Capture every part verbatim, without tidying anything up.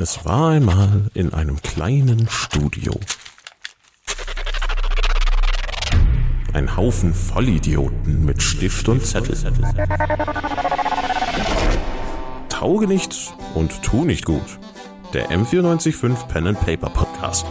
Es war einmal in einem kleinen Studio ein Haufen Vollidioten mit Stift und Zettel. Tauge nichts und tu nicht gut. Der M vierundneunzig Komma fünf Pen and Paper Podcast.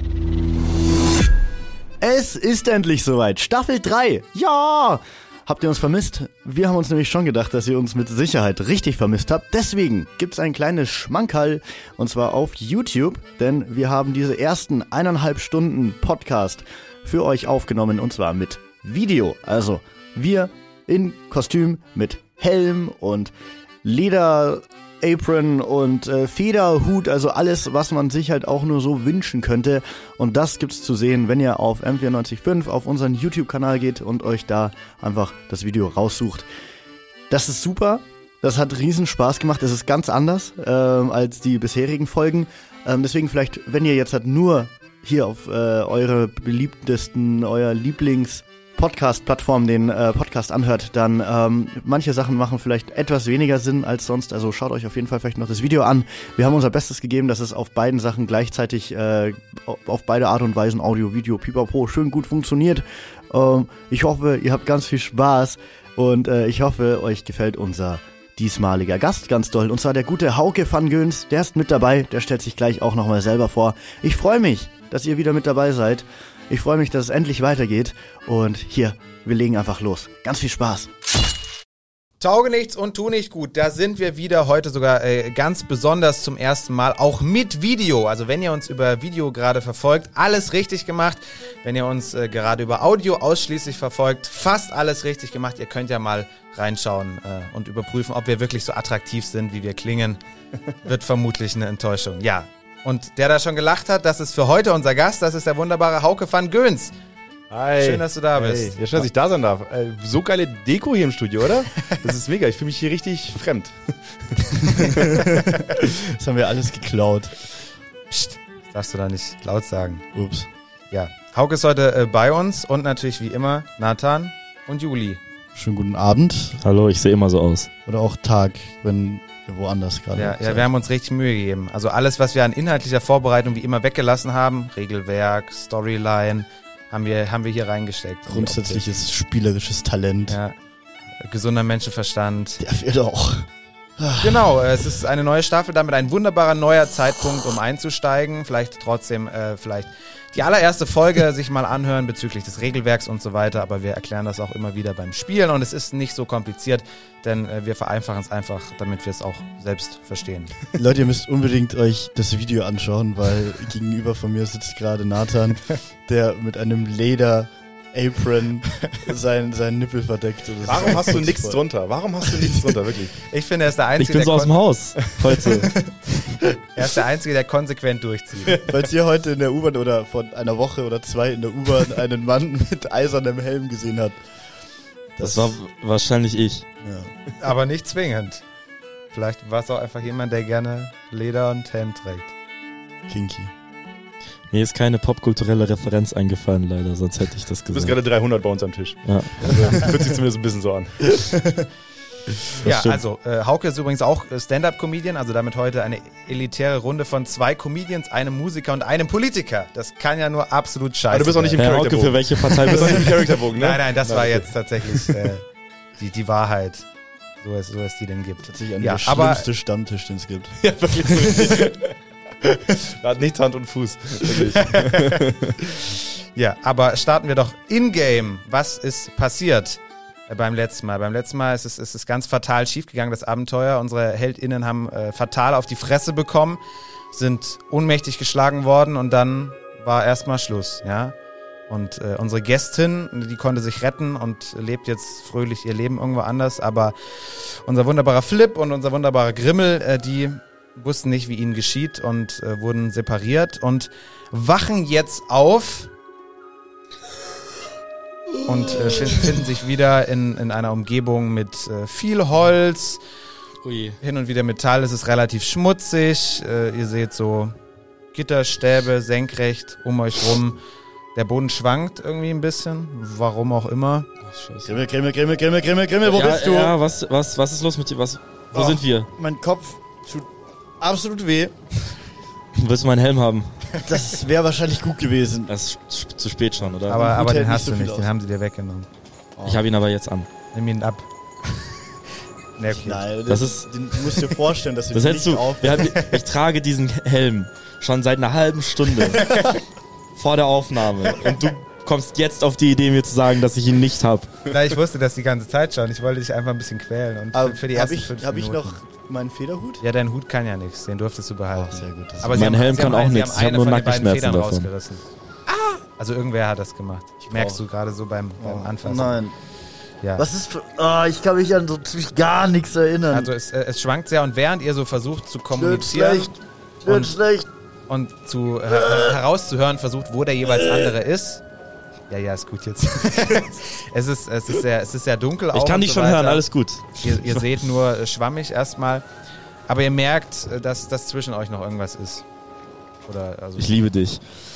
Es ist endlich soweit. Staffel drei. Ja! Habt ihr uns vermisst? Wir haben uns nämlich schon gedacht, dass ihr uns mit Sicherheit richtig vermisst habt. Deswegen gibt's ein kleines Schmankerl, und zwar auf YouTube, denn wir haben diese ersten eineinhalb Stunden Podcast für euch aufgenommen, und zwar mit Video. Also wir in Kostüm mit Helm und Leder Apron und äh, Federhut, also alles, was man sich halt auch nur so wünschen könnte. Und das gibt's zu sehen, wenn ihr auf M vierundneunzig Komma fünf auf unseren YouTube-Kanal geht und euch da einfach das Video raussucht. Das ist super, das hat riesen Spaß gemacht, es ist ganz anders ähm, als die bisherigen Folgen. Ähm, deswegen vielleicht, wenn ihr jetzt halt nur hier auf äh, eure beliebtesten, euer Lieblings- Podcast-Plattform den äh, Podcast anhört, dann ähm, manche Sachen machen vielleicht etwas weniger Sinn als sonst, also schaut euch auf jeden Fall vielleicht noch das Video an. Wir haben unser Bestes gegeben, dass es auf beiden Sachen gleichzeitig, äh, auf beide Art und Weisen, Audio, Video, Pipapo, schön gut funktioniert. Ähm, ich hoffe, ihr habt ganz viel Spaß und äh, ich hoffe, euch gefällt unser diesmaliger Gast ganz doll, und zwar der gute Hauke van Göns, der ist mit dabei, der stellt sich gleich auch nochmal selber vor. Ich freue mich, dass ihr wieder mit dabei seid. Ich freue mich, dass es endlich weitergeht. Und hier, wir legen einfach los. Ganz viel Spaß. Tauge nichts und tu nicht gut. Da sind wir wieder heute sogar äh, ganz besonders zum ersten Mal. Auch mit Video. Also wenn ihr uns über Video gerade verfolgt, alles richtig gemacht. Wenn ihr uns äh, gerade über Audio ausschließlich verfolgt, fast alles richtig gemacht. Ihr könnt ja mal reinschauen äh, und überprüfen, ob wir wirklich so attraktiv sind, wie wir klingen. Wird vermutlich eine Enttäuschung. Ja. Und der da schon gelacht hat, das ist für heute unser Gast, das ist der wunderbare Hauke van Göns. Hi. Schön, dass du da bist. Hey. Ja, schön, dass ich da sein darf. Äh, so geile Deko hier im Studio, oder? Das ist mega, ich fühle mich hier richtig fremd. Das haben wir alles geklaut. Psst, das darfst du da nicht laut sagen. Ups. Ja, Hauke ist heute äh, bei uns und natürlich wie immer Nathan und Juli. Schönen guten Abend. Hallo, ich sehe immer so aus. Oder auch Tag, wenn ihr woanders gerade Ja, seid. ja, wir haben uns richtig Mühe gegeben. Also alles, was wir an inhaltlicher Vorbereitung wie immer weggelassen haben, Regelwerk, Storyline, haben wir, haben wir hier reingesteckt. Grundsätzliches spielerisches Talent. Ja, gesunder Menschenverstand. Der fehlt auch. Genau, es ist eine neue Staffel, damit ein wunderbarer neuer Zeitpunkt, um einzusteigen. Vielleicht trotzdem, äh, vielleicht die allererste Folge sich mal anhören bezüglich des Regelwerks und so weiter. Aber wir erklären das auch immer wieder beim Spielen und es ist nicht so kompliziert, denn äh, wir vereinfachen es einfach, damit wir es auch selbst verstehen. Leute, ihr müsst unbedingt euch das Video anschauen, weil gegenüber von mir sitzt gerade Nathan, der mit einem Leder Apron sein, sein Nippel verdeckt. Das Warum hast du nichts drunter? Warum hast du nichts drunter, wirklich? Ich finde, er ist der Einzige, Ich bin so der aus dem Haus heute. er ist der Einzige, der konsequent durchzieht. Falls ihr heute in der U-Bahn oder vor einer Woche oder zwei in der U-Bahn einen Mann mit eisernem Helm gesehen habt. Das war wahrscheinlich ich. Ja. Aber nicht zwingend. Vielleicht war es auch einfach jemand, der gerne Leder und Helm trägt. Kinky. Mir ist keine popkulturelle Referenz eingefallen, leider, sonst hätte ich das Du bist gesagt. gerade dreihundert bei uns am Tisch. Ja. Also, fühlt sich zumindest ein bisschen so an. Ja, stimmt. also äh, Hauke ist übrigens auch äh, Stand-Up-Comedian, also damit heute eine elitäre Runde von zwei Comedians, einem Musiker und einem Politiker. Das kann ja nur absolut scheiße Aber du bist auch nicht im sein. Herr Hauke, für Charakterbogen. welche Partei Du bist bist auch du? nicht im Charakterbogen, ne? Nein, nein, das Na, war okay. jetzt tatsächlich äh, die, die Wahrheit, so es, so es die denn gibt. Tatsächlich einer Ja, der aber- schlimmste Stammtisch, den es gibt. Ja, wirklich so. Da hat nichts Hand und Fuß. Wirklich. Ja, aber starten wir doch in-game. Was ist passiert äh, beim letzten Mal? Beim letzten Mal ist es, ist es ganz fatal schiefgegangen, das Abenteuer. Unsere HeldInnen haben äh, fatal auf die Fresse bekommen, sind ohnmächtig geschlagen worden und dann war erstmal Schluss, ja. Und äh, unsere Gästin, die konnte sich retten und lebt jetzt fröhlich ihr Leben irgendwo anders. Aber unser wunderbarer Flip und unser wunderbarer Grimmel, äh, die wussten nicht, wie ihnen geschieht und äh, wurden separiert und wachen jetzt auf und äh, finden, finden sich wieder in, in einer Umgebung mit äh, viel Holz, Ui. hin und wieder Metall, es ist relativ schmutzig, äh, ihr seht so Gitterstäbe senkrecht um euch rum. Der Boden schwankt irgendwie ein bisschen, warum auch immer. Ach, scheiße. Grimmel, Grimmel, Grimmel, Grimmel, Grimmel, Grimmel, wo ja, bist du? Ja, was, was, was ist los mit dir? Was, wo Oh. sind wir? Mein Kopf tut absolut weh. Willst du meinen Helm haben? Das wäre wahrscheinlich gut gewesen. Das ist zu spät schon, oder? Aber, aber hält den nicht hast so du viel nicht, aus. den haben sie dir weggenommen. Ich habe ihn aber jetzt an. Nimm ihn ab. Nee, okay. Nein, das, Das ist- den, du musst dir vorstellen, dass du Das den hättest nicht du. auf... Wir haben, ich trage diesen Helm schon seit einer halben Stunde vor der Aufnahme. Und du kommst jetzt auf die Idee, mir zu sagen, dass ich ihn nicht habe. Na, ich wusste das die ganze Zeit schon. Ich wollte dich einfach ein bisschen quälen. Und Aber für, für die hab ersten ich, fünf hab ich Minuten. noch meinen Federhut? Ja, dein Hut kann ja nichts. Den durftest du behalten. Oh, sehr gut. Das Aber ist- sie Mein haben, Helm sie kann haben auch eine- nichts. Sie Ich hab haben nur eine von den beiden Nackenschmerzen Federn davon. rausgerissen. Also irgendwer hat das gemacht. Ich merkst du gerade so beim, beim Anfassen. Nein. Ja. Was ist für... Ah, ich kann mich an so ziemlich gar nichts erinnern. Also es, äh, es schwankt sehr und während ihr so versucht zu wird kommunizieren schlecht. Wird und- schlecht. und zu her herauszuhören versucht, wo der jeweils andere ist. Ja, ja, ist gut jetzt. es, ist, es, ist sehr, es ist sehr dunkel. Ich auch kann und dich so schon weiter. hören, alles gut. Ihr, ihr seht nur äh, schwammig erstmal. Aber ihr merkt, äh, dass, dass zwischen euch noch irgendwas ist. Oder, also Ich liebe dich.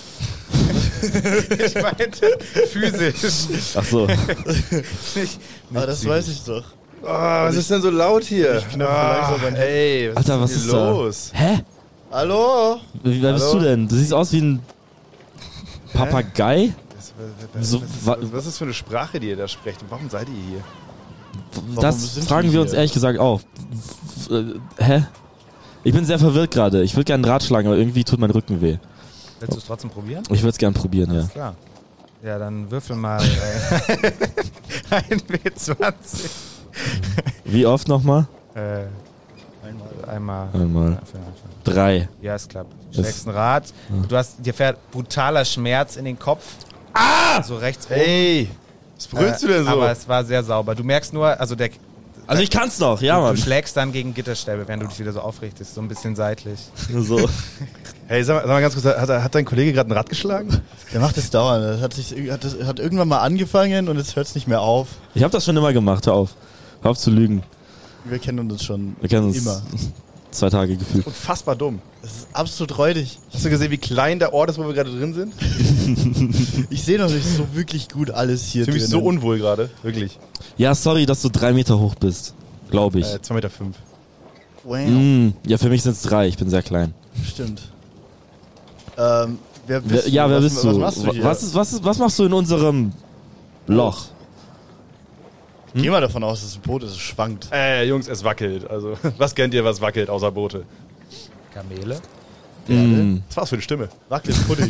ich meinte physisch. Ach so. Nicht, Ah, das weiß ich doch. Oh, was ist denn so laut hier? Ich knöpfe langsam mein Hemd. Ey, was Alter, was ist ist denn da? los? Hä? Hallo? Wie, wer bist Hallo? du denn? Du siehst aus wie ein Papagei? Was, So, wa- was, was ist für eine Sprache, die ihr da sprecht? Und warum seid ihr hier? Das sind fragen wir wir uns hier? ehrlich gesagt auch. W- w- Hä? Ich bin sehr verwirrt gerade. Ich würde gerne einen Draht schlagen, aber irgendwie tut mein Rücken weh. willst du es trotzdem probieren? Ich würde es gerne probieren, ja. Alles klar. Ja, dann würfel mal äh, ein W zwanzig. Wie oft nochmal? Äh, einmal. Einmal. Drei. Ja, es klappt. Du Das- schlägst ein Rad. Du hast, dir fährt brutaler Schmerz in den Kopf. Ah! So rechts oben. Ey, was brüllst du denn so? Aber es war sehr sauber. Du merkst nur, also der, Also ich kann's noch, ja, du, du Mann. schlägst dann gegen Gitterstäbe, während du dich wieder so aufrichtest. So ein bisschen seitlich. So. Hey, sag mal, sag mal ganz kurz, hat, hat dein Kollege gerade ein Rad geschlagen? Der macht das dauernd. Das hat, sich, hat, das, hat irgendwann mal angefangen und jetzt hört es nicht mehr auf. Ich habe das schon immer gemacht, hör auf. Hör auf zu lügen. Wir kennen uns schon Wir kennen uns immer. zwei Tage gefühlt. Unfassbar dumm. Das ist absolut räudig. Hast du gesehen, wie klein der Ort ist, wo wir gerade drin sind? Ich sehe noch nicht so wirklich gut alles hier Ich fühle mich so drinnen. unwohl gerade, wirklich. Ja, sorry, dass du drei Meter hoch bist. Glaube ich. Äh, zwei Meter fünf. Wow, Mm, ja, für mich sind's drei. Ich bin sehr klein. stimmt. Ähm, wer Wer, bist ja, du? wer was, bist du? Was machst du hier? Was, ist, was, ist, was machst du in unserem Loch? Geh mal davon aus, dass es ein Boot ist, es schwankt. Äh, Jungs, es wackelt. Also, was kennt ihr, was wackelt, außer Boote? Kamele. Mm. Was war's für eine Stimme? Wackelt Pudding.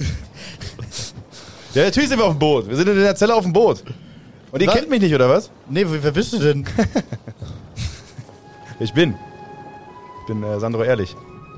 Ja, natürlich sind wir auf dem Boot. Wir sind in der Zelle auf dem Boot. Und ihr Was? kennt mich nicht, oder was? Nee, wer, wer bist du denn? Ich bin. Ich bin äh, Sandro Ehrlich.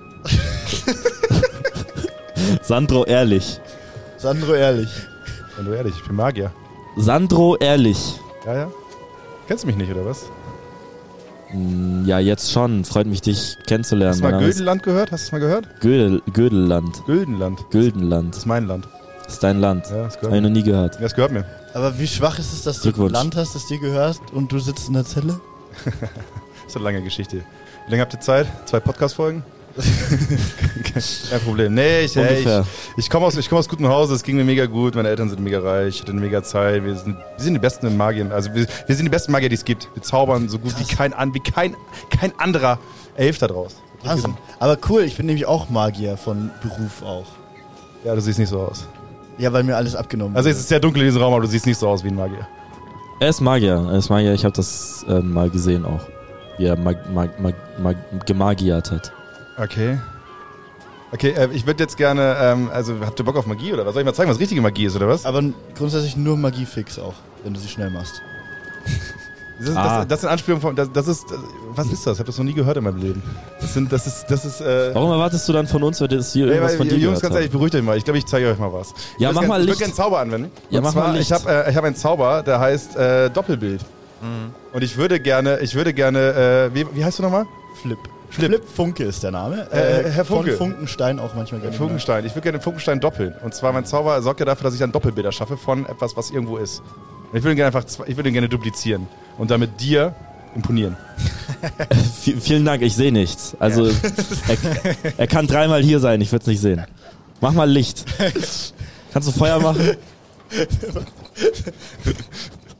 Sandro Ehrlich. Sandro Ehrlich. Sandro Ehrlich, ich bin Magier. Sandro Ehrlich. Ja, ja. Kennst du mich nicht, oder was? Mm, Ja, jetzt schon. Freut mich, dich kennenzulernen. Hast du mal Mein Name ist Güldenland gehört? Hast du es mal gehört? Gödel, Gödelland. Güldenland. Güldenland. Das ist mein Land. Das ist dein Land. Ja, das Hab gehört ich mir. noch nie gehört. Ja, das gehört mir. Aber wie schwach ist es, dass du ein Glückwunsch. Land hast, das dir gehört und du sitzt in der Zelle? Das ist eine lange Geschichte. Wie lange habt ihr Zeit? Zwei Podcast-Folgen? Kein Problem. Nee, ich, ey, ich, Ungefähr. ich komme aus, ich komm aus gutem Hause, es ging mir mega gut, meine Eltern sind mega reich, ich hatte eine mega Zeit, wir sind, wir sind die besten Magier, also wir, wir sind die besten Magier, die es gibt. Wir zaubern so gut wie kein, an, wie kein, kein anderer Elf da draus. Wahnsinn. Aber cool, ich bin nämlich auch Magier von Beruf auch. Ja, du siehst nicht so aus. Ja, weil mir alles abgenommen Also es wurde. ist sehr dunkel in diesem Raum, aber du siehst nicht so aus wie ein Magier. Er ist Magier. Er ist Magier. Ich habe das ähm, mal gesehen auch. Wie er mag, mag, mag, mag, gemagiert hat. Okay. Okay, äh, ich würde jetzt gerne, ähm, also habt ihr Bock auf Magie oder was? Soll ich mal zeigen, was richtige Magie ist oder was? Aber grundsätzlich nur Magiefix auch, wenn du sie schnell machst. Das ist, Ah. das, das sind Anspielungen von, das, das ist, das, was ist das? Ich habe das noch nie gehört in meinem Leben. Das sind, das ist, das ist, äh... Warum erwartest du dann von uns, wenn das hier Nee, irgendwas weil, von dir Jungs, gehört ganz haben? ehrlich, beruhigt euch mal. Ich glaube, ich zeige euch mal was. Ja, ich mach würd mal gern, Ich Licht. würde gerne einen Zauber anwenden. Ja, Und mach zwar, mal Licht. Ich habe äh, ich hab einen Zauber, der heißt äh, Doppelbild. Und ich würde gerne, ich würde gerne, äh, wie, wie heißt du nochmal? Flip. Flip. Flip Funke ist der Name. Äh, Herr Funke. Von Funkenstein auch manchmal gerne. Funkenstein. Ich würde gerne den Funkenstein doppeln. Und zwar mein Zauber sorgt ja dafür, dass ich dann Doppelbilder schaffe von etwas, was irgendwo ist. Und ich würde ihn gerne einfach, zwei- ich würde ihn gerne duplizieren und damit dir imponieren. V vielen Dank, ich sehe nichts. Also, er, er kann dreimal hier sein, ich würde es nicht sehen. Mach mal Licht. Kannst du Feuer machen?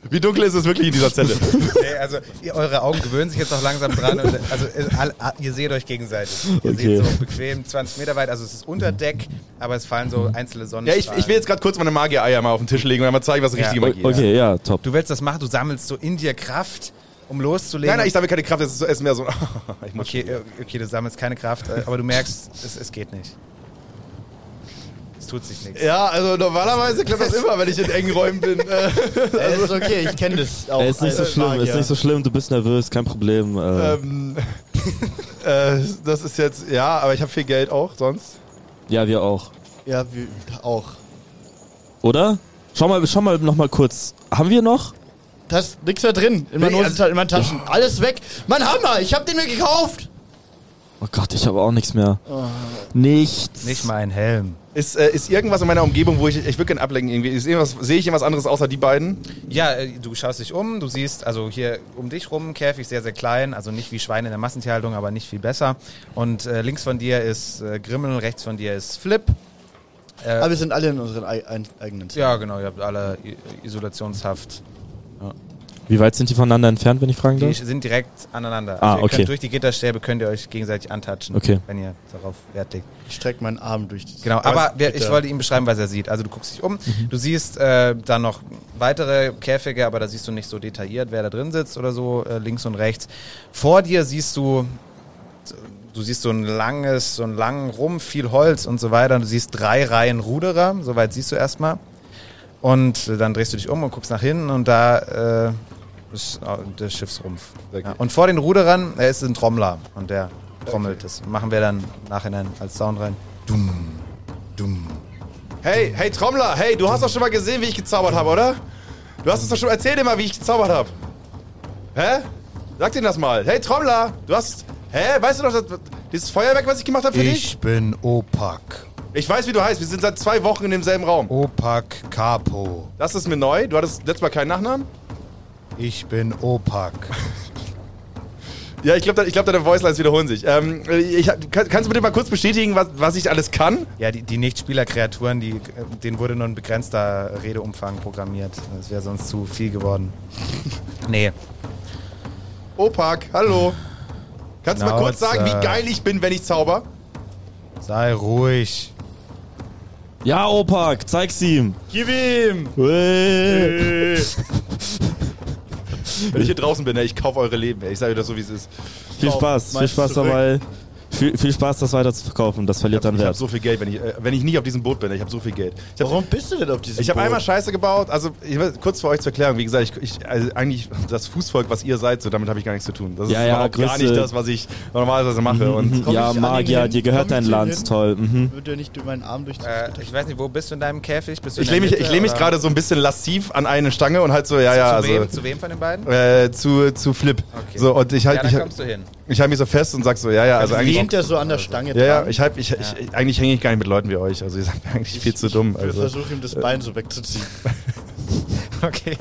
Wie dunkel ist es wirklich in dieser Zelle? Nee, also ihr, eure Augen gewöhnen sich jetzt auch langsam dran. Und, also äh, all, ihr seht euch gegenseitig. Ihr Okay. seht so bequem zwanzig Meter weit. Also es ist unter Deck, aber es fallen so einzelne Ja, Sonnenstrahlen. ich, ich will jetzt gerade kurz meine Magier-Eier mal auf den Tisch legen und mal zeigen, was richtige Ja. Magie ist. Okay, ja, top. Du willst das machen, du sammelst so in dir Kraft, um loszulegen. Nein, nein, ich sammle keine Kraft, es ist, so- es ist mehr so. ich muss Okay, äh, okay, du sammelst keine Kraft, äh, aber du merkst, es, es geht nicht. Es tut sich nichts. Ja, also normalerweise klappt das immer, wenn ich in engen Räumen bin. Äh, Es ist okay, ich kenne das auch. Ey, ist nicht so als schlimm, Magier. ist nicht so schlimm, du bist nervös, kein Problem. Äh, ähm, äh, das ist jetzt, ja, aber ich habe viel Geld auch sonst. ja, wir auch. Ja, wir auch. Oder? Schau mal, schau mal noch mal kurz. Haben wir noch? Da ist nichts mehr drin. In meinen Nee, Hosen, in meinen Taschen. Alles weg. Mein Hammer, ich hab den mir gekauft. Oh Gott, ich habe auch nichts mehr. Nichts. Nicht mal ein Helm. Ist, äh, ist irgendwas in meiner Umgebung, wo ich, ich würde gerne ablenken irgendwie? Ist irgendwas, sehe ich irgendwas anderes außer die beiden? Ja, äh, du schaust dich um, du siehst, also hier um dich rum, Käfig sehr, sehr klein, also nicht wie Schweine in der Massentierhaltung, aber nicht viel besser. Und äh, links von dir ist äh, Grimmel, rechts von dir ist Flip. Äh, Aber wir sind alle in unseren ei- ein- eigenen Zimmern. ja, genau, ihr habt alle I Isolationshaft. Wie weit sind die voneinander entfernt, wenn ich fragen Die darf? sind direkt aneinander. Ah, Also ihr okay. könnt durch die Gitterstäbe könnt ihr euch gegenseitig antatschen, Okay. wenn ihr darauf Wert legt. Ich streck meinen Arm durch die Genau, aber wer, ich Gitter. wollte ihm beschreiben, was er sieht. Also du guckst dich um, du siehst äh, dann noch weitere Käfige, aber da siehst du nicht so detailliert, wer da drin sitzt oder so, äh, links und rechts. Vor dir siehst du, du siehst so ein langes, so einen langen Rumpf, viel Holz und so weiter. Und du siehst drei Reihen Ruderer, soweit siehst du erstmal. Und äh, dann drehst du dich um und guckst nach hinten und da äh, ist äh, der Schiffsrumpf. Okay. Ja. Und vor den Ruderern äh, ist ein Trommler und der trommelt. Das machen wir dann im Nachhinein als Sound rein. Dumm, dumm. Hey, hey Trommler, hey, du hast doch schon mal gesehen, wie ich gezaubert habe, oder? Du hast es doch schon, erzähl dir mal, wie ich gezaubert habe. Hä? Sag dir das mal. Hey Trommler, du hast, hä, weißt du noch, das, dieses Feuerwerk, was ich gemacht habe für dich? Ich bin Opak. Ich weiß, wie du heißt, wir sind seit zwei Wochen in demselben Raum. Opak Capo. Das ist mir neu, du hattest letztes Mal keinen Nachnamen? Ich bin Opak. Ja, ich glaube, ich glaub, deine Voicelines wiederholen sich. Ähm, ich, kann, kannst du bitte mal kurz bestätigen, was, was ich alles kann? Ja, die, die Nicht-Spieler-Kreaturen, die, denen wurde nur ein begrenzter Redeumfang programmiert. Das wäre sonst zu viel geworden. Nee. Opak, hallo. Kannst du mal kurz Schnauze. sagen, wie geil ich bin, wenn ich zauber? Sei ruhig. Ja, Opak, zeig's ihm. Gib ihm! Hey. Wenn ich hier draußen bin, ey, ich kaufe eure Leben, ey. Ich sage dir das so, wie es ist. Viel Kauf Spaß, viel meins Spaß zurück. dabei. Viel, viel Spaß, das weiter zu verkaufen. Das verliert dann Ich habe Wert. so viel Geld, wenn ich, äh, wenn ich nicht auf diesem Boot bin. Ich habe so viel Geld. Ich habe Warum bist du denn auf diesem ich hab Boot? einmal Scheiße gebaut. Also, ich, will- kurz für euch zur Erklärung. Wie gesagt, ich, ich, also eigentlich das Fußvolk, was ihr seid, so damit habe ich gar nichts zu tun. Das Ja, ist ja, überhaupt gar größte- nicht das, was ich normalerweise mache. Und Komm Ja, ich an ihn Magier, hin? dir gehört Komm ich dein zu ihm Land, hin? toll. Mhm. Würde ja nicht meinen Arm durch das Äh, Gitter. ich weiß nicht, wo bist du in deinem Käfig? Bist du in ich der lehne mich, Mitte, ich lehne mich oder? gerade so ein bisschen lassiv an eine Stange und halt so, ja, ja, zu, also wem, zu wem von den beiden? äh, zu, zu Flip. Okay. So, und ich Ja, halt, dann ich, kommst du hin. ich halte mich so fest und sag so, ja, ja, also eigentlich. Lehnt er so an der Stange Ja, ja, dran? ich halt, ich, ich, eigentlich hänge ich gar nicht mit Leuten wie euch. Also ihr seid mir eigentlich viel zu dumm. Ich Also. versuche ihm das Bein so wegzuziehen. Okay.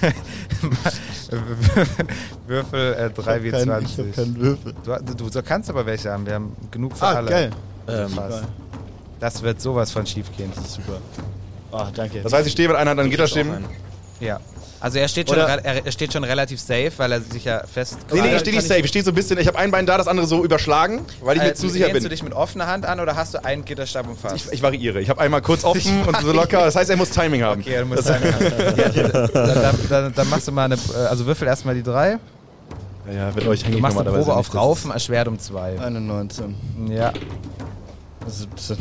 Würfel äh, drei W Kein- zwanzig. Ich hab keinen Würfel. Du, du, du kannst aber welche haben. Wir haben genug für Ah, alle. geil. Ähm, Fast. Das wird sowas von schief gehen. Super. Ah, danke. Das heißt, ich stehe mit einer Hand an den Gitterstäben. Ja. Also er steht, schon, Oder- re- er er steht schon relativ safe, weil er sich ja fest... Nee, nee, ich stehe kann nicht safe. Ich stehe so ein bisschen, ich habe ein Bein da, das andere so überschlagen, weil ich mir Äh, zu sicher lehnst bin. du dich mit offener Hand an oder hast du einen Gitterstab umfasst? Ich, ich variiere. Ich habe einmal kurz offen und so locker. Das heißt, er muss Timing haben. okay, du musst sagen, ja, dann, dann, dann, dann machst du mal eine... äh, Also würfel erstmal die drei. Ja, ja, mit euch hänge Du ich machst eine normalerweise Probe nicht. auf Raufen, erschwert um zwei. Eine neunzehn. Ja. siebzehn.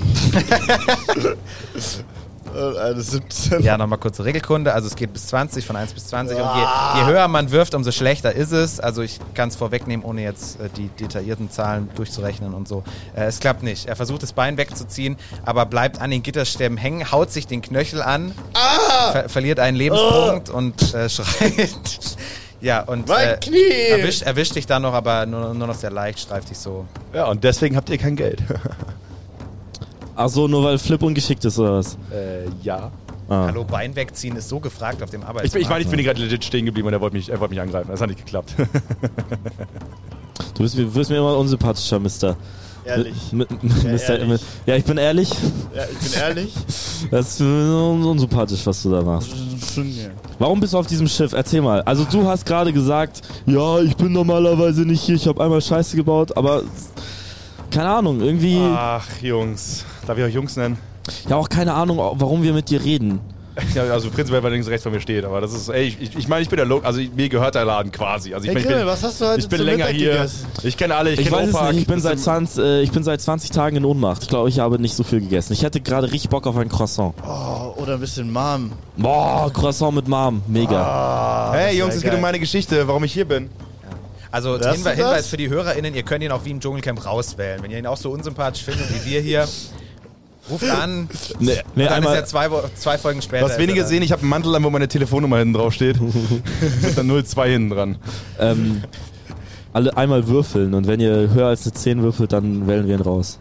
Äh, Eine siebzehn. Ja, nochmal kurze Regelkunde. Also es geht bis zwanzig, von eins bis zwanzig. Und je, je höher man wirft, umso schlechter ist es. Also ich kann es vorwegnehmen, ohne jetzt äh, die detaillierten Zahlen durchzurechnen und so. Äh, es klappt nicht. Er versucht das Bein wegzuziehen, aber bleibt an den Gitterstäben hängen, haut sich den Knöchel an, ver verliert einen Lebenspunkt und äh, schreit. Ja, und Mein äh, Knie! erwischt, erwischt dich dann noch, aber nur, nur noch sehr leicht, streift dich so. Ja, und deswegen habt ihr kein Geld. Ach so, nur weil Flip ungeschickt ist oder was? äh, ja. Ah. Hallo, Bein wegziehen ist so gefragt auf dem Ich, Arbeitsmarkt. bin- ich meine, ich bin gerade legit stehen geblieben und er wollte mich, er wollte mich angreifen. Das hat nicht geklappt. Du bist, mir- wirst mir immer unsympathischer, Mister. Ehrlich. Mit, mit, Ja, Mister ehrlich. mit, ja, ich bin ehrlich. Ja, ich bin ehrlich. Das ist un unsympathisch, was du da machst. Warum bist du auf diesem Schiff? Erzähl mal. Also du hast gerade gesagt, ja, ich bin normalerweise nicht hier, ich habe einmal Scheiße gebaut, aber keine Ahnung, irgendwie, Ach, Jungs. Darf ich euch Jungs nennen? ja auch keine Ahnung, warum wir mit dir reden. Ja, also prinzipiell, weil links rechts von mir steht, aber das ist, ey, ich, ich, ich meine, ich bin der Lo also ich, mir gehört der Laden quasi. Also ich, Hey mein, ich Grimmel, bin, was hast du heute ich bin zum länger Mittag hier. gegessen? Ich kenne alle, ich, Ich kenne weiß es Opak. nicht, ich bin, Das seit ist- zwanzig, äh, ich bin seit zwanzig Tagen in Ohnmacht. Ich glaube, ich habe nicht so viel gegessen. Ich hätte gerade richtig Bock auf ein Croissant. Oh, oder ein bisschen Mom. Boah, Croissant mit Mom, mega. Ah, Hey das Jungs, wär es geht geil. um meine Geschichte, warum ich hier bin. Also Hörst Hinwe du Hinweis das? für die HörerInnen, ihr könnt ihn auch wie im Dschungelcamp rauswählen. Wenn ihr ihn auch so unsympathisch findet wie wir hier, ruft an. Nee, nee, Dann einmal, ist er zwei, Wo- zwei Folgen später. Was ist wenige er da. sehen, ich habe einen Mantel an, wo meine Telefonnummer hinten drauf steht. Mit der null zwei hinten dran. ähm, alle einmal würfeln und wenn ihr höher als eine zehn würfelt, dann wählen wir ihn raus.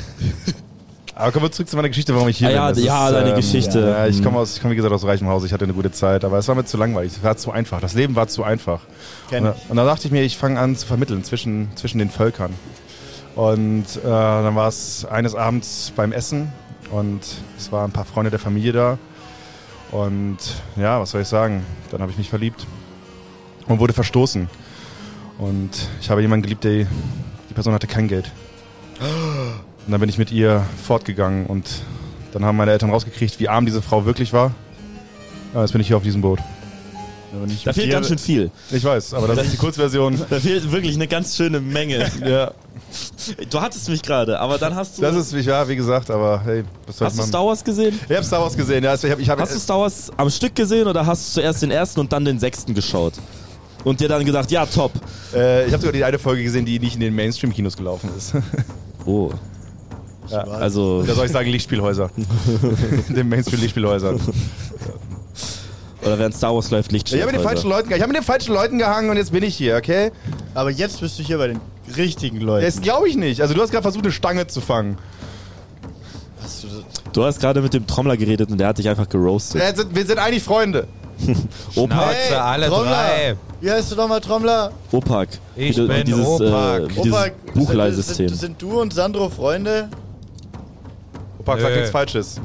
Aber kommen wir zurück zu meiner Geschichte, warum ich hier Ah bin. ja, Das ja, deine Geschichte. Ja, ich Hm. komme aus, ich komme wie gesagt aus reichem Haus, ich hatte eine gute Zeit, aber es war mir zu langweilig, es war zu einfach, das Leben war zu einfach. Kenn Und, und da dachte ich mir, ich fange an zu vermitteln zwischen, zwischen den Völkern. Und äh, dann war es eines Abends beim Essen und es waren ein paar Freunde der Familie da. Und ja, was soll ich sagen? Dann habe ich mich verliebt und wurde verstoßen. Und ich habe jemanden geliebt, der, die Person hatte kein Geld. Und dann bin ich mit ihr fortgegangen und dann haben meine Eltern rausgekriegt, wie arm diese Frau wirklich war. Ja, jetzt bin ich hier auf diesem Boot. Aber nicht Da mit fehlt dir. ganz schön viel. Ich weiß, aber das ist die Kurzversion. Da fehlt wirklich eine ganz schöne Menge. Ja, Du hattest mich gerade, aber dann hast du... das ist, ja, wie gesagt, aber hey, was soll hast ich du machen? Star Wars gesehen? Ich habe Star Wars gesehen, ja. Ich hab, ich hab, Hast du Star Wars am Stück gesehen oder hast du zuerst den ersten und dann den sechsten geschaut? Und dir dann gedacht, ja, top. äh, ich habe sogar die eine Folge gesehen, die nicht in den Mainstream-Kinos gelaufen ist. Oh, Ja. also... Da soll ich sagen, Lichtspielhäuser. In den Mainstream-Lichtspielhäusern. Oder während Star Wars läuft Licht. Ich habe mit den falschen Leuten, ich habe mit den falschen Leuten gehangen und jetzt bin ich hier, okay? Aber jetzt bist du hier bei den richtigen Leuten. Das glaube ich nicht. Also du hast gerade versucht, eine Stange zu fangen. Hast du Du hast gerade mit dem Trommler geredet und der hat dich einfach geroastet. Wir sind, wir sind eigentlich Freunde. Opak, Schnauze, alle drei. Wie heißt du nochmal, Trommler? Opak. Ich Wie du- bin dieses, Opak. Äh, dieses Opa, Buchleihsystem. Sind, sind du und Sandro Freunde? Opa Nö. sagt nichts Falsches.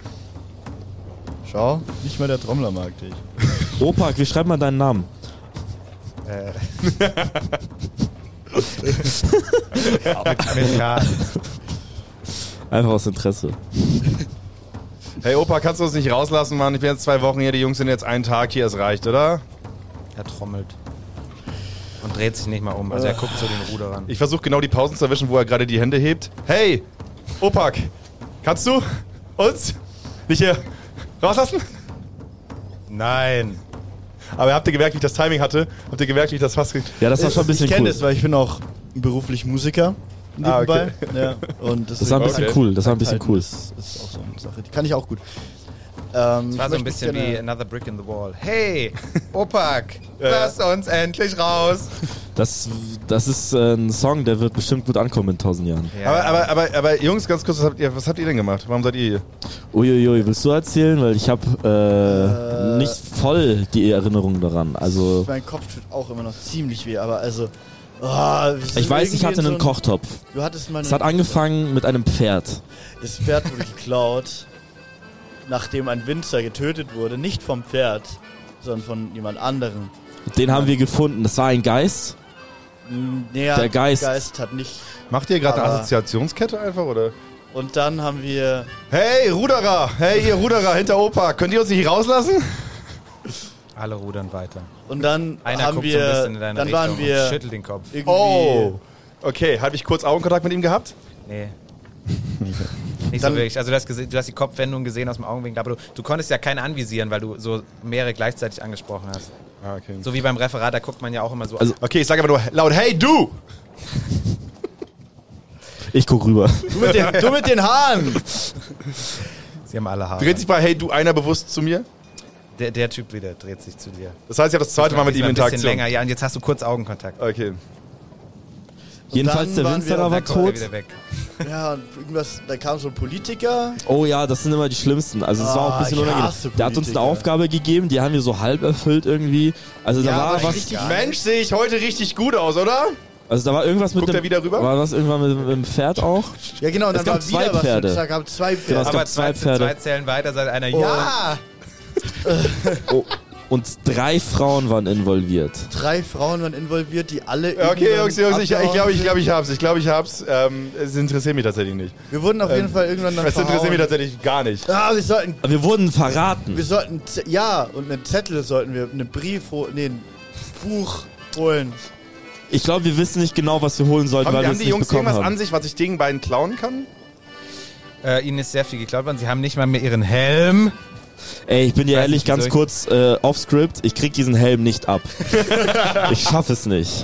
Schau, nicht mal der Trommler mag dich. Opak, wie schreibt man deinen Namen? Mit K. Einfach aus Interesse. Hey Opa, kannst du uns nicht rauslassen, Mann? Ich bin jetzt zwei Wochen hier, die Jungs sind jetzt einen Tag hier, es reicht, oder? Er trommelt. Und dreht sich nicht mal um. Also er guckt zu den Ruderern. Ich versuche genau die Pausen zu erwischen, wo er gerade die Hände hebt. Hey, Opak, kannst du uns nicht hier rauslassen? Nein. Aber habt ihr gemerkt, wie ich das Timing hatte? Habt ihr gemerkt, wie ich das fast... ge- Ja, das war schon ein bisschen ich kenne cool. das, weil ich bin auch beruflich Musiker nebenbei. Ah, Ja, und Das war ein bisschen Okay. cool, das war ein bisschen cool. Das ist auch so eine Sache, die kann ich auch gut. Ähm, Das war ich so ein möchte bisschen gerne- wie Another Brick in the Wall. Hey, Opak, lass uns endlich raus. Das, das ist äh, ein Song, der wird bestimmt gut ankommen in tausend Jahren. Ja. Aber, aber, aber, aber Jungs, ganz kurz, was habt, ihr, was habt ihr denn gemacht? Warum seid ihr hier? Uiuiui, willst du erzählen? Weil ich habe äh, Äh. nicht voll die Erinnerung daran. Also, Mein Kopf tut auch immer noch ziemlich weh, aber also. Oh, wir sind ich weiß, ich irgendwie hatte in so einen Kochtopf. Du hattest mal Es hat angefangen mit einem Pferd. Das Pferd wurde geklaut, nachdem ein Winzer getötet wurde. Nicht vom Pferd, sondern von jemand anderem. Den haben wir gefunden. Das war ein Geist. Naja, Der Geist. Geist hat nicht. Macht ihr gerade eine Aber- Assoziationskette einfach, oder? Und dann haben wir. Hey, Ruderer! Hey, ihr Ruderer hinter Opa, könnt ihr uns nicht rauslassen? Alle rudern weiter. Und dann Einer haben guckt wir. so ein bisschen in deine dann Richtung waren und wir schüttelt den Kopf. irgendwie. Oh! Okay, habe ich kurz Augenkontakt mit ihm gehabt? Nee. Nicht Dann- so wirklich. Also du hast, gesehen, du hast die Kopfwendung gesehen aus dem Augenwinkel, aber du, du konntest ja keine anvisieren, weil du so mehrere gleichzeitig angesprochen hast. Ah, okay. So wie beim Referat, da guckt man ja auch immer so. Also- Okay, ich sage aber nur laut, hey, du! Ich guck rüber. Du mit, den, du mit den Haaren! sie haben alle Haare. Dreht sich bei hey, du einer bewusst zu mir? Der, der Typ wieder dreht sich zu dir. Das heißt, ich habe das zweite Mal mit ihm Diesmal ein bisschen Interaktion. länger, ja, und jetzt hast du kurz Augenkontakt. Okay. Jedenfalls, der waren Winzer wir- da war Dann kommt er tot. wieder weg. Ja, und irgendwas. Da kam so ein Politiker. Oh ja, das sind immer die schlimmsten. Also es war auch ein Ah, bisschen ich unangenehm. hasse Der hat uns eine Politiker. Aufgabe gegeben, die haben wir so halb erfüllt irgendwie. Also da Ja, war aber was. richtig- Mensch, sehe ich heute richtig gut aus, oder? Also da war irgendwas mit Guckt dem... er wieder rüber? War das irgendwann mit, mit dem Pferd auch? Ja, genau, und Es dann gab war zwei wieder was. Pferde. Es gab zwei Genau, Pferde. es Aber gab zwei zwei, Pferde. zwei Zellen weiter sagt einer, ja! Oh. Und drei Frauen waren involviert. Drei Frauen waren involviert, die alle. Ja, okay, irgendwann Jungs, Jungs, ich, ich abgehauen glaube, ich, sind. glaub, ich hab's. Ich glaube, ich hab's. Ähm, es interessiert mich tatsächlich nicht. Wir wurden auf jeden Ähm, Fall irgendwann dann Es interessiert mich verhauen. tatsächlich gar nicht. Ah, wir sollten. Wir wurden verraten. Wir sollten. Z- Ja, und einen Zettel sollten wir. Einen Brief. ho- Nee, ein Buch holen. Ich glaube, wir wissen nicht genau, was wir holen sollten, Haben, weil wir haben es die nicht Jungs bekommen irgendwas haben. an sich, was ich den beiden klauen kann? Äh, ihnen ist sehr viel geklaut worden. Sie haben nicht mal mehr ihren Helm. Ey, ich bin dir weiß ehrlich nicht, ganz wieso ich- kurz äh, off-script. Ich krieg diesen Helm nicht ab. Ich schaff es nicht.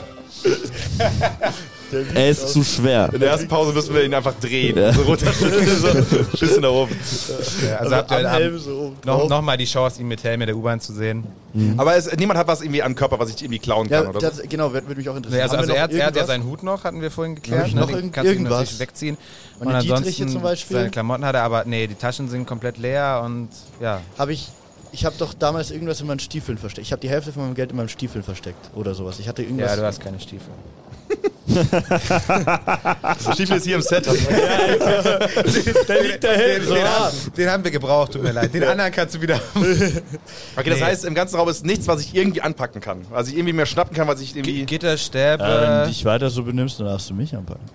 Er ist zu schwer. In der ersten Pause müssen wir ihn einfach drehen. Ja. So runter. so, Schüsse nach oben. Ja, also habt ihr heute am Helm Abend so oben noch, drauf. noch mal die Chance, ihn mit Helm in der U-Bahn zu sehen. Aber es, niemand hat was irgendwie am Körper, was ich irgendwie klauen kann, Ja, oder? das, genau, würde würde mich auch interessieren. Nee, also Haben also wir er, noch hat- er hat ja irgendwas? seinen Hut noch, hatten wir vorhin Hab geklärt. ich ne? noch Den irgend- kannst du ihm irgendwas? natürlich wegziehen. Und die ansonsten Dietriche zum Beispiel? seine Klamotten hat er, aber nee, die Taschen sind komplett leer und ja. Habe ich. Ich habe doch damals irgendwas in meinen Stiefeln versteckt. Ich habe die Hälfte von meinem Geld in meinen Stiefeln versteckt oder sowas. Ich hatte irgendwas. Ja, du hast keine Stiefel. Stiefel ist hier im Set. Da liegt der Helm. Den, den, haben- den haben wir gebraucht, tut mir leid. Den anderen kannst du wieder. Okay, das Nee. heißt, im ganzen Raum ist nichts, was ich irgendwie anpacken kann. Was ich irgendwie mehr schnappen kann, was ich irgendwie... Gitterstäbe. Ja, wenn du dich weiter so benimmst, dann darfst du mich anpacken.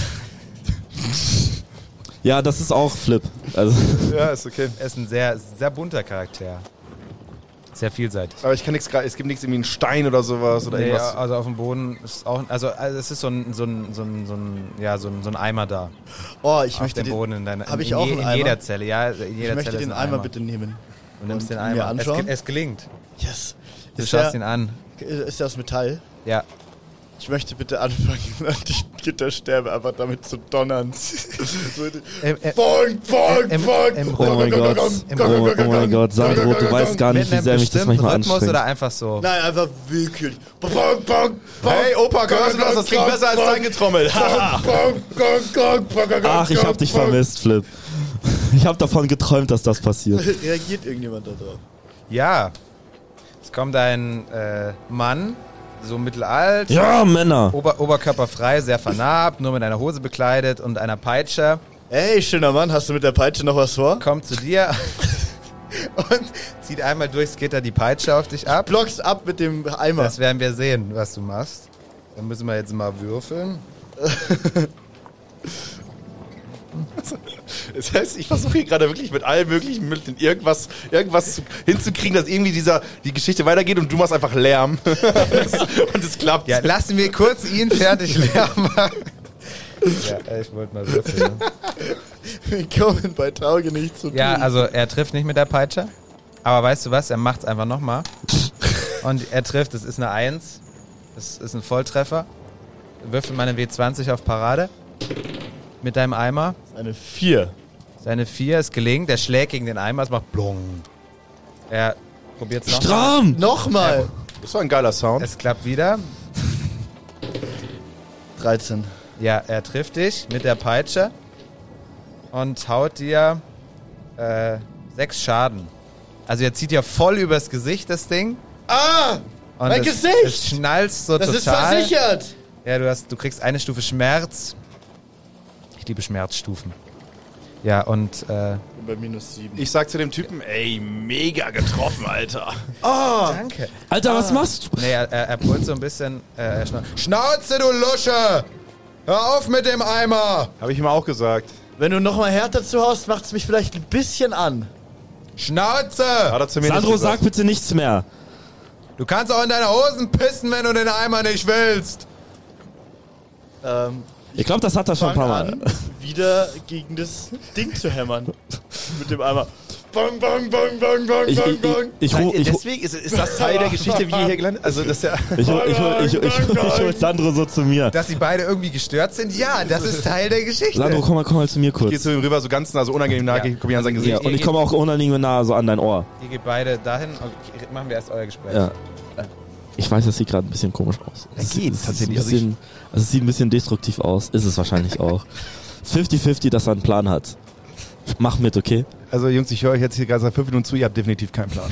Ja, das ist auch Flip. Also, Ja, ist okay. Er ist ein sehr, sehr bunter Charakter. Sehr vielseitig. Aber ich kann nichts, es gibt nichts irgendwie einen Stein oder sowas oder Nee, irgendwas. also auf dem Boden ist auch, also, also es ist so ein, so ein, so ein, so ein, ja, so ein, so ein Eimer da. Oh, ich Auf möchte dem den, Boden in deiner, Hab ich in, auch je, einen in Eimer? jeder Zelle, ja, in jeder ich möchte Zelle den ist ein Eimer bitte nehmen. Du nimmst den und Eimer. mir Es, anschauen. ge- es gelingt. Yes. Du Ist schaust der, ihn an. ist der aus Metall? Ja. Ich möchte bitte anfangen, an die Gitterstäbe einfach damit zu donnern. Im, im, Bonk, bonk, im, bonk. im, oh mein Gott. im, Oh, oh mein Gott, Sandro, du weißt gar nicht, mit wie einem sehr mich das bestimmten manchmal Rhythmus anstrengt. oder einfach so? Nein, einfach willkürlich. Bonk, bonk, bonk. Hey, Opa, hörst du das? Das klingt besser als dein Getrommel. Ach, ich hab dich vermisst, Flip. Ich hab davon geträumt, dass das passiert. Reagiert irgendjemand da drauf? Ja. Es kommt ein äh, Mann, so mittelalt, Ja, Männer. Ober, oberkörperfrei, sehr vernarbt, nur mit einer Hose bekleidet und einer Peitsche. Ey, schöner Mann, hast du mit der Peitsche noch was vor? Kommt zu dir und zieht einmal durchs Gitter die Peitsche auf dich ab. Blockst ab mit dem Eimer. Das werden wir sehen, was du machst. Dann müssen wir jetzt mal würfeln. Das heißt, ich versuche hier gerade wirklich mit allem möglichen Mitteln irgendwas, irgendwas zu, hinzukriegen, dass irgendwie dieser, die Geschichte weitergeht und du machst einfach Lärm. Und es klappt. Ja, lassen wir kurz ihn fertig leer machen. Ja, äh, ich wollte mal würfeln. Willkommen bei Tauge nicht zu tun. Ja, also er trifft nicht mit der Peitsche. Aber weißt du was, er macht's einfach nochmal. Und er trifft, es ist eine eins. Das ist ein Volltreffer. Würfel mal eine W zwanzig auf Parade. Mit deinem Eimer. Eine vier. Seine vier ist gelingt. Er schlägt gegen den Eimer, es macht blong. Er probiert's noch. Stram! Nochmal. Das war ein geiler Sound. Es klappt wieder. dreizehn. Ja, er trifft dich mit der Peitsche und haut dir äh, sechs Schaden. Also er zieht ja voll übers Gesicht, das Ding. Ah! Und Mein es, Gesicht! Es schnalzt so Das total. ist versichert! Ja, du, hast, du kriegst eine Stufe Schmerz. Ich liebe Schmerzstufen. Ja, und äh, Bei minus sieben. Ich sag zu dem Typen, ey, mega getroffen, Alter. danke. Alter, was machst du? Nee, er, er, er brüllt so ein bisschen. Äh, er schna- Schnauze, du Lusche! Hör auf mit dem Eimer! Habe ich ihm auch gesagt. Wenn du nochmal härter zuhaust, macht's mich vielleicht ein bisschen an. Schnauze! Hat er zu mir Sandro, nicht sag gesagt. bitte nichts mehr. Du kannst auch in deine Hosen pissen, wenn du den Eimer nicht willst. Ähm, Ich glaube, das hat er schon ein fang paar Mal. an, wieder gegen das Ding zu hämmern. Mit dem Eimer. Bang, bang, bang, bang, bang, Ich, bang, ich, ich, bang. ich, ru- ich, ru- Deswegen ist, ist das Teil der Geschichte, wie ihr hier gelandet. Also das ist ja. ich, hol- ich, hol- ich, ich, ich, ich hol Sandro so zu mir. Dass sie beide irgendwie gestört sind? Ja, das ist Teil der Geschichte. Sandro, komm mal, komm mal zu mir Ich gehe kurz. zu ihm rüber, so ganz nah, so unangenehm nah, Ja. komm ich an sein Gesicht. Ja, und ich komme auch unangenehm nah so an dein Ohr. Ihr geht beide dahin. Okay, machen wir erst euer Gespräch. Ja. Ich weiß, das sieht gerade ein bisschen komisch aus. Ja, Es geht, es tatsächlich. Ein bisschen, also es sieht ein bisschen destruktiv aus. Ist es wahrscheinlich auch. fünfzig fünfzig, dass er einen Plan hat. Mach mit, okay? Also Jungs, ich höre euch jetzt hier gerade seit fünf Minuten zu, ihr habt definitiv keinen Plan.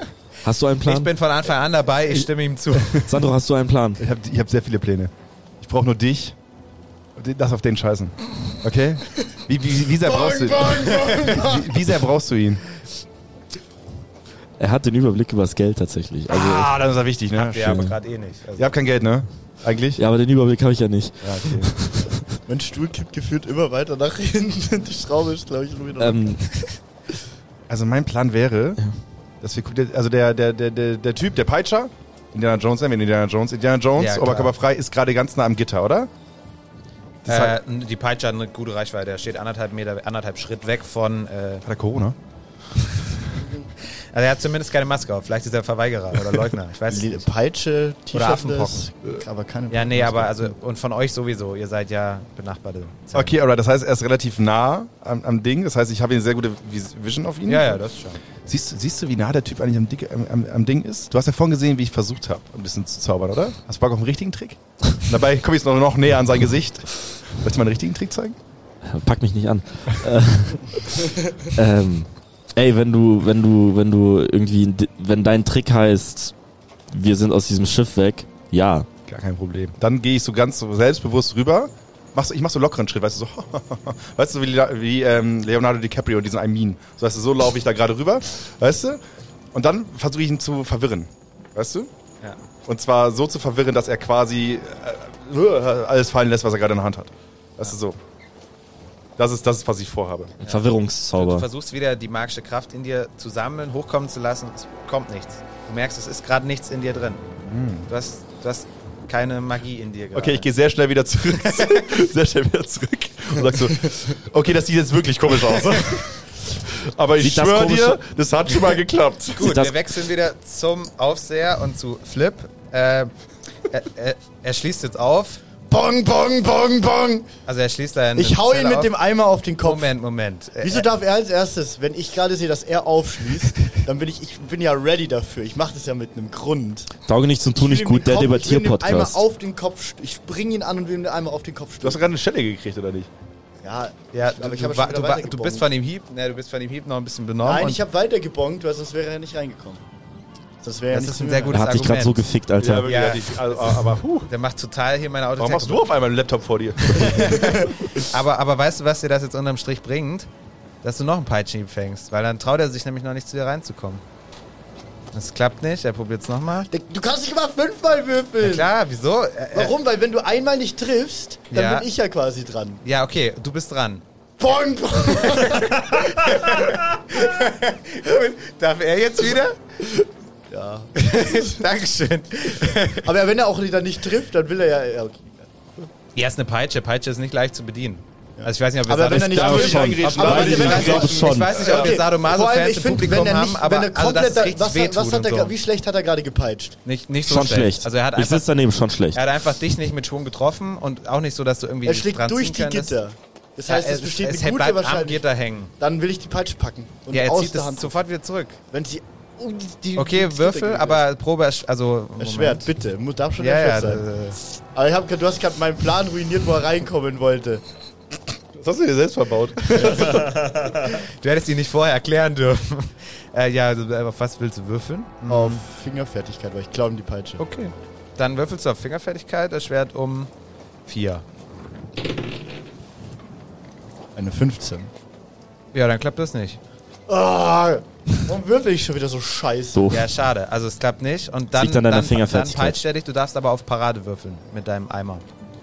Hast du einen Ich Plan? bin von Anfang an dabei, ich stimme ihm zu. Sandro, hast du einen Plan? Ich habe ich hab sehr viele Pläne. Ich brauche nur dich. Und das auf den scheißen. Okay? Wie, wie, wie, sehr brauchst du, wie, wie sehr brauchst du ihn? Er hat den Überblick über das Geld tatsächlich. Also, Ah, das ist ja wichtig, ne? Ja, aber gerade eh nicht. Also, Ihr habt kein Geld, ne? Eigentlich? ja, aber den Überblick habe ich ja nicht. Ja, okay. Mein Stuhl kippt gefühlt immer weiter nach hinten. Die Schraube ist, glaube ich, nur wieder. Ähm, Also mein Plan wäre, dass wir, also der, der, der, der, der Typ, der Peitscher, Indiana Jones, nennen wir ihn Indiana Jones, Indiana Jones, Ja, klar. oberkörperfrei, ist gerade ganz nah am Gitter, oder? Das äh, hat, die Peitsche hat eine gute Reichweite. Er steht anderthalb Meter, anderthalb Schritt weg von. Äh, hat er Corona? also er hat zumindest keine Maske auf. Vielleicht ist er Verweigerer oder Leugner. Ich weiß es nicht. Peitsche, Oder T-Shirtless, aber keine. Ja, nee, aber also und von euch sowieso. Ihr seid ja benachbarte. Zellen. Okay, alright, das heißt, er ist relativ nah am, am Ding. Das heißt, ich habe eine sehr gute Vis- Vision auf ihn. Ja, ja, das schon. Siehst, du- siehst du, wie nah der Typ eigentlich am, Dick, am, am, am Ding ist? Du hast ja vorhin gesehen, wie ich versucht habe, ein bisschen zu zaubern, oder? Hast du Bock auf einen richtigen Trick? Und dabei komme ich jetzt noch, noch näher an sein Gesicht. Soll ich mal einen richtigen Trick zeigen? pack mich nicht an. Äh, ähm, ey, wenn du, wenn du, wenn du irgendwie, wenn dein Trick heißt, wir sind aus diesem Schiff weg, ja. Gar kein Problem. Dann gehe ich so ganz so selbstbewusst rüber. Mach so, ich mach so lockeren Schritt, weißt du, so, weißt du, wie, wie ähm, Leonardo DiCaprio in diesen I Mean. So, weißt du, so laufe ich da gerade rüber, weißt du? Und dann versuche ich ihn zu verwirren, weißt du? Ja. Und zwar so zu verwirren, dass er quasi äh, alles fallen lässt, was er gerade in der Hand hat. Weißt du, so. Das ist, das ist, was ich vorhabe. Ein Du Verwirrungszauber. versuchst wieder die magische Kraft in dir zu sammeln, hochkommen zu lassen. Es kommt nichts. Du merkst, es ist gerade nichts in dir drin. Du, hast, du hast keine Magie in dir gerade. Okay, ich gehe sehr schnell wieder zurück. sehr schnell wieder zurück. Und sag so, okay, das sieht jetzt wirklich komisch aus. Aber ich Sieht das schwöre komisch dir, aus? das hat schon mal geklappt. Gut, das- wir wechseln wieder zum Aufseher und zu Flip. Äh, er, er, er schließt jetzt auf. Bong, bong, bong, bong. Also er schließt da eine Ich hau ihn Zelle mit auf. dem Eimer auf den Kopf. Moment, Moment. Wieso Äh, darf er als erstes, wenn ich gerade sehe, dass er aufschließt, dann bin ich, ich bin ja ready dafür. Ich mache das ja mit einem Grund. Tauge nichts und tu Ich will nicht ihm gut, den der Kopf- Ich will ihm den Eimer Debattierpodcast. auf den Kopf, ich bring ihn an und will ihm den Eimer auf den Kopf Du hast doch stürzen. gerade eine Stelle gekriegt, oder nicht? Ja, ja, aber du, ich habe du, schon wieder du, du weitergebongt. bist von dem Hieb, ne, du bist von dem Hieb noch ein bisschen benommen. Nein, und ich habe weiter gebongt, weil sonst wäre er nicht reingekommen. Das wäre ja Das nicht ist zu ein mir sehr rein. gutes Er hat dich gerade so Argument. gefickt, Alter. wirklich, Ja. hatte ich- also, aber huh, Der macht total hier meine warum Autotech. machst du auf einmal einen Laptop vor dir? Aber, aber weißt du, was dir das jetzt unterm Strich bringt? Dass du noch einen Peitschenhieb fängst. Weil dann traut er sich nämlich noch nicht zu dir reinzukommen. Das klappt nicht, er probiert es nochmal. Du kannst nicht immer fünfmal würfeln. Klar, wieso? Äh, äh, Warum? Weil wenn du einmal nicht triffst, dann Ja. bin ich ja quasi dran. Ja, okay, du bist dran. Bong, bong. Darf er jetzt wieder? Ja. Dankeschön. Aber wenn er auch wieder nicht trifft, dann will er ja. ja okay. Ja, ist eine Peitsche. Peitsche ist nicht leicht zu bedienen. Also ich weiß nicht, ob wir Aber wenn er nicht glaube trifft, schon. eingrätschen. Aber Aber wenn- ich wenn er- ich glaube schon. Ich weiß nicht, ob Okay. wir Vor allem, Sadomaso-Fans ich im finde, Publikum wenn er haben, nicht, aber wenn er also, dass komplett, es richtig was, wehtut was hat und er, so. gra- wie schlecht hat er gerade gepeitscht? Nicht, nicht so Schon schlecht. Also er hat Ich einfach, sitze daneben, schon schlecht. er hat einfach dich nicht mit Schwung getroffen und auch nicht so, dass du irgendwie Er dich schlägt dran durch ziehen die könntest. Gitter. Das Ja, heißt, es es, besteht es eine gute bleibt am Wahrscheinlichkeit. Gitter hängen. Dann will ich die Peitsche packen und Ja, er aus zieht der es Hand. sofort wieder zurück. Wenn sie. Oh, die, die, Okay, die Würfel, Gitter aber Probe, ersch- also... gegen- Erschwert, bitte. Muss, darf schon Ja, ja, erschwert sein. äh, Aber ich hab, du hast gerade meinen Plan ruiniert, wo er reinkommen wollte. Das hast du dir selbst verbaut. du hättest ihn nicht vorher erklären dürfen. äh, ja, also, äh, auf was willst du würfeln? Auf Fingerfertigkeit, weil ich klaue ihm die Peitsche. Okay. Dann würfelst du auf Fingerfertigkeit, das Schwert um vier. Eine fünfzehn. Ja, dann klappt das nicht. Ah, warum würfel ich schon wieder so scheiße? Doof. Ja, schade. Also es klappt nicht. Und dann, liegt an deiner dann, dann Fingerfertigkeit. peitscht er dich. Du darfst aber auf Parade würfeln mit deinem Eimer.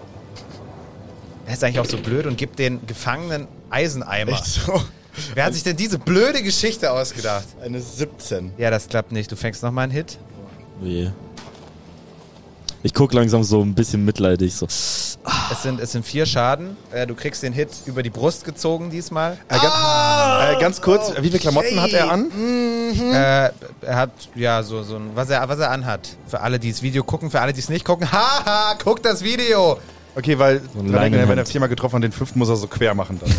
Er ist eigentlich auch so blöd und gibt den Gefangenen Eiseneimer. Echt so? Wer hat sich denn diese blöde Geschichte ausgedacht? Eine siebzehn. Ja, das klappt nicht. Du fängst nochmal einen Hit. Wehe. Ich guck langsam so ein bisschen mitleidig. So. Es sind, es sind vier Schaden. Äh, du kriegst den Hit über die Brust gezogen diesmal. Äh, ganz, äh, ganz kurz, wie viele Klamotten hat er an? Äh, er hat, ja, so, so ein, was er, was er anhat. Für alle, die das Video gucken, für alle, die es nicht gucken. Haha, guckt das Video! Okay, weil ein wenn, er, Leinenhemd. wenn er viermal getroffen hat, den fünften muss er so quer machen dann.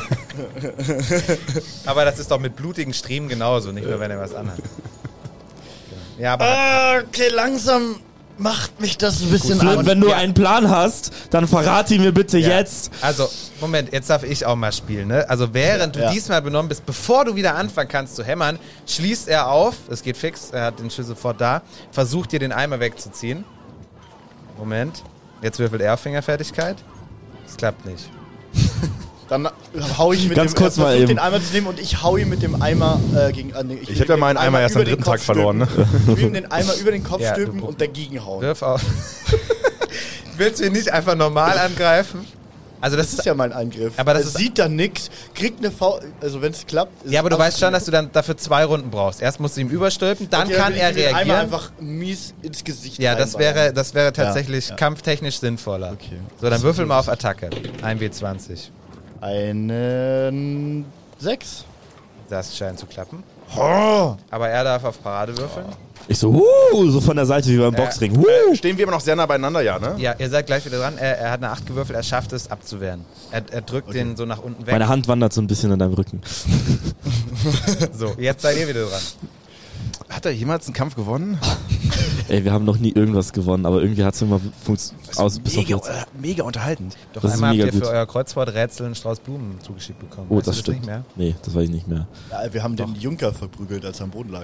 Aber das ist doch mit blutigen Striemen genauso, nicht nur wenn er was anhat. Ja, aber Ah, okay, langsam macht mich das ein bisschen Flip, an. wenn du ja. einen Plan hast, dann verrate ihn mir bitte Ja. jetzt. Also, Moment, jetzt darf ich auch mal spielen, ne? Also, während du Ja. diesmal benommen bist, bevor du wieder anfangen kannst zu hämmern, schließt er auf, es geht fix, er hat den Schlüssel sofort da, versucht dir den Eimer wegzuziehen. Moment. Jetzt würfelt er auf Fingerfertigkeit. Das klappt nicht. Dann hau ich mit Ganz dem, kurz er mal versucht, eben. den Eimer zu nehmen und ich hau ihm mit dem Eimer äh, gegen... Äh, Ich hätte ja meinen Eimer erst am dritten Tag verloren, ne? Ich will ihm den Eimer über den Kopf Ja, du stülpen pro- und dagegen hauen. Wirf auf. Willst du ihn nicht einfach normal angreifen? Also das, Das ist ja mein Angriff. Aber das er ist- sieht dann nix, kriegt eine V... Also wenn es klappt... ist Ja, aber du es weißt schon, dass du absolut- dann dafür zwei Runden brauchst. Erst musst du ihm überstülpen, dann Okay, kann will er ich ihm den Eimer reagieren. einfach mies ins Gesicht Ja, das reinballern. wäre, das wäre tatsächlich ja. kampftechnisch sinnvoller. Okay. So, dann würfel mal auf Attacke. ein W zwanzig. Einen... Sechs. Das scheint zu klappen. Oh. Aber er darf auf Parade würfeln. Ich so, uh, so von der Seite wie beim Ja. Boxring. Uh. Äh, stehen wir immer noch sehr nah beieinander, ja, ne? Ja, ihr seid gleich wieder dran. Er, er hat eine acht gewürfelt, er schafft es abzuwehren. Er, er drückt den so nach unten weg. Meine Hand wandert so ein bisschen an deinem Rücken. So, jetzt seid ihr wieder dran. Hat er jemals einen Kampf gewonnen? Ey, wir haben noch nie irgendwas gewonnen, aber irgendwie hat es immer funktioniert. Aus, bis auf Mega, jetzt. äh, mega unterhaltend. Doch Das ist einmal habt mega ihr für gut. euer Kreuzworträtsel einen Strauß Blumen zugeschickt bekommen. Oh, Weißt du das stimmt. nicht mehr? Nee, das weiß ich nicht mehr. Ja, wir haben den Junker verprügelt, als er am Boden lag.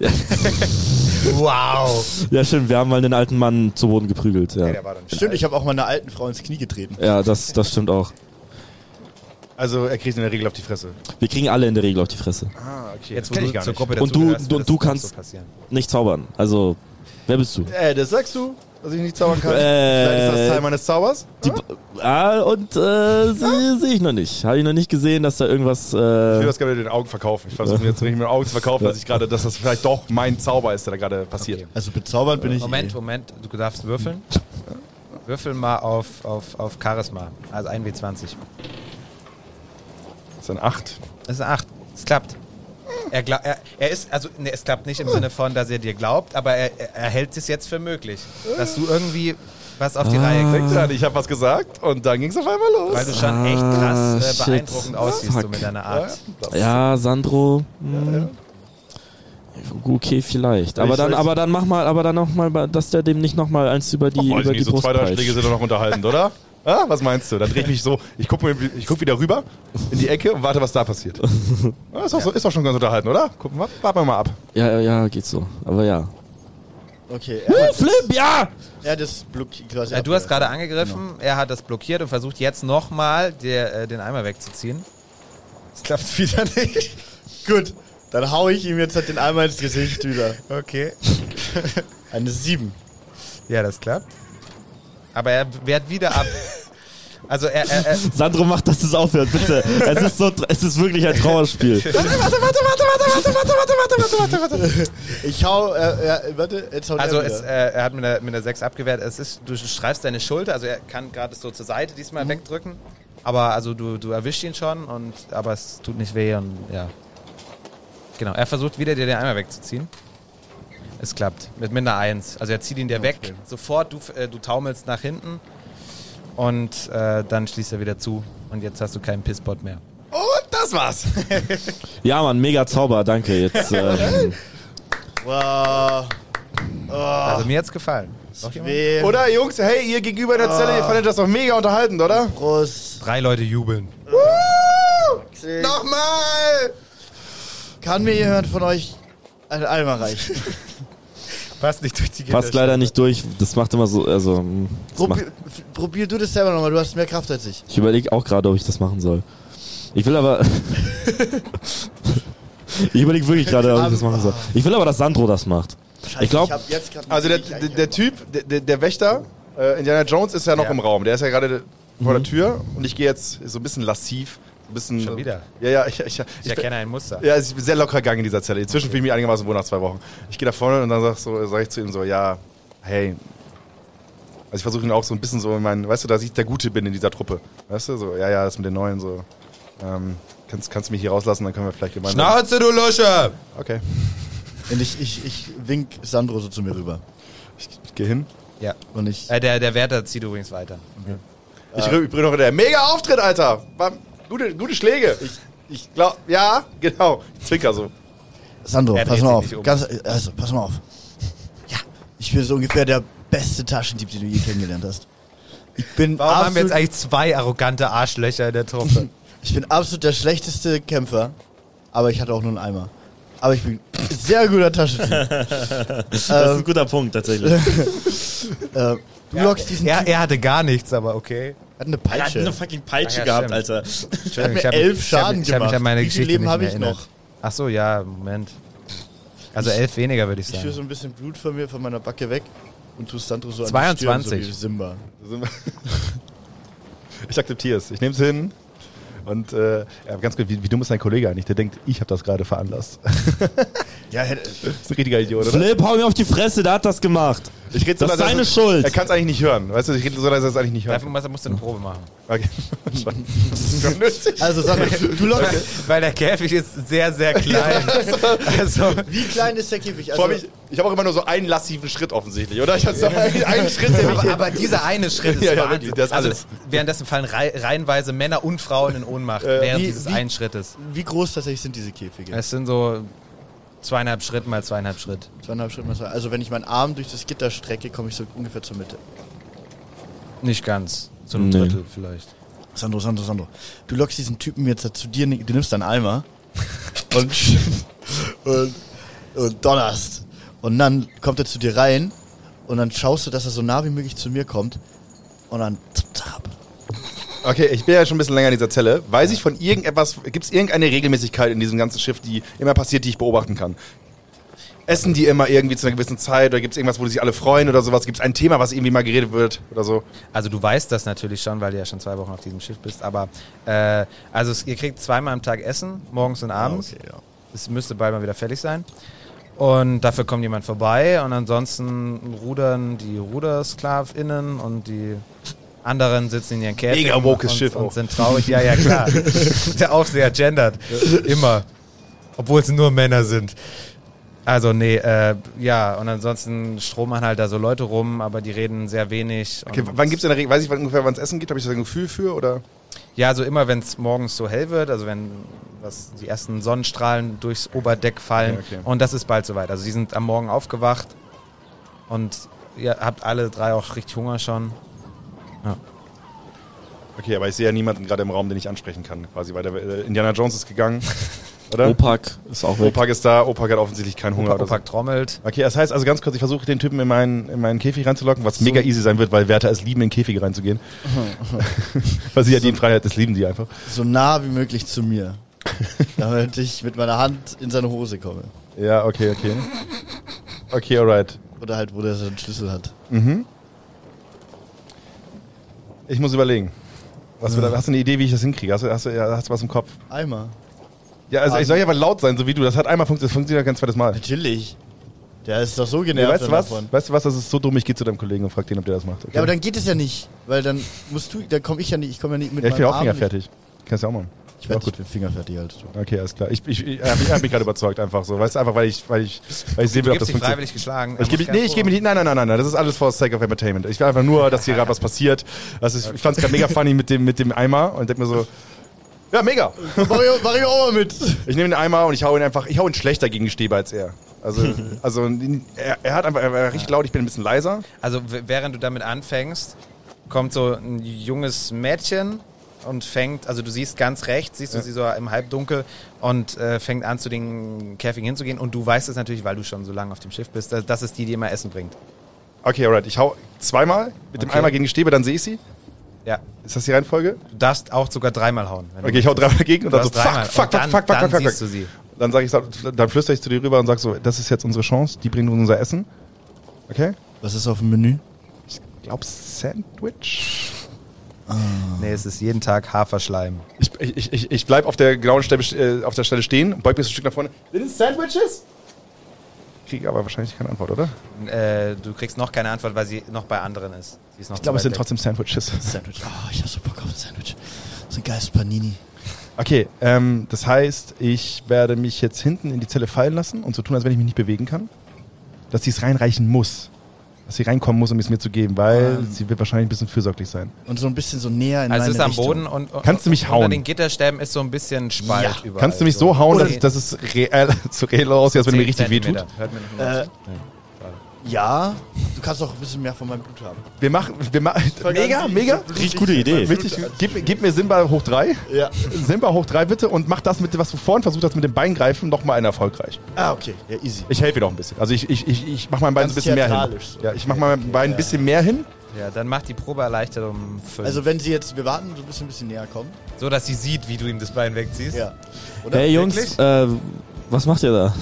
Wow! Ja, stimmt, wir haben mal den alten Mann zu Boden geprügelt. Ja, Ja, der war dann Stimmt, ich habe auch mal einer alten Frau ins Knie getreten. ja das, das stimmt auch. Also er kriegt in der Regel auf die Fresse. Wir kriegen alle in der Regel auf die Fresse. Ah, okay. Jetzt, wo kenn du ich gar zur nicht. Gruppe Und du- dazugehörst, du- wird du das auch kannst- so passieren. Nicht zaubern. Also, wer bist du? Äh, das sagst du, dass ich nicht zaubern kann? Äh, Vielleicht ist das Teil meines Zaubers? Die, ah, und äh, sehe seh ich noch nicht. Habe ich noch nicht gesehen, dass da irgendwas. Ich will Äh, das gerade mit den Augen verkaufen. Ich versuche mir jetzt richtig mit den Augen zu verkaufen, dass ich gerade, dass das vielleicht doch mein Zauber ist, der da gerade passiert. Okay. Also bezaubernd bin ich Moment, eh. Moment, du darfst würfeln. Würfel mal auf, auf, auf Charisma. Also ein W zwanzig. Das ist ein acht. Das ist eine acht. Es klappt. Er, glaub, er, er ist, also, ne, es klappt nicht im Sinne von, dass er dir glaubt, aber er, er, er hält es jetzt für möglich, dass du irgendwie was auf die Ah. Reihe kriegst. Denkst du an, ich habe was gesagt und dann ging es auf einmal los. Weil du schon echt Ah, krass äh, shit. beeindruckend aussiehst, so Fuck. mit deiner Art. ja, Sandro. Hm. Okay, vielleicht. Aber Ich dann, weiß- aber dann mach mal, aber dann noch mal, dass der dem nicht noch mal eins über die, Weiß über ich die nicht, so Brust zwei, drei peitscht. Schläge sind doch noch unterhaltend, oder? Ah, was meinst du? Dann dreh ich mich so, ich guck, mir, ich guck wieder rüber in die Ecke und warte, was da passiert. Ah, ist, doch so, ist doch schon ganz unterhalten, oder? Gucken wir, warten wir mal ab. Ja, ja, ja, geht so. Aber ja. Okay, er hat, Flip, ja! er hat das blockiert. quasi Äh, du hast abgewehrt. gerade angegriffen, er hat das blockiert und versucht jetzt nochmal äh, den Eimer wegzuziehen. Das klappt wieder nicht. Gut, dann hau ich ihm jetzt halt den Eimer ins Gesicht wieder. Okay. Eine sieben. Ja, das klappt. Aber er wehrt wieder ab. Also er, er, er Sandro, mach, dass es aufhört, bitte. Es ist so, es ist wirklich ein Trauerspiel. Ich hau, äh, äh, warte, jetzt haut also er es, wieder. äh, er hat mit der, mit der sechs abgewehrt. Es ist, du streifst deine Schulter, also er kann gerade so zur Seite diesmal wegdrücken. Aber also du, du erwischst ihn schon, und, aber es tut nicht weh und ja. Genau, er versucht wieder dir den Eimer wegzuziehen. Es klappt. Mit Minder eins. Also er zieht ihn dir weg. Sofort, du, äh, du taumelst nach hinten. Und äh, dann schließt er wieder zu. Und jetzt hast du keinen Pisspot mehr. Und das war's. Ja, Mann, mega Zauber, danke. Jetzt, ähm, Wow. Also mir hat's gefallen. Noch jemand? Weh. Oder, Jungs, hey, ihr gegenüber in der Zelle, ihr fandet das doch mega unterhaltend, oder? Prost. Drei Leute jubeln. Nochmal! Kann mir jemand von euch einen Eimer reichen? Passt nicht durch die passt leider nicht durch. Das macht immer so, also, mm, das macht, Probier, f- probier du das selber nochmal, du hast mehr Kraft als ich. ich überlege auch gerade, ob ich das machen soll. Ich will aber, ich überlege wirklich gerade, ob ich das machen soll. Ich will aber, dass Sandro das macht. Scheiße, Ich glaub- hab jetzt grad Also der, nicht der, eigentlich der Typ, der, der- der Wächter, äh, Indiana Jones, ist ja noch Ja. im Raum. Der ist ja gerade vor der Tür und ich gehe jetzt so ein bisschen lassiv. Ein bisschen, Schon wieder? Ja, ja, ich, ich, ich, Ich erkenne ein Muster. Ja, es ist ein sehr lockerer Gang in dieser Zelle. Inzwischen fühle ich mich einigermaßen wohl nach zwei Wochen. Ich gehe da vorne und dann sag, so, sag ich zu ihm so, ja, hey. Also ich versuche ihn auch so ein bisschen so in meinen, weißt du, dass ich der Gute bin in dieser Truppe. Weißt du, so, ja, ja, das mit den Neuen so. Ähm, kannst, kannst du mich hier rauslassen, dann können wir vielleicht gemeinsam. Schnauze, du Lusche! Okay. Und ich, ich, ich wink Sandro so zu mir rüber. Ich, ich gehe hin. Ja. Und ich. Äh, der, der Wärter zieht übrigens weiter. Ich, ich bringe noch der mega Auftritt, Alter. War, gute, gute Schläge. Ich, ich glaube, ja, genau. Ich zwinker so. Sandro, Er pass dreht mal sich auf. nicht um. Ganz, also, pass mal auf. Ja. Ich bin so ungefähr der beste Taschendieb, den du je kennengelernt hast. Ich bin Warum haben wir jetzt absolut, eigentlich zwei arrogante Arschlöcher in der Truppe? ich bin absolut der schlechteste Kämpfer, aber ich hatte auch nur einen Eimer. Aber ich bin ein sehr guter Taschendieb. Das ist ein guter Punkt, tatsächlich. äh, Du lockst diesen er, Typen. er hatte gar nichts, aber okay. Er hat eine Er hat Peitsche. eine fucking Peitsche Ach ja, gehabt, stimmt. Alter. Er hat mir Ich hab- elf ich hab- Schaden ich hab mich gemacht. an meine Wie viele Geschichte Leben nicht habe mehr ich erinnert. noch? Ach so, ja, Moment. Also elf weniger, würde ich Ich führe sagen. so ein bisschen Blut von mir, von meiner Backe weg und tue Sandro so zweiundzwanzig. an die Stirn, so wie Simba. Ich akzeptiere es. Ich nehme es hin. Und äh, ja, ganz gut, wie, wie dumm ist dein Kollege eigentlich? Der denkt, ich habe das gerade veranlasst. Ja, hätte, Das ist ein richtiger Idiot, oder? Flip, hau mir auf die Fresse, der hat das gemacht. Ich rede so Das ist leise, seine dass- Schuld. Er kann es eigentlich nicht hören. Weißt du, ich rede so leise, dass er es eigentlich nicht Dafür hören. musst musst du eine Probe machen. Okay. Das ist schon nötig. also Sandro, du lockst. Weil der Käfig ist sehr, sehr klein. Also, Wie klein ist der Käfig? Also, Vor allem, ich, ich habe auch immer nur so einen lassiven Schritt offensichtlich, oder? Ich habe so einen, einen Schritt, der mich aber, aber dieser eine Schritt ist Ja, ja, Wahnsinn. wirklich, das ist also, alles. währenddessen fallen rei reihenweise Männer und Frauen in Ohnmacht während wie- dieses wie- einen Schrittes. wie groß tatsächlich sind diese Käfige? Es sind so zweieinhalb Schritt mal zweieinhalb Schritt. Zweieinhalb Schritt mal zwei. Also wenn ich meinen Arm durch das Gitter strecke, komme ich so ungefähr zur Mitte. Nicht ganz. Zu einem Nee. Drittel vielleicht. Sandro, Sandro, Sandro. Du lockst diesen Typen jetzt zu dir, du nimmst deinen Eimer und, und, und donnerst. Und dann kommt er zu dir rein und dann schaust du, dass er so nah wie möglich zu mir kommt und dann zap, zap. Okay, ich bin ja schon ein bisschen länger in dieser Zelle. Weiß ich von irgendetwas, gibt es irgendeine Regelmäßigkeit in diesem ganzen Schiff, die immer passiert, die ich beobachten kann? Essen die immer irgendwie zu einer gewissen Zeit oder gibt es irgendwas, wo die sich alle freuen oder sowas? Gibt es ein Thema, was irgendwie mal geredet wird oder so? Also du weißt das natürlich schon, weil du ja schon zwei Wochen auf diesem Schiff bist, aber äh, also es, ihr kriegt zweimal am Tag Essen, morgens und abends. Okay, ja. Es müsste bald mal wieder fertig sein. Und dafür kommt jemand vorbei und ansonsten rudern die RuderssklavInnen und die anderen sitzen in ihren Käfigen Mega wokes und, Schiff und auch. sind traurig. Ja, ja, klar. Der Aufseher gendert. Immer. Obwohl es nur Männer sind. Also nee, äh, ja, und ansonsten stromern halt da so Leute rum, aber die reden sehr wenig. Okay, und wann gibt es in der Regel, weiß ich wann ungefähr, wann es Essen gibt? Habe ich da ein Gefühl für? Oder? Ja, also immer wenn es morgens so hell wird, also wenn was, die ersten Sonnenstrahlen durchs Oberdeck fallen, Ja, okay. und das ist bald soweit. Also sie sind am Morgen aufgewacht und ihr habt alle drei auch richtig Hunger schon. Okay, aber ich sehe ja niemanden gerade im Raum, den ich ansprechen kann, quasi, weil der äh, Indiana Jones ist gegangen, oder? Opak ist auch weg. Opak ist da, Opak hat offensichtlich keinen Hunger. Opa, oder so. Opa trommelt. Okay, das heißt also ganz kurz, ich versuche den Typen in meinen, in meinen Käfig reinzulocken, was mega easy sein wird, weil Wärter es lieben, in Käfige reinzugehen. Weil sie ja die in Freiheit, das lieben die einfach. So nah wie möglich zu mir. Damit ich mit meiner Hand in seine Hose komme. Ja, okay, okay. Okay, alright. Oder halt, wo der seinen Schlüssel hat. Mhm. Ich muss überlegen. Was wir da, hast du eine Idee, wie ich das hinkriege? Hast du, hast du, ja, hast du was im Kopf? Eimer. Ja, also ich soll ja aber laut sein, so wie du. Das hat einmal funktioniert, das funktioniert ja kein zweites Mal. Natürlich. Der ist doch so Ja, genervt weißt du was? davon. Weißt du was? Das ist so dumm, ich gehe zu deinem Kollegen und frag den, ob der das macht. Okay? Ja, aber dann geht es ja nicht. Weil dann musst du, dann komme ich ja nicht, ich komme ja nicht mit ja, ich bin meinem auch Arm nicht- fingerfertig. Kannst du ja auch machen. Ich werde Auch gut mit fingerfertig halt. Okay, alles klar. Ich, ich, ich, er hat mich, er hat mich gerade überzeugt einfach so. Weißt du, einfach weil ich, weil ich, weil ich sehen Du will, ob gibst das dich funktioniert. freiwillig geschlagen. Ich gebe, nee, ich gebe nicht, nein, nein, nein, nein, nein, das ist alles for the sake of entertainment. Ich will einfach nur, dass hier gerade was passiert. Das ist, ich fand es gerade mega funny mit dem, mit dem Eimer und denk mir so, ja, mega. Mach ich, mach ich auch mal mit. Ich nehme den Eimer und ich hau ihn einfach, ich hau ihn schlechter gegen die Stäbe als er. Also, also er, er hat einfach, er war richtig laut, ich bin ein bisschen leiser. Also w- während du damit anfängst, kommt so ein junges Mädchen und fängt, also du siehst ganz rechts, siehst du sie so im Halbdunkel und äh, fängt an, zu den Käfigen hinzugehen. Und du weißt es natürlich, weil du schon so lange auf dem Schiff bist, dass, das ist die, die immer Essen bringt. Okay, alright, ich hau zweimal mit dem Okay. Eimer gegen die Stäbe, dann sehe ich sie. Ja, Ist das die Reihenfolge? du darfst auch sogar dreimal hauen. wenn du Okay, ich hau dreimal gegen und Du dann so, hast dreimal. fuck, fuck, und dann, fuck, fuck, fuck, dann fuck, fuck. siehst du sie. Dann sag ich, dann flüstere ich zu dir rüber und sag so, das ist jetzt unsere Chance, die bringen uns unser Essen. Okay? Was ist auf dem Menü? Ich glaube Sandwich. Nee, es ist jeden Tag Haferschleim. Ich, ich, ich, ich bleib auf der genauen Stelle, äh, auf der Stelle stehen, beug mir so ein Stück nach vorne. Sind es Sandwiches? Kriege aber wahrscheinlich keine Antwort, oder? Äh, du kriegst noch keine Antwort, weil sie noch bei anderen ist. Sie ist noch Ich glaube, es zu sind weit trotzdem Sandwiches. Sandwich. Oh, ich hab so Bock auf ein Sandwich. So ein geiles Panini. Okay, ähm, das heißt, ich werde mich jetzt hinten in die Zelle fallen lassen und so tun, als wenn ich mich nicht bewegen kann. Dass sie es reinreichen muss. Dass sie reinkommen muss, um es mir zu geben, weil Ähm. sie wird wahrscheinlich ein bisschen fürsorglich sein. Und so ein bisschen so näher in Also meine es ist am Richtung. Boden und, und Kannst du mich unter hauen? den Gitterstäben ist so ein bisschen Spalt Ja. überall. Kannst du mich so hauen, Oder dass, dass es reell, so reell aussieht, als wenn mir richtig wehtut? Zentimeter. Hört mir nicht mehr Äh, zu. ja, du kannst auch ein bisschen mehr von meinem Blut haben. Wir machen, wir machen, mega, mega. Richtig gute Idee. Wichtig, gib, gib mir Simba hoch drei. Ja. Simba hoch drei bitte und mach das mit, was du vorhin versucht hast, mit dem Bein greifen, nochmal ein erfolgreich. Ah, okay. Ja, easy. Ich helfe dir auch ein bisschen. Also ich, ich, ich, ich mach mein Bein so ein Ganz bisschen mehr hin. theatralisch so. Ja, ich mach mein Bein ein bisschen mehr hin Ja, dann macht die Probe erleichtert um fünf. Also wenn sie jetzt, wir warten, so ein bisschen, ein bisschen näher kommen. So, dass sie sieht, wie du ihm das Bein wegziehst. Ja. Oder? Hey Jungs, Wirklich? äh, was macht ihr da?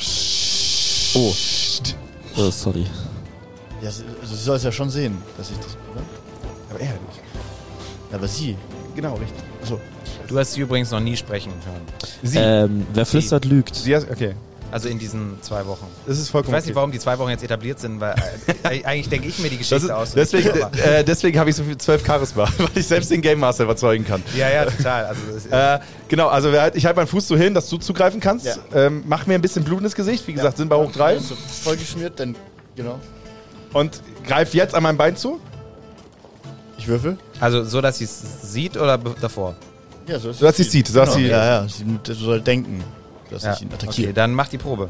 Oh. Oh, sorry. Ja, sie, also sie soll es ja schon sehen, dass ich das, oder? Aber er nicht. Ja, aber sie. Genau, richtig. Achso. Du hast sie übrigens noch nie sprechen hören. Sie. Ähm, wer flüstert, lügt. Sie hat, okay. Also in diesen zwei Wochen. Das ist Ich vollkommen weiß nicht, warum die zwei Wochen jetzt etabliert sind, weil äh, eigentlich denke ich mir die Das Geschichte ist, aus. deswegen Aber- äh, deswegen habe ich so viel zwölf Charisma, weil ich selbst den Game Master überzeugen kann. ja, ja, total. Also, das, Äh, genau, also wir halt- ich halte meinen Fuß so hin, dass du zugreifen kannst. Ja. Ähm, mach mir ein bisschen Blut ins Gesicht. Wie gesagt, sind bei hoch drei. So vollgeschmiert, dann, genau. Und greif jetzt an meinem Bein zu. Ich würfel. also so, dass sie es sieht oder be- davor? Ja, so ist So, dass sie es sieht, so dass Genau. sie- Ja, ja, sie sie soll denken, dass Ja. ich ihn Okay, attackiere. dann mach die Probe.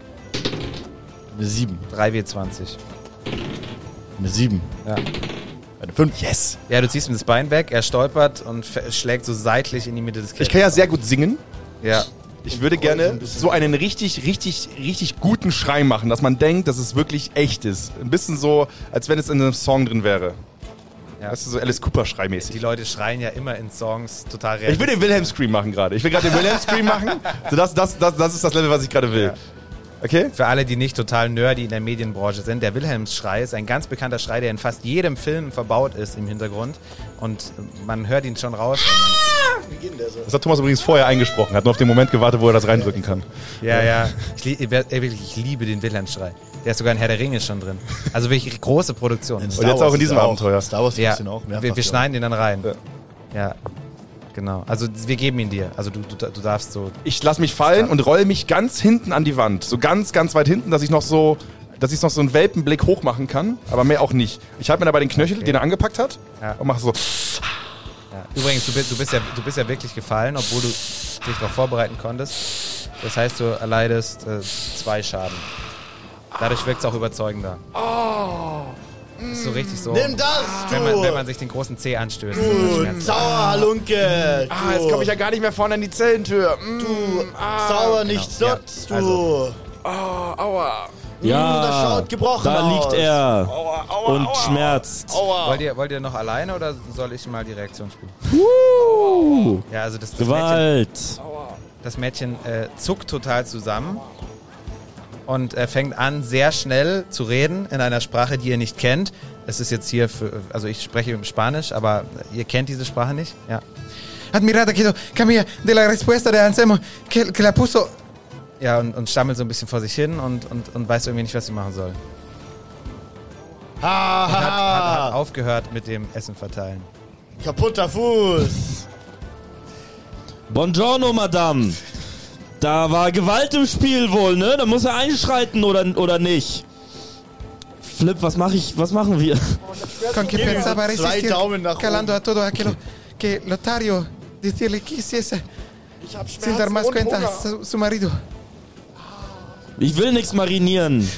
Eine sieben. drei W zwanzig. Eine sieben. Ja. Eine fünf. Yes. Ja, du ziehst ihm das Bein weg, er stolpert und f- schlägt so seitlich in die Mitte des Ich kann ja sehr gut singen. Ja. Ich würde so gerne ein bisschen. so einen richtig, richtig, richtig guten Schrei machen, dass man denkt, dass es wirklich echt ist. Ein bisschen so, als wenn es in einem Song drin wäre. Ja. Weißt du, so Alice Cooper Schreimäßig. Die Leute schreien ja immer in Songs total Ich will den Wilhelm Scream machen gerade. Ich will gerade den Wilhelm Scream machen. So das, das, das, das ist das Level, was ich gerade will. Ja. Okay? Für alle, die nicht total nerdy in der Medienbranche sind, der Wilhelmsschrei ist ein ganz bekannter Schrei, der in fast jedem Film verbaut ist im Hintergrund. Und man hört ihn schon raus. Und Wie geht denn der so? Das hat Thomas übrigens vorher eingesprochen. Hat nur auf den Moment gewartet, wo er das reindrücken kann. man, ja, ja. Ich, lie- ich, wirklich, ich liebe den Wilhelmsschrei. Der ist sogar in Herr der Ringe schon drin. Also wirklich große Produktion. In Und jetzt auch in diesem ist er Abenteuer. Star Wars Ja, gibt's den auch mehrfach, wir, wir ja. schneiden den dann rein. Ja. Ja, genau. Also wir geben ihn dir. Also du, du, du darfst so... Ich lasse mich fallen und roll mich ganz hinten an die Wand. So ganz, ganz weit hinten, dass ich noch so, dass ich noch so einen Welpenblick hoch machen kann. Aber mehr auch nicht. Ich halte mir dabei den Knöchel, Okay. den er angepackt hat. Ja. Und mache so. Ja. Übrigens, du bist, du, bist ja, du bist ja wirklich gefallen, obwohl du dich darauf vorbereiten konntest. Das heißt, du erleidest äh, zwei Schaden. Dadurch wirkt es auch überzeugender. Das ist so richtig so, Nimm das, du! wenn man, wenn man sich den großen Zeh anstößt. Du Sauerhalunke! Ah, jetzt komme ich ja gar nicht mehr vorne an die Zellentür. Mm, Du ah, sauer genau. nicht Ja, sotzt, du! also. ah, aua. Ja, das schaut gebrochen da aus. liegt er Aua, aua, und aua, schmerzt. Aua. Wollt ihr, wollt ihr noch alleine oder soll ich mal die Reaktion spielen? Uh, Ja, also das, das Mädchen, Gewalt. das Mädchen äh, zuckt total zusammen und äh, fängt an, sehr schnell zu reden in einer Sprache, die ihr nicht kennt. Es ist jetzt hier, für, also ich spreche Spanisch, aber ihr kennt diese Sprache nicht. Ja. Admirada quiero cambia de la respuesta de Anselmo que, que la puso. Ja, und, und stammelt so ein bisschen vor sich hin und, und, und weiß irgendwie nicht, was sie machen soll. Ha, Und hat, hat, hat ha, aufgehört mit dem Essen verteilen. kaputter Fuß! Buongiorno, Madame. Da war Gewalt im Spiel wohl, ne? Da muss er einschreiten oder, oder nicht. Flip, was mach ich, was machen wir? Con que Gib ihm so pensaba zwei resistir, Daumen nach calando oben. a todo aquello que Lotario decirle que hiciese Ich hab sin dar más cuenta a su, su marido. Ich will nichts marinieren.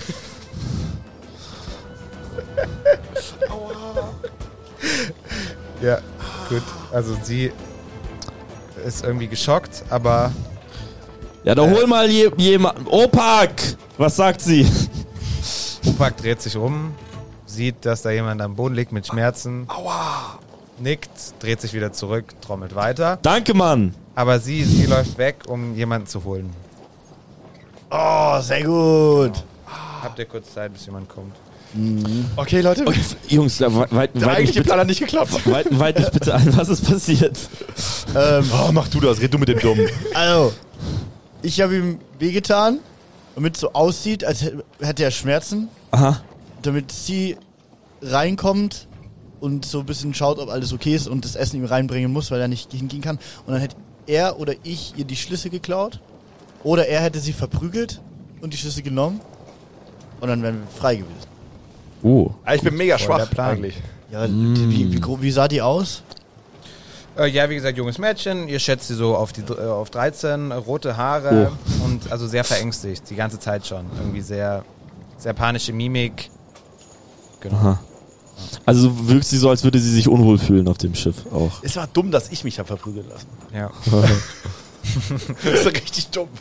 Ja, gut. Also sie ist irgendwie geschockt, aber Ja, da hol mal je, jemand. Opak! Was sagt sie? Upak dreht sich um, sieht, dass da jemand am Boden liegt mit Schmerzen. Aua! Nickt, dreht sich wieder zurück, trommelt weiter. Danke, Mann. Aber sie, sie läuft weg, um jemanden zu holen. Oh, sehr gut! Habt ihr kurz Zeit, bis jemand kommt? Okay, Leute. Okay, Jungs, da weit, weit, Der weit, mich eigentliche bitte, Plan hat nicht geklappt. weit, weit mich bitte ein. Was ist passiert? Ähm, Oh, mach du das. Red du mit dem Dummen. also, ich habe ihm wehgetan, damit es so aussieht, als hä- hätte er Schmerzen, Aha. damit sie reinkommt und so ein bisschen schaut, ob alles okay ist und das Essen ihm reinbringen muss, weil er nicht hingehen kann. Und dann hätte er oder ich ihr die Schlüssel geklaut oder er hätte sie verprügelt und die Schlüssel genommen und dann wären wir frei gewesen. Oh. Ah, ich bin mega Voll der schwach Plan. eigentlich. Ja, die, wie, wie, gro- wie sah die aus? Äh, ja, wie gesagt, junges Mädchen. Ihr schätzt sie so auf, die, äh, auf dreizehn, rote Haare und also sehr verängstigt, die ganze Zeit schon. Irgendwie sehr, sehr panische Mimik. Genau. Aha. Also wirkt sie so, als würde sie sich unwohl fühlen auf dem Schiff auch. Es war dumm, dass ich mich habe verprügeln lassen. Ja. Das ist richtig dumm.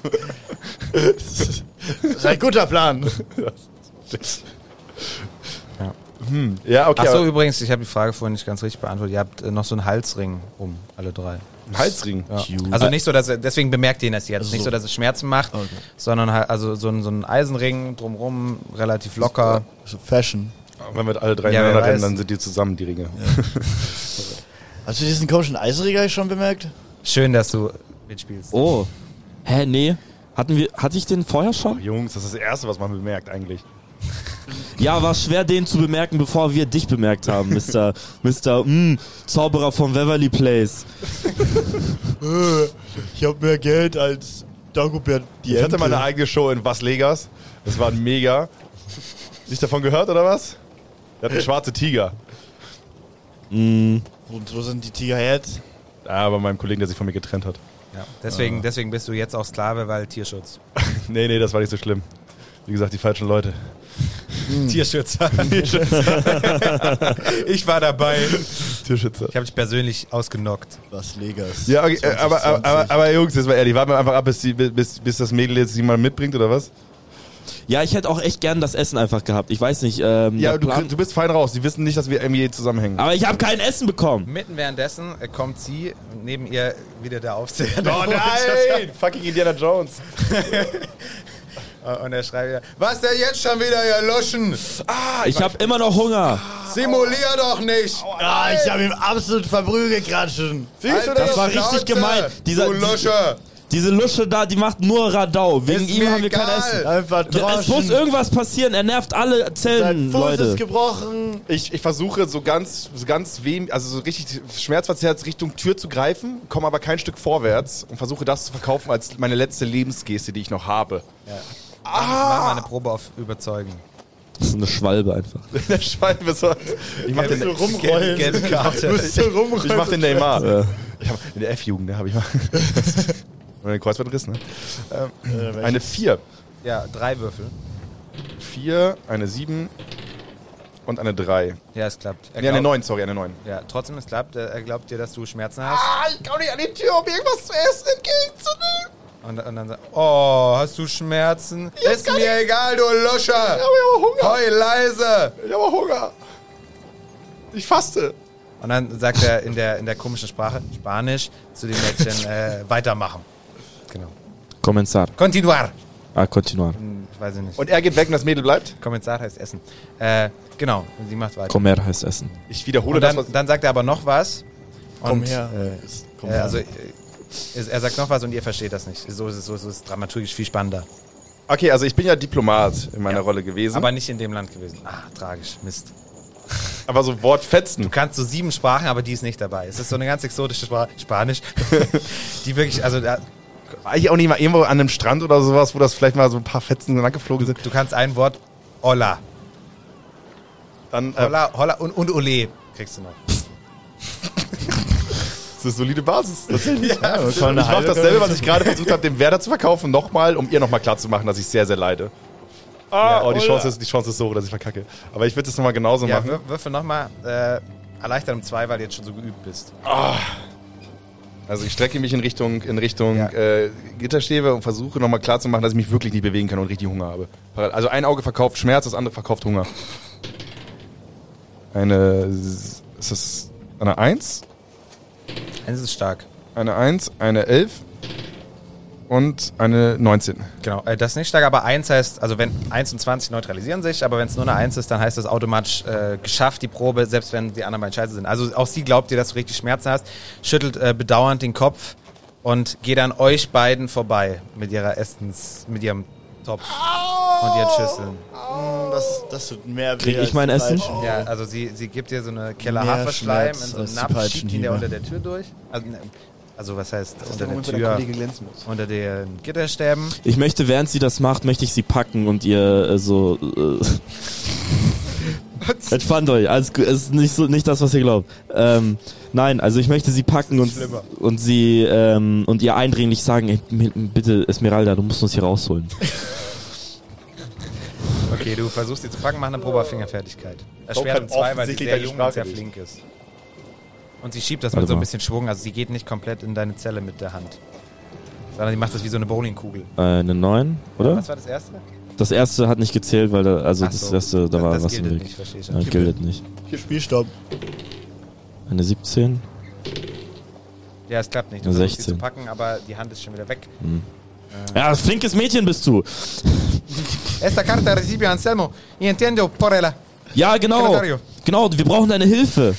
Das ist ein guter Plan. Hm. Ja, okay. Achso, aber- übrigens, ich habe die Frage vorhin nicht ganz richtig beantwortet. Ihr habt äh, noch so einen Halsring um, alle drei. Ein Halsring. Ja. Also nicht so, dass er, deswegen bemerkt ihr ihn das jetzt. Also nicht so- so, dass es Schmerzen macht, Okay. sondern halt, also so ein, so ein Eisenring drumrum, relativ locker. So Fashion. Wenn wir alle drei Ja, wer ineinander rennen, weiß. dann sind die zusammen, die Ringe. Hast du diesen komischen Eisenreger schon bemerkt? Schön, dass du mitspielst. Oh. Hä, nee. Hatten wir, hatte ich den vorher schon? Jungs, das ist das Erste, was man bemerkt eigentlich. Ja, war schwer, den zu bemerken, bevor wir dich bemerkt haben, Mister Mister Mm, Zauberer von Waverly Place. Ich habe mehr Geld als Dagobert die Ich hatte mal eine eigene Show in Las Vegas. Das war mega. Nicht davon gehört, oder was? Der hat einen schwarzen Tiger. Mm, Und wo sind die Tiger jetzt? Ah, bei meinem Kollegen, der sich von mir getrennt hat. Ja, deswegen, deswegen bist du jetzt auch Sklave, weil Tierschutz. Nee, nee, das war nicht so schlimm. Wie gesagt, die falschen Leute. Tierschützer. Ich war dabei. Tierschützer. Ich habe dich persönlich ausgenockt. Las Vegas. Ja, okay, äh, aber, aber, aber, zwanzig aber Jungs, jetzt mal ehrlich, warten wir einfach ab, bis, die, bis, bis das Mädel jetzt sie mal mitbringt, oder was? ja, ich hätte auch echt gern das Essen einfach gehabt. Ich weiß nicht. Ähm, Ja, der du, Plan- krieg- du bist fein raus. Die wissen nicht, dass wir irgendwie zusammenhängen. aber ich habe kein Essen bekommen. Mitten währenddessen äh, kommt sie, neben ihr wieder der Aufseher. Oh nein! Fucking Indiana Jones. Und er schreit wieder, was denn jetzt schon wieder, ihr Luschen? Ich habe immer noch Hunger. Simulier doch nicht! Ah, ich habe ihm absolut verprügelt gerade schon. Das war richtig gemein. Dieser, du Lusche! diese Lusche da, die macht nur Radau. Wegen Ist ihm mir haben wir kein egal. Essen. Einfach Es muss droschen. irgendwas passieren. Er nervt alle Sein Zellen, Fuß Leute. ist gebrochen. Ich, ich versuche so ganz, so ganz wem, also so richtig schmerzverzerrt Richtung Tür zu greifen, komme aber kein Stück vorwärts und versuche das zu verkaufen als meine letzte Lebensgeste, die ich noch habe. Mach mal eine Probe auf Überzeugen. Das ist eine Schwalbe einfach. Der Schwein ist so. Ich mach den, Musst du rumrollen. Gelbe Karte. Musst du rumrollen. ich mach den Neymar. Ja. Ich hab, in der F-Jugend, ne, habe ich mal. Meine Kreuzbandriss, ne? Ähm, Äh, eine vier. Ja, drei Würfel. vier, eine sieben und eine drei. Ja, es klappt. Er Ne, eine glaubt- neun, sorry, eine neun. Ja, trotzdem, es klappt. Er er glaubt dir, dass du Schmerzen hast. Ah, ich komm nicht an die Tür, um irgendwas zu essen entgegenzunehmen. Und, und dann sagt oh, hast du Schmerzen? Ist kann mir egal, du Lusche! Ich habe aber Hunger. Heul leise! Ich habe Hunger. Ich faste. Und dann sagt er in der, in der komischen Sprache, Spanisch, zu dem Mädchen, äh, weitermachen. Genau. Comenzar. Continuar. Ah, continuar. Hm, Ich weiß ich nicht. Und er geht weg und das Mädel bleibt? Kommentar heißt Essen. Äh, genau, und sie macht weiter. Comer heißt Essen. Ich wiederhole Und dann, das, was... dann sagt er aber noch was. Und, Komm her. Äh, Ist- komm äh, her. also, äh, er sagt noch was und ihr versteht das nicht. So ist es, so ist es dramaturgisch viel spannender. Okay, also ich bin ja Diplomat in meiner Ja. Rolle gewesen. Aber nicht in dem Land gewesen. Ah, tragisch. Mist. aber so Wortfetzen. Du kannst so sieben Sprachen, aber die ist nicht dabei. Es ist so eine ganz exotische Sprache. Spanisch. Die wirklich, also da, War ich auch nicht mal irgendwo an einem Strand oder sowas, wo das vielleicht mal so ein paar Fetzen so lang geflogen sind? du kannst ein Wort Hola. Dann äh, Hola, Hola und, und Ole kriegst du noch. das ist eine solide Basis. Tatsächlich. Ja, man kann eine Ich mache halbe- dasselbe, was ich gerade versucht habe, dem Werder zu verkaufen, nochmal, um ihr nochmal klarzumachen, dass ich sehr, sehr leide. Ah, oh, die Chance, ist, die Chance ist so hoch, dass ich verkacke. Aber ich würde das nochmal genauso Ja, machen. wür- würfel nochmal äh, erleichtert um zwei, weil du jetzt schon so geübt bist. Also ich strecke mich in Richtung, in Richtung Ja. äh, Gitterstäbe und versuche nochmal klarzumachen, dass ich mich wirklich nicht bewegen kann und richtig Hunger habe. Also ein Auge verkauft Schmerz, das andere verkauft Hunger. Eine... Ist das eine eins? Eins ist stark. Eine eins, eine elf und eine neunzehn. Genau, äh, das ist nicht stark, aber eins heißt, also wenn eins und zwanzig neutralisieren sich, aber wenn es nur eine eins ist, dann heißt das automatisch äh, geschafft, die Probe, selbst wenn die anderen beiden scheiße sind. Also auch sie glaubt dir, dass du richtig Schmerzen hast, schüttelt äh, bedauernd den Kopf und geht an euch beiden vorbei mit ihrer Essens, mit ihrem Topf und ihren Schüsseln. Hm, Das, das tut mehr weh. Krieg ich als mein die Essen? Falschen. Ja, also sie, sie gibt dir so eine Keller Mehr Haferschleim in Schmerz so einen als die Napf, falschen schiebt ihn der Hiebe. unter der Tür durch. Also, ne, also was heißt unter der Moment, wo der Tür, Kollege glänzen muss. unter den Gitterstäben. Ich möchte, während sie das macht, möchte ich sie packen und ihr äh, so... Äh, entspannt euch, alles gut, es ist nicht, so, nicht das, was ihr glaubt. Ähm, nein, also ich möchte sie packen und, schlimmer. und sie ähm, und ihr eindringlich sagen, ey, mi- bitte Esmeralda, du musst uns hier rausholen. Okay, du versuchst sie zu packen, mach eine Probe auf Fingerfertigkeit. Frau Erschwert kann um zwei, weil sie offensichtlich sehr deine jung und Sprache sehr nicht. flink ist. Und sie schiebt das Warte mit so ein mal. bisschen Schwung, also sie geht nicht komplett in deine Zelle mit der Hand. Sondern sie macht das wie so eine Bowlingkugel. Äh, eine neun, oder? Was war das erste? Das erste hat nicht gezählt, weil da, also Ach das so. erste, da Das- war das was im gilt Weg. nicht, verstehe ich. Ja, gilt nicht. Hier Spielstopp. Eine siebzehn. Ja, es klappt nicht. Du Eine versuchst sie sechzehn. zu packen, aber die Hand ist schon wieder weg. Ja, flinkes Mädchen bist du. Esta carta recibe Anselmo. Y entiendo por ella. Ja, genau. Secretario. Genau, wir brauchen deine Hilfe.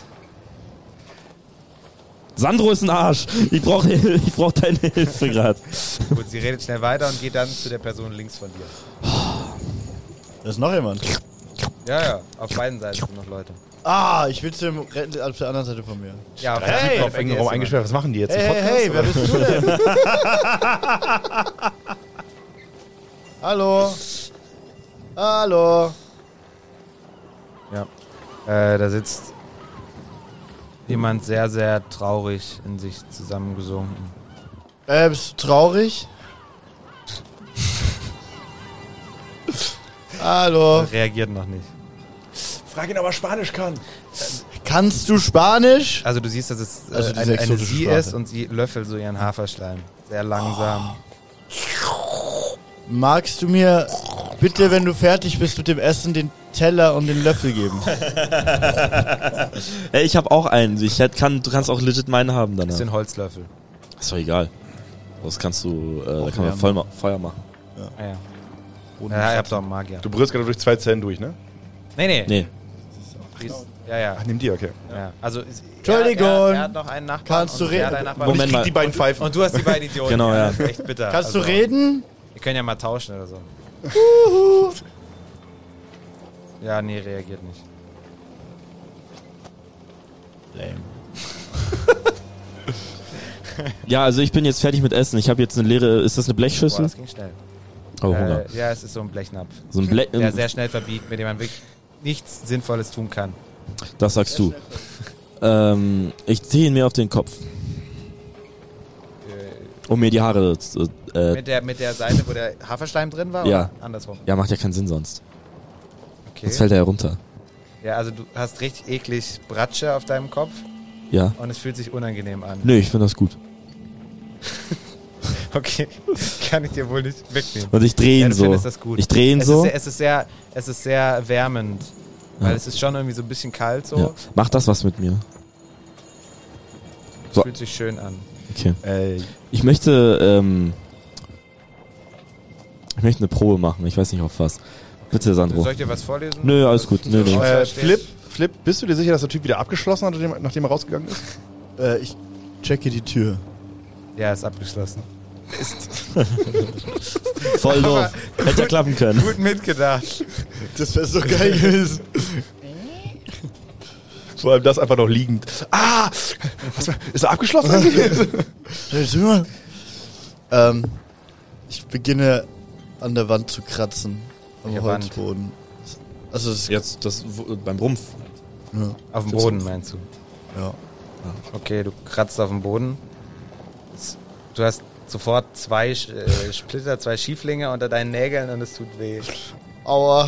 Sandro ist ein Arsch. Ich brauche ich brauch deine Hilfe gerade. Gut, sie redet schnell weiter und geht dann zu der Person links von dir. Da ist noch jemand. Ja, ja, auf beiden Seiten sind noch Leute. Ah, ich will zu dem Re- auf der anderen Seite von mir. Ja, auf Hey, der Seite Auf von engen dir Raum ist eingesperrt. Was machen die jetzt? Hey, Ein hey, hey, wer Podcast, bist du denn? Hallo? Hallo? jemand. Ja. Äh, da sitzt jemand sehr, sehr traurig in sich zusammengesunken. Äh, bist du traurig? Hallo? Reagiert noch nicht. Frag ihn, ob er Spanisch kann. Kannst du Spanisch? Also du siehst, dass es äh, Also diese eine, eine exotische sie Sprache. ist und sie löffelt so ihren Haferschleim. Sehr langsam. Magst du mir bitte, wenn du fertig bist mit dem Essen, den Teller und den Löffel geben? Ey, ich habe auch einen. Ich hätt, kann, du kannst auch legit meinen haben Das danach. sind Holzlöffel. Ist doch egal. Das kannst du, äh, da kann man Aufwärmen. voll ma Feuer machen. Ah, ja. Ja, ihr habt doch einen Magier. Du berührst gerade durch zwei Zellen durch, ne? Nee, nee. Nee. Ja, ja. Ach, nimm die, okay. ja. Also, ist- Entschuldigung. Er, er, er hat noch einen Nachbarn. Kannst du und er reden? hat einen Nachbarn. Moment Ich krieg mal. die beiden Pfeifen. Und du hast die beiden Idioten. Genau, ja. Das ist echt bitter. Kannst Also, du reden? Wir können ja mal tauschen oder so. Ja, nee, reagiert nicht. Lame. Ja, also ich bin jetzt fertig mit Essen. Ich habe jetzt eine leere, ist das eine Boah, Blechschüssel? das ging schnell. Oh, Hunger. Äh, ja, es ist so ein Blechnapf, So ein Blech, der sehr schnell verbiegt, mit dem man wirklich nichts Sinnvolles tun kann. das sagst du. Ähm, ich ziehe ihn mir auf den Kopf. Um mir die Haare zu, äh, Mit der, mit der Seite, wo der Haferschleim drin war? Ja. Oder andersrum? ja, macht ja keinen Sinn sonst. Okay. Jetzt fällt er ja runter. Ja, also du hast richtig eklig Bratsche auf deinem Kopf Ja. und es fühlt sich unangenehm an. Nö, ich finde das gut. Okay, kann ich dir wohl nicht wegnehmen. Und ich drehe ihn Ja, du so. findest das gut. Ich drehe ihn Es, so. ist, sehr- es, ist sehr, es ist sehr wärmend, weil Ja. es ist schon irgendwie so ein bisschen kalt so. Ja. Mach das was mit mir. So. Fühlt sich schön an. Okay. Ey, Ich möchte, ähm, ich möchte eine Probe machen. Ich weiß nicht auf was. Bitte, Sandro. Soll ich dir was vorlesen? Nö, alles gut. Nö, nö. äh, Flip, Flip, bist du dir sicher, dass der Typ wieder abgeschlossen hat, nachdem, nachdem er rausgegangen ist? Äh, ich checke die Tür. Ja, ist abgeschlossen. Voll doof. Hätte ja klappen können. Gut mitgedacht. Das wäre so geil gewesen. Vor allem das einfach noch liegend. Ah! Was, ist er abgeschlossen eigentlich? Hey, sieh mal. Ähm, ich beginne an der Wand zu kratzen. Am Welche Wand? Holzboden. Also das Jetzt das beim Rumpf. ja, Auf dem Boden, meinst du? ja. Okay, du kratzt auf dem Boden. Du hast sofort zwei äh, Splitter, zwei Schieflinge unter deinen Nägeln und es tut weh. Aua.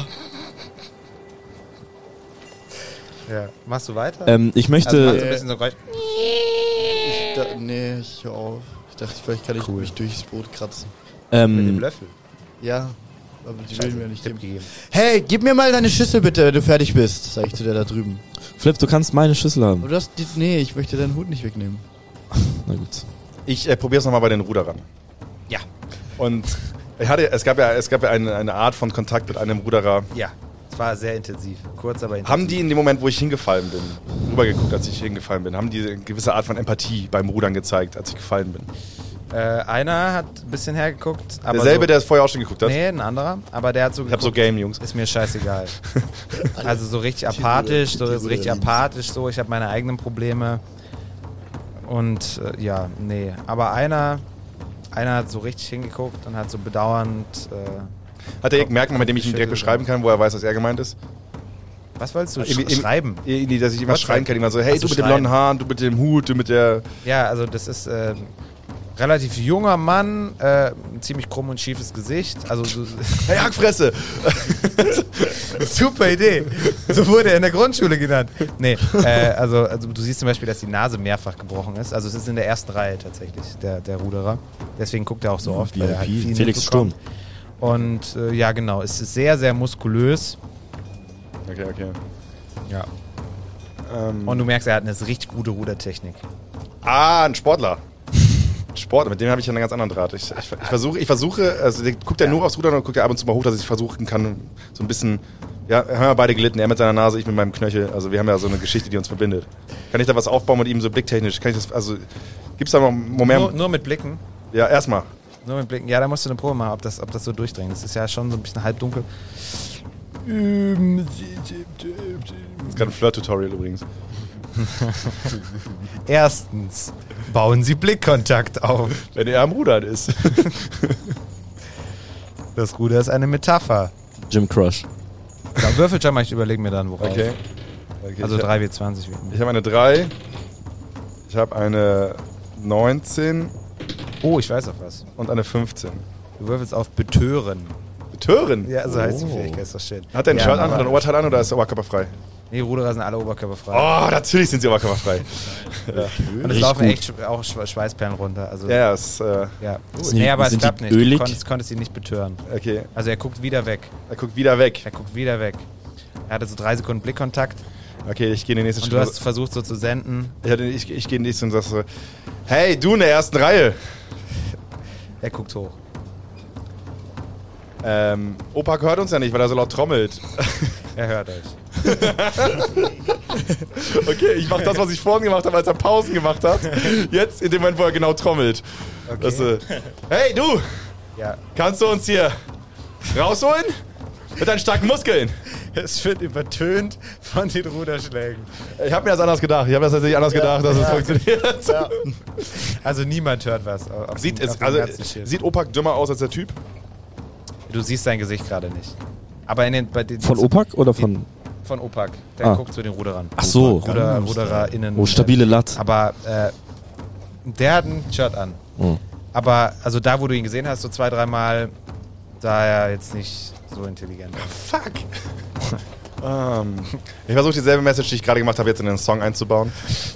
Ja. Machst du weiter? Ähm, ich also machst du möchte, ein bisschen so Geräusch. Ich da, nee, ich hör auf. Ich dachte, vielleicht kann ich Cool. mich durchs Brot kratzen. Mit dem ähm, Löffel. Ja, aber die will mir nicht Tipp geben. gegeben. Hey, gib mir mal deine Schüssel bitte, wenn du fertig bist, sag ich zu der da drüben. Flip, du kannst meine Schüssel haben. Aber du hast die, nee, ich möchte deinen Hut nicht wegnehmen. Na gut. Ich äh, probiere es nochmal bei den Ruderern. Ja. Und ich hatte, es gab ja, es gab ja eine, eine Art von Kontakt mit einem Ruderer. Ja. Es war sehr intensiv. Kurz, aber intensiv. Haben die in dem Moment, wo ich hingefallen bin, rübergeguckt, als ich hingefallen bin, haben die eine gewisse Art von Empathie beim Rudern gezeigt, als ich gefallen bin? Äh, einer hat ein bisschen hergeguckt. Aber Derselbe, so, der es vorher auch schon geguckt hat? Nee, ein anderer. Aber der hat so Ich hab so geguckt, Game, Jungs. ist mir scheißegal. Also so richtig apathisch, so, so richtig apathisch so. Ich habe meine eigenen Probleme. Und äh, ja, nee. Aber einer, einer hat so richtig hingeguckt und hat so bedauernd. Äh, Hat er irgendein Merkmal, mit dem ich ihn direkt beschreiben kann, wo er weiß, dass er gemeint ist? was wolltest du Im- im- sch schreiben? Irgendwie, dass ich immer Was schreien kann, immer so, hey, Ach so, du mit dem schreien. blonden Haaren, du mit dem Hut, du mit der... Ja, also das ist äh, ein relativ junger Mann, äh, ein ziemlich krumm und schiefes Gesicht. Also du, Hey, Hackfresse! super Idee. So wurde er in der Grundschule genannt. Nee, äh, also, also du siehst zum Beispiel, dass die Nase mehrfach gebrochen ist. Also es ist in der ersten Reihe tatsächlich, der, der Ruderer. Deswegen guckt er auch so oft, weil er halt viel Felix Sturm. mitbekommt. Und äh, ja, genau, es ist sehr, sehr muskulös. Okay, okay. Ja. Ähm, Und du merkst, er hat eine richtig gute Rudertechnik. ah, ein Sportler. Ein Sportler, mit dem habe ich ja einen ganz anderen Draht. Ich, ich, ich versuche, ich versuche, also der guckt ja nur aufs Rudern und guckt ja ab und zu mal hoch, dass ich versuchen kann, so ein bisschen, ja, haben wir beide gelitten, er mit seiner Nase, ich mit meinem Knöchel. Also wir haben ja so eine Geschichte, die uns verbindet. Kann ich da was aufbauen mit ihm, so blicktechnisch? Kann ich das, also, gibt's da noch einen Moment? Nur, nur mit Blicken. Ja, erstmal. Nur mit Blicken. Ja, da musst du eine Probe machen, ob das, ob das so durchdringt. Das ist ja schon so ein bisschen halbdunkel. Das ist gerade ein Flirt-Tutorial übrigens. Erstens, bauen Sie Blickkontakt auf. Wenn er am Rudern ist. Das Ruder ist eine Metapher. Jim Crush. Ja, würfel schon mal, ich überlege mir dann, worauf. Okay. okay. Also ich drei W zwanzig. Ich habe eine drei. Ich habe eine neunzehn Oh, ich weiß auf was. und eine fünfzehn. Du würfelst auf Betören. Betören? Ja, so heißt die Fähigkeit, ist doch shit. Hat er ein ja, Shirt an, aber- hat er ein Oberteil an oder ist er oberkörperfrei? Nee, Ruderer sind alle oberkörperfrei. Oh, natürlich sind sie oberkörperfrei. Und es richtig laufen gut. echt sch- auch Schwe- Schweißperlen runter. Also, Ja, ja, ist, äh, ja. Sind Nee, die- aber es sind die klappt nicht. ölig? Du konntest, konntest ihn nicht betören. okay. Also er guckt wieder weg. Er guckt wieder weg. Er guckt wieder weg. Er hatte so drei Sekunden Blickkontakt Okay, ich gehe in den nächsten und Schritt. du hast versucht so zu senden. Ich, hatte- ich, ich gehe in den nächsten und sag so, hey, du in der ersten Reihe. Er guckt hoch. Ähm, Opa hört uns ja nicht, weil er so laut trommelt. Er hört euch. Okay, ich mache das, was ich vorhin gemacht habe, als er Pausen gemacht hat. Jetzt in dem Moment, wo er genau trommelt. Okay. Das, äh, hey, du, Ja. kannst du uns hier rausholen? Mit deinen starken Muskeln. Es wird übertönt von den Ruderschlägen. Ich habe mir das anders gedacht. Ich habe das tatsächlich anders gedacht, dass es funktioniert. Ja. Also niemand hört was. Auf Sieht, dem, es, auf dem also, Herzenschild. sieht Opak dümmer aus als der Typ? Du siehst sein Gesicht gerade nicht. Aber in den, bei den, Von Opak oder von... Von Opak. Der Ah. guckt zu den Ruderern. Ach so. Ruder, RudererInnen. Oh, stabile Latt. Aber äh, der hat ein Shirt an. Oh. Aber also da, wo du ihn gesehen hast, so zwei, dreimal, sah er jetzt nicht so intelligent aus. Fuck. ähm, ich versuche dieselbe Message, die ich gerade gemacht habe, jetzt in den Song einzubauen.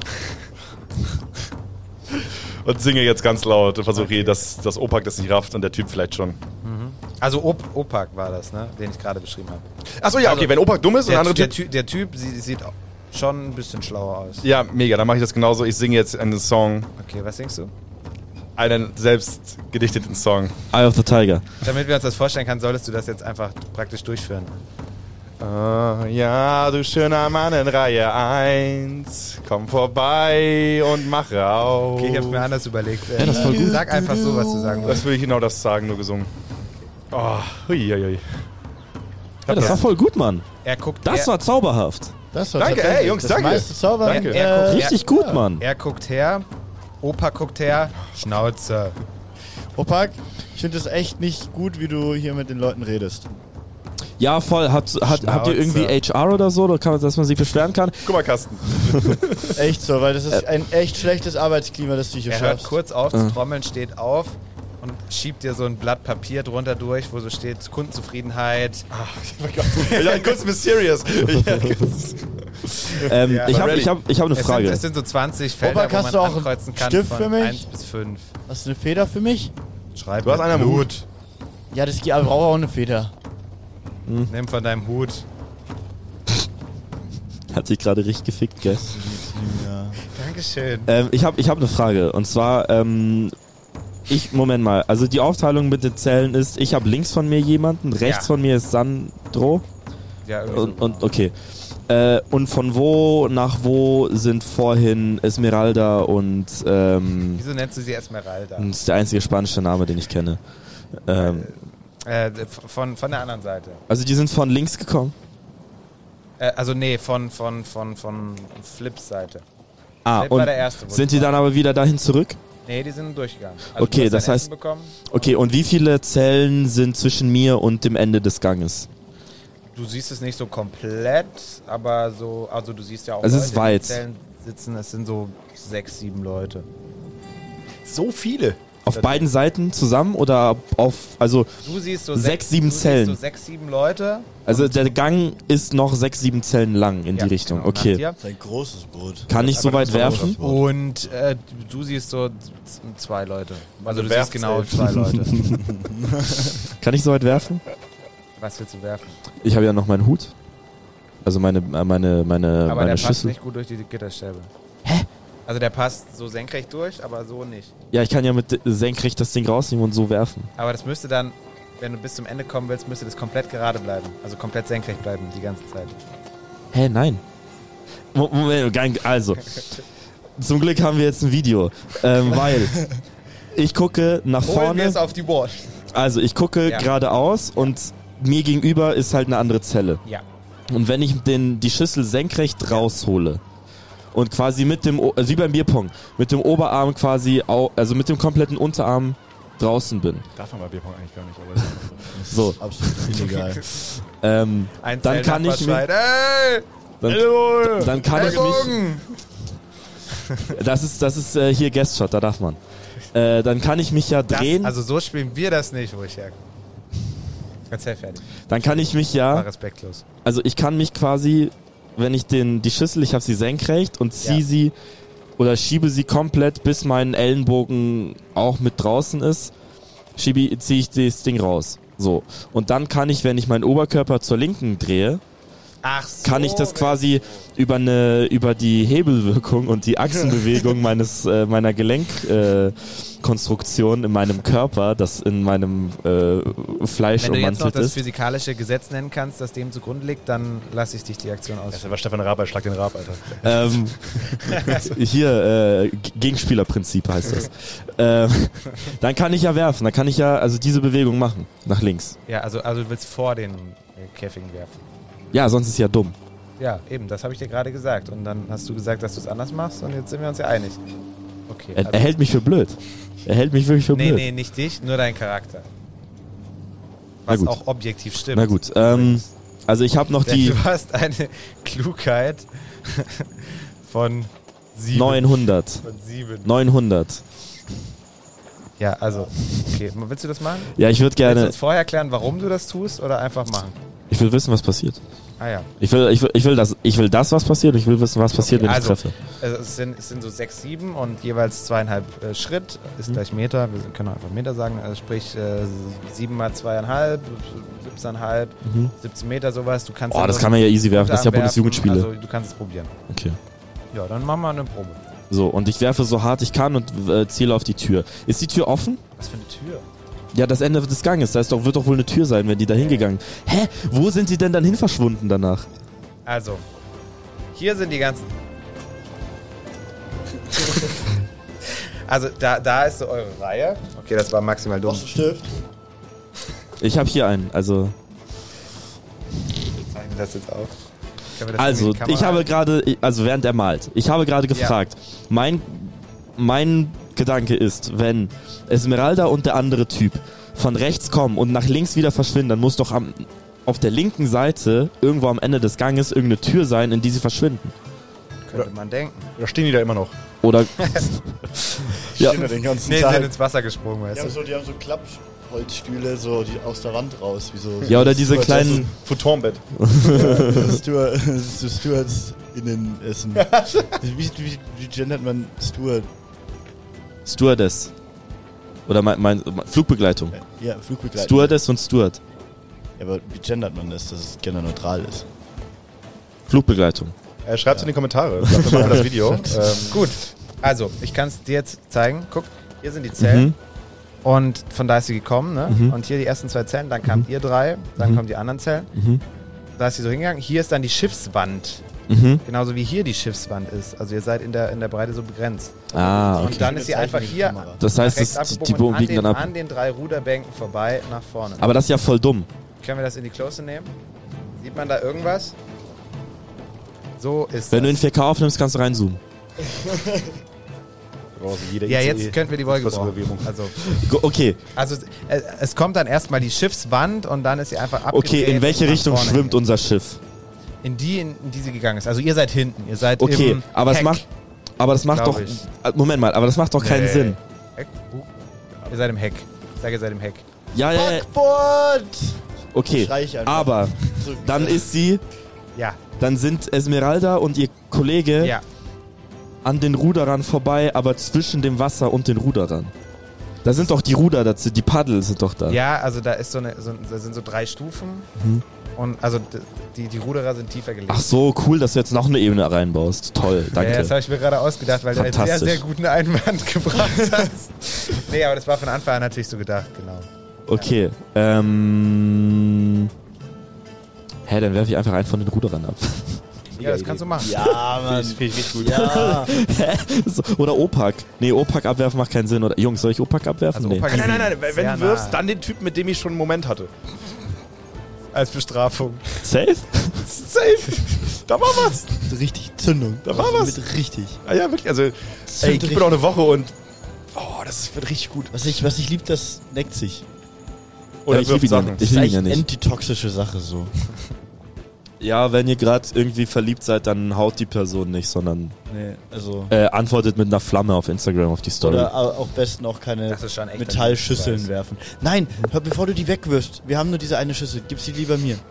Und singe jetzt ganz laut und versuche, okay. dass, dass Opak das nicht rafft und der Typ vielleicht schon. Also Op Opak war das, ne? Den ich gerade beschrieben habe. Achso, ja, okay, wenn Opak dumm ist und Der, der andere der, Typ... Ty der Typ sie, sieht schon ein bisschen schlauer aus. Ja, mega, dann mache ich das genauso. Ich singe jetzt einen Song, Okay, was singst du? einen selbst gedichteten Song. Eye of the Tiger. Damit wir uns das vorstellen können, solltest du das jetzt einfach praktisch durchführen. Ah, ja, du schöner Mann in Reihe eins, komm vorbei und mache auf. Okay, ich hab's mir anders überlegt. Ja, das ist voll gut. Sag einfach so, was du sagen Das willst. will ich genau das sagen, nur gesungen. Oh, hui, hui, hui. Ja, das war voll gut, Mann. Er guckt, Das er, war zauberhaft. Das war Danke, tatsächlich hey, Jungs, das danke. meiste Zaubern. Danke. Er- er guckt- Richtig gut, Mann. er guckt her, Opa guckt her, Schnauze. Opak, ich finde es echt nicht gut, wie du hier mit den Leuten redest. Ja, voll. Hat, hat, habt ihr irgendwie H R oder so, oder kann, dass man sich beschweren kann? Guck mal, Carsten. Echt so, weil das ist ein echt schlechtes Arbeitsklima, das du hier Er hört schaffst. kurz auf zu trommeln, steht auf und schiebt dir so ein Blatt Papier drunter durch, wo so steht Kundenzufriedenheit. Ich war kurz mysterious. Ich, Ähm, Ja, ich aber habe ready. ich hab, ich hab eine Es Frage. sind, es sind so zwanzig Felder, Opa, wo hast man du auch einen ankreuzen kann Stift von für mich? eins bis fünf. Hast du eine Feder für mich? Schreib Du hast mit einen am Blut. Hut. Ja, das geht, aber brauche auch eine Feder. Nimm von deinem Hut. Hat sich gerade richtig gefickt, gell? Dankeschön. Ähm, ich habe ich hab eine Frage. Und zwar, ähm, ich, Moment mal. Also die Aufteilung mit den Zellen ist, ich habe links von mir jemanden, rechts Ja. von mir ist Sandro. Ja, irgendwie Und, so. und okay. Äh, und von wo nach wo sind vorhin Esmeralda und ähm, Wieso nennst du sie Esmeralda? das ist der einzige spanische Name, den ich kenne. Ähm, Äh, von, von der anderen Seite. also die sind von links gekommen. Äh, also nee, von, von, von, von Flips Seite. Ah, Flip und war der Erste, wo sind die die dann aber wieder dahin zurück? Nee, die sind durchgegangen. Also Okay, du hast das dein heißt- Essen bekommen. Okay, und wie viele Zellen sind zwischen mir und dem Ende des Ganges? Du siehst es nicht so komplett, aber so, also du siehst ja auch Es ist Leute, die weit. in Zellen sitzen, es sind so sechs, sieben Leute. So viele. Auf beiden Seiten zusammen oder auf, also Du siehst so sechs, sieben du Zellen. Siehst so sechs, sieben Leute. Also der Gang ist noch sechs, sieben Zellen lang in Ja, die Richtung. genau, Okay. nach dir. Das ist ein großes Boot. Kann ich so weit werfen? Und äh, du siehst so z- zwei Leute. Also, Also du siehst genau Werfzelt. zwei Leute. Kann ich so weit werfen? Was willst du werfen? Ich habe ja noch meinen Hut. Also meine, äh, meine, meine, Aber meine der passt Schüssel. nicht gut durch die Gitterstäbe. Hä? Also der passt so senkrecht durch, aber so nicht. Ja, ich kann ja mit senkrecht das Ding rausnehmen und so werfen. Aber das müsste dann, wenn du bis zum Ende kommen willst, müsste das komplett gerade bleiben. Also komplett senkrecht bleiben die ganze Zeit. Hä, nein. Mo- Moment, gar nicht- also. Zum Glück haben wir jetzt ein Video. Ähm, weil ich gucke nach Holen wir vorne. es auf die Board. Also ich gucke Ja. geradeaus und mir gegenüber ist halt eine andere Zelle. Ja. Und wenn ich den, die Schüssel senkrecht raushole und quasi mit dem, O- also wie beim Bierpong, mit dem Oberarm quasi, au, also mit dem kompletten Unterarm draußen bin. Darf man bei Bierpong eigentlich gar nicht, aber So, Absolut illegal. ähm, Ein dann kann ich Zellnachbar mich, schreit, dann, Ey! dann kann ich mich, Ellbogen! das ist, das ist äh, hier Guestshot, da darf man. Äh, dann kann ich mich ja Das, drehen, also so spielen wir das nicht, wo ich herkomme. Erzähl fertig. dann kann ich mich War ja, respektlos. also ich kann mich quasi, wenn ich den, die Schüssel, ich habe sie senkrecht und ziehe Ja. sie oder schiebe sie komplett, bis mein Ellenbogen auch mit draußen ist, schiebe, ziehe ich das Ding raus. So. Und dann kann ich, wenn ich meinen Oberkörper zur Linken drehe, Ach so. kann ich das quasi über eine über die Hebelwirkung und die Achsenbewegung meines äh, meiner Gelenkkonstruktion äh, Konstruktion in meinem Körper, das in meinem äh, Fleisch Wenn du jetzt noch ummantelt das ist. physikalische Gesetz nennen kannst, das dem zugrunde liegt, dann lasse ich dich die Aktion Das ausführen. war Stefan Raab, er schlag den Raab, Alter. Ähm, hier, äh, G- Gegenspielerprinzip heißt das. ähm, dann kann ich ja werfen, dann kann ich ja also diese Bewegung machen, nach links. Ja, also, also du willst vor den äh, Käfigen werfen. Ja, sonst ist ja dumm. Ja, eben, das habe ich dir gerade gesagt. Und dann hast du gesagt, dass du es anders machst und jetzt sind wir uns ja einig. Okay. Er, er hält mich für blöd. Er hält mich wirklich für nee, blöd. nee, nicht dich, nur dein Charakter. Na Was gut. auch objektiv stimmt. Na gut, ähm, also ich habe noch Denn die du hast eine Klugheit von sieben. neunhundert. Von sieben. neunhundert. Ja, also, okay. Willst du das machen? Ja, ich würde Willst du gerne, uns vorher erklären, warum du das tust oder einfach machen? ich will wissen, was passiert. Ah ja. Ich will, ich will, ich will das, ich will das, was passiert. Und ich will wissen, was passiert, Okay, wenn also, ich treffe. Also es, sind, es sind so sechs, sieben und jeweils zweieinhalb äh, Schritt ist Mhm. gleich Meter. Wir können auch einfach Meter sagen. Also sprich äh, sieben mal zweieinhalb, siebzehnhalb, Mhm. siebzehn Meter sowas. Du kannst Oh, dann das so kann man ja easy werfen. Das ist ja Unterarm werfen. Bundesjugendspiele. Also du kannst es probieren. Okay. Ja, dann machen wir eine Probe. So, und ich werfe so hart ich kann und äh, ziele auf die Tür. Ist die Tür offen? Was für eine Tür? Ja, das Ende des Ganges. Da ist doch, wird doch wohl eine Tür sein, wenn die da hingegangen. Hä? Wo sind die denn dann hin verschwunden danach? Also, hier sind die ganzen... Also da, da ist so eure Reihe. Okay, das war maximal dumm. Brauchst du Stift? Ich habe hier einen. Also, Ich zeichne das jetzt auf. Können wir das also irgendwie in die ich Kamera- habe gerade, also während er malt, ich habe gerade gefragt, mein, mein Gedanke ist, wenn Esmeralda und der andere Typ von rechts kommen und nach links wieder verschwinden, dann muss doch am, auf der linken Seite, irgendwo am Ende des Ganges, irgendeine Tür sein, in die sie verschwinden. Könnte man denken. Oder stehen die da immer noch? Oder... ja, Stehen da den ganzen Nee, Tag. sind ins Wasser gesprungen, weißt Die haben du. so, die haben so Klappholzstühle so die aus der Wand raus. Wie so, ja, oder diese Stuart- kleinen... Futonbett. so Stuart, so Stuarts in den Essen. wie, wie, wie gendert man Stuart? Stewardess. Oder mein, mein Flugbegleitung. Ja, Flugbegleiter. Stewardess und Steward. Ja, aber wie gendert man das, dass es genderneutral ist? Flugbeleitung. Äh, Schreibt's in die Kommentare. Dafür machen wir das Video. ähm, Gut, also, ich kann es dir jetzt zeigen. Guck, hier sind die Zellen. Mhm. Und von da ist sie gekommen, ne? Mhm. Und hier die ersten zwei Zellen, dann kamt ihr drei, dann Mhm. kommen die anderen Zellen. Mhm. Da ist sie so hingegangen. Hier ist dann die Schiffswand. Mhm. Genauso wie hier die Schiffswand ist. Also ihr seid in der, in der Breite so begrenzt. Ah, okay. Und dann ist sie einfach hier Das nach heißt, rechts das, die, abgebogen die und biegen an, dann den, ab. an den drei Ruderbänken vorbei nach vorne. Aber das ist ja voll dumm. Können wir das in die Close nehmen? Sieht man da irgendwas? So ist Wenn du in das. vier K aufnimmst, kannst du reinzoomen. also jeder Ja, I C E jetzt könnten wir die Folge was brauchen. Reservierung. Also, Go- Okay, also äh, es kommt dann erstmal die Schiffswand und dann ist sie einfach abgedreht. okay, in welche und nach Richtung vorne schwimmt hin. unser Schiff? In die, in, in die sie gegangen ist. Also ihr seid hinten. Ihr seid Okay, im aber es Heck. macht, aber das macht glaub doch, ich. äh, Moment mal, aber das macht doch keinen Nee. Sinn. Heck? Uh. Ihr seid im Heck. Ich sage, ihr seid im Heck. Ja, ja, ja. Backboard! Okay, Schrei ich einfach. aber dann ist sie, Ja. dann sind Esmeralda und ihr Kollege Ja. an den Ruderern vorbei, aber zwischen dem Wasser und den Ruderern. Da sind doch die Ruder dazu, die Paddel sind doch da. Ja, also da ist so eine, so, da sind so drei Stufen. Mhm. Und also d- die, die Ruderer sind tiefer gelegt. Ach so, cool, dass du jetzt noch eine Ebene reinbaust. Toll, danke. Ja, das habe ich mir gerade ausgedacht, weil du einen sehr, Fantastisch. sehr guten Einwand gebracht hast. Nee, aber das war von Anfang an natürlich so gedacht, genau. Okay, ähm... Hä, dann werfe ich einfach einen von den Ruderern ab. Ja, das kannst du machen. Ja, Mann. Finde ich richtig gut. Ja. So, oder Opak. Nee, Opak abwerfen macht keinen Sinn. Oder Jungs, soll ich Opak abwerfen? Also nee. Opak- Nein, nein, nein, wenn Sehr du wirfst, nah. dann den Typ, mit dem ich schon einen Moment hatte. Als Bestrafung. Safe? Safe. Da war was. Richtig Zündung. Da war was. Mit richtig. Ah ja, wirklich. Also, ey, Zündet gib mir doch eine Woche und. Oh, das wird richtig gut. Was ich, was ich lieb, das neckt sich. Oder Ja, ich liebe ihn, ja- ich Das ist lieb ihn eigentlich ja eine nicht. antitoxische Sache so. Ja, wenn ihr gerade irgendwie verliebt seid, dann haut die Person nicht, sondern Nee, also. äh, antwortet mit einer Flamme auf Instagram auf die Story. Oder au- auch besten auch keine Das ist schon echt Metallschüsseln ein Beweis. werfen. Nein, hör, bevor du die wegwirfst, wir haben nur diese eine Schüssel, gib sie lieber mir.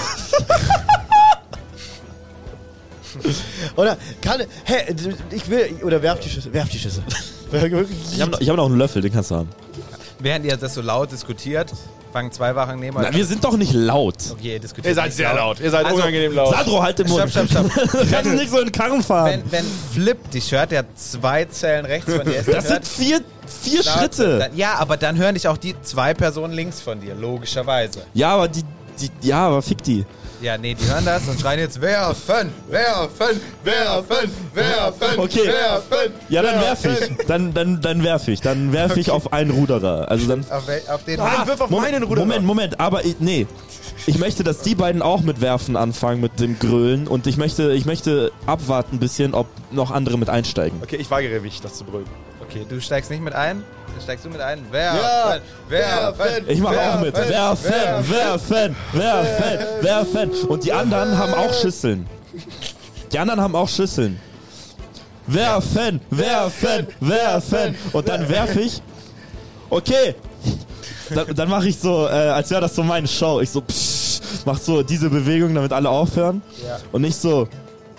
Oder kann, hä, ich will, oder werf die Schüssel, werf die Schüssel. Ich habe noch, ich hab noch einen Löffel, den kannst du haben. Während ihr das so laut diskutiert, fangen zwei Wachen neben euch. Na, wir sind doch nicht laut. Okay, ihr diskutiert. Ihr seid nicht sehr laut. Ihr seid Also, unangenehm laut. Sandro, halt den Mund. Stopp, stopp, stopp. Du kannst nicht so in den Karren fahren. Wenn, wenn Flip dich hört, der hat zwei Zellen rechts von dir ist, Das sind vier, vier Schritte. Dann, ja, aber dann hören dich auch die zwei Personen links von dir, logischerweise. Ja, aber die, die, ja, aber fick die. Ja, nee, die hören das und schreien jetzt werfen, werfen, werfen, werfen, Okay. werfen. Ja, dann werf ich. Dann, dann, dann werf ich. Dann werf ich auf einen Ruderer. Also dann. Auf, wel- auf den Ah, wirf auf Moment, meinen Ruderer. Moment, Moment, aber ich, nee. Ich möchte, dass die beiden auch mit Werfen anfangen, mit dem Grölen. Und ich möchte, ich möchte abwarten ein bisschen, ob noch andere mit einsteigen. Okay, ich weigere mich, das zu brüllen. Okay, du steigst nicht mit ein? Steigst du mit ein? Ja, Werfen, werfen. Ich mache auch mit. Werfen, Werfen, werfen, werfen, werfen. Und die anderen haben auch Schüsseln. Die anderen haben auch Schüsseln. Werfen, werfen, werfen. Und dann werfe ich. Okay. Dann, dann mache ich so, äh, als wäre das so meine Show. Ich so, psch, mach so diese Bewegung, damit alle aufhören. Ja. Und nicht so,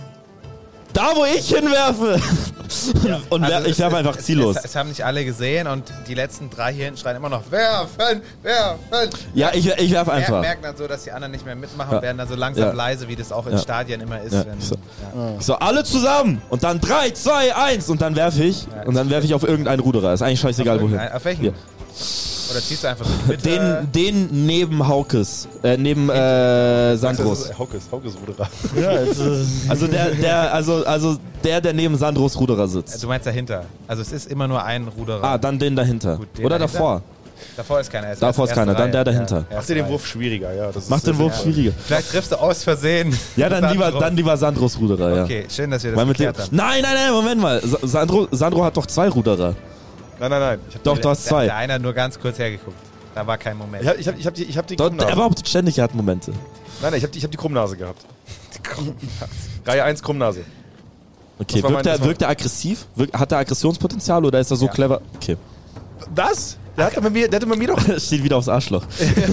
da wo ich hinwerfe. Und wer, Also ich es- werfe es- einfach es- ziellos. Es, es haben nicht alle gesehen und die letzten drei hier hinten schreien immer noch werfen, werfen. Ja, ich, ich werfe Mer einfach. merken dann so, dass die anderen nicht mehr mitmachen, Ja. werden dann so langsam Ja. leise, wie das auch in Ja. Stadien immer ist. Ja. Wenn, So. ja. So, alle zusammen. Und dann drei, zwei, eins. Und dann werfe ich. Ja, Und dann werfe ich auf irgendeinen Ruderer. Ist eigentlich scheißegal, auf, wohin. irgendein- auf welchen? Ja. Oder ziehst du einfach so die Mitte? Den, den neben Haukes. Äh, neben äh, Sandros. Das ist Haukes, Haukes Ruderer. Ja, jetzt, äh, Also der, der, also, also der, der neben Sandros Ruderer sitzt. Du meinst dahinter. Also es ist immer nur ein Ruderer. Ah, dann den dahinter. Gut, den Oder dahinter? davor. Davor ist keiner. erst- Davor ist erste keiner, dann Reihe. der dahinter. Ja, Mach erste dir den Reihe. Wurf schwieriger, ja. Das ist, Mach den Wurf ja. schwieriger. Vielleicht triffst du aus Versehen. Ja, dann lieber, Sandro. dann lieber Sandros Ruderer, ja. Okay, schön, dass wir das Weil mit dem, geklärt haben. nein, nein, nein, Moment mal. Sa- Sandro, Sandro hat doch zwei Ruderer. Nein, nein, nein. Ich hab Doch, die, du hast Der, der zwei. eine hat nur ganz kurz hergeguckt. Da war kein Moment. Ich hab, ich hab, ich hab die, ich hab die Doch, Krummnase. er behauptet ständig, er hat Momente. Nein, nein, ich hab, die, ich hab die Krummnase gehabt. Reihe eins Krummnase. Okay, Das war wirkt, mein- er, das war- wirkt er aggressiv? Wirkt, hat er Aggressionspotenzial oder ist er so Ja. clever? Okay. Was? Der hatte bei mir, der hatte bei mir doch... Steht wieder aufs Arschloch.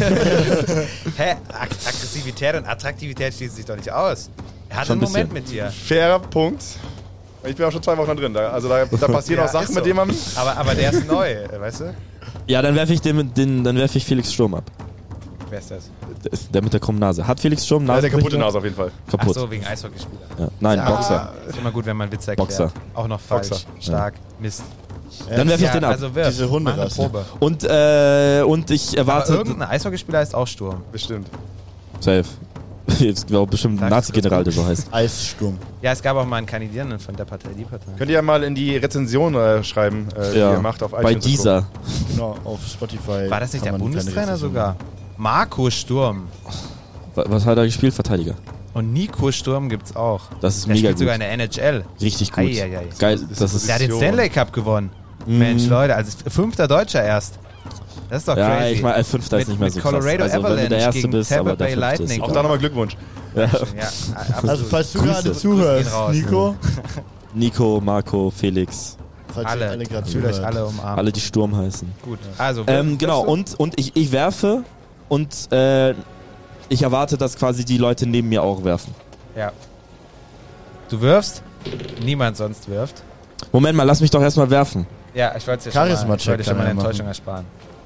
Hä? Ag Aggressivität und Attraktivität schließen sich doch nicht aus. Er hat Schon einen ein Moment bisschen. mit dir. Fairer Punkt. Ich bin auch schon zwei Wochen da drin. Da, also da, da passieren Ja, auch Sachen ist so. mit dem man... Aber, aber der ist neu, weißt du? Ja, dann werfe ich den, mit- den, dann werfe ich Felix Sturm ab. Wer ist das? Der mit der krummen Nase. Hat Felix Sturm Ja, Nase? der kaputte Nase auf jeden Fall. Ach Kaputt. so, wegen Eishockeyspieler. Ja. Nein, Boxer. Ist immer gut, wenn man Witze erklärt. Boxer. Auch noch falsch. Boxer. Stark. Mist. Dann werfe ich Ja, den ab. also wirf. Diese Hunde Mach eine was, Probe. Und, äh, und ich Aber erwarte... irgendein Eishockeyspieler ist auch Sturm. Bestimmt. Safe. Jetzt war bestimmt ein Sag's Nazi-General, der so heißt. Eissturm. Ja, es gab auch mal einen Kandidierenden von der Partei, die Partei. Könnt ihr ja mal in die Rezension äh, schreiben, äh, die ihr macht auf bei iTunes und Co. dieser. Genau, auf Spotify. War das nicht kann der man eine kleine Bundestrainer Rezension sogar? Marco Sturm. Was hat er gespielt? Verteidiger. Und Nico Sturm gibt's auch. Das ist Der mega spielt gut. sogar in der N H L. Richtig gut. Ei, ei, ei. Geil. Das ist... Der hat den Position. Stanley Cup gewonnen. Mm. Mensch, Leute, also fünfter Deutscher erst. Das ist doch Ja, crazy. ich meine, als Fünfter ist Mit- nicht mehr mit so Colorado krass. Also, wenn du Avalanche der Erste gegen bist, Tampa aber der Bay Fünfte ist... Lightning. Auch da nochmal Glückwunsch. Ja, absolut. Also falls du Grüße. gerade Grüße zuhörst, gehen raus. Nico, Nico, Marco, Felix. falls alle. ihr alle gerade Fühlt euch zuhört. alle umarmt. Alle, die Sturm heißen. Gut. Also, Ähm, genau, wirfst du? und, und ich, ich werfe und äh, ich erwarte, dass quasi die Leute neben mir auch werfen. Ja. Du wirfst? Niemand sonst wirft. Moment mal, lass mich doch erstmal werfen. Ja, ich wollte dir schon mal, ich Charisma-Check wollte dir schon kann mal er eine machen. Enttäuschung ersparen.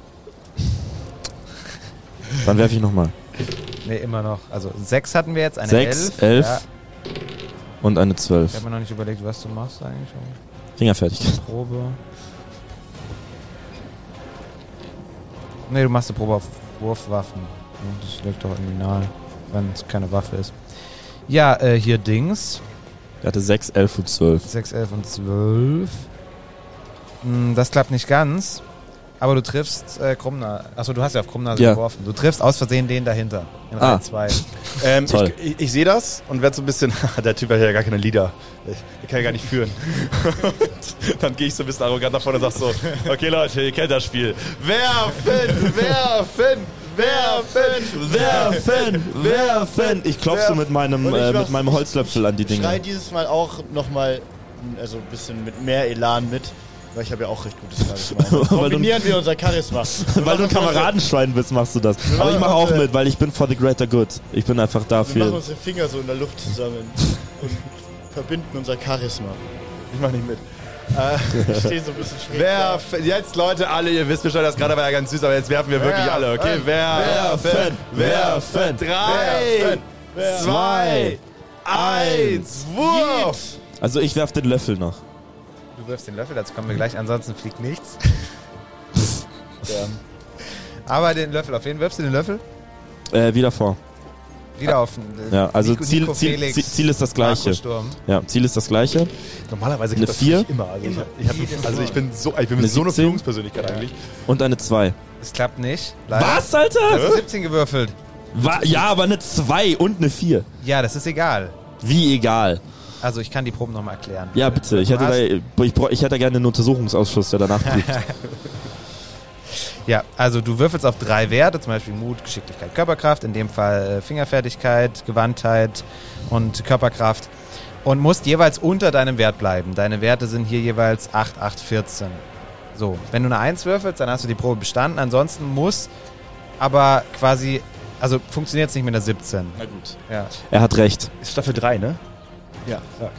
Dann werfe ich nochmal. Ne, immer noch. Also sechs hatten wir jetzt, eine Sechs, elf. elf. Ja, Und eine ich zwölf. habe mir noch nicht überlegt, was du machst eigentlich. Fingerfertigkeit. Probe. Ne, du machst eine Probe auf Wurfwaffen. Das liegt doch irgendwie nahe, wenn es keine Waffe ist. Ja, äh, hier Dings. Er hatte sechs, elf und zwölf. sechs, elf und zwölf. Hm, das klappt nicht ganz. Aber du triffst äh, Krumna. Achso, du hast ja auf Krumnase Ja. geworfen. Du triffst aus Versehen den dahinter. In Ah. Reihe zwei. Ähm, Toll. ich ich, ich sehe das und werde so ein bisschen, der Typ hat ja gar keine Lieder. Der kann ja gar nicht führen. Und dann gehe ich so ein bisschen arrogant nach vorne und sag so, okay Leute, ihr kennt das Spiel. Werfen, werfen, werfen, Werfen! Werfen! Ich klopfe so mit meinem, Und ich äh, mach's- mit meinem Holzlöpfel an die Ich schrei Dinge. dieses Mal auch nochmal, also ein bisschen mit mehr Elan mit, weil ich habe ja auch recht gutes Charisma. Weil du- Kombinieren wir unser Charisma. Weil du ein Kameradenschwein bist, machst du das. Aber ich mache auch unsere- mit, weil ich bin for the greater good. Ich bin einfach Wir machen dafür. unsere Finger so in der Luft zusammen und verbinden unser Charisma. Ich mach nicht mit. Ich stehe so ein bisschen schräg. Werfen, jetzt Leute alle, ihr wisst Bescheid, das gerade war ja ganz süß, aber jetzt werfen wir wirklich alle, okay? Werfen, werfen, drei, zwei, eins, Wurf! Also ich werf den Löffel noch. Du wirfst den Löffel, dazu kommen wir gleich, ansonsten fliegt nichts. Aber den Löffel, auf wen wirfst du den Löffel? Äh, wieder vor. Wieder auf den, äh, Ja, also Nico, Ziel, Nico Ziel, Felix, Ziel, Ziel ist das gleiche. Marco Sturm. Ja, Ziel ist das gleiche. Normalerweise Eine geht das vier? nicht immer. Also ich, hab, ich, hab, also ich bin so, ich bin Eine so eine siebzehn? Führungspersönlichkeit eigentlich. Und eine zwei. Es klappt nicht. Leider. Was, Alter? Hast du siebzehn gewürfelt? Wa ja, aber eine zwei und eine vier. Ja, das ist egal. Wie egal. Also ich kann die Proben nochmal erklären. Ja, bitte. Ich Du hätte, hast- da, ich, bräu- ich hätte gerne einen Untersuchungsausschuss, der danach prüft. Ja, also du würfelst auf drei Werte, zum Beispiel Mut, Geschicklichkeit, Körperkraft, in dem Fall äh, Fingerfertigkeit, Gewandtheit und Körperkraft und musst jeweils unter deinem Wert bleiben. Deine Werte sind hier jeweils acht, acht, vierzehn. So, wenn du eine eins würfelst, dann hast du die Probe bestanden. Ansonsten muss aber quasi, also funktioniert es nicht mit einer siebzehn. Na gut. Ja. Er hat recht. Ist Staffel drei, ne? Ja.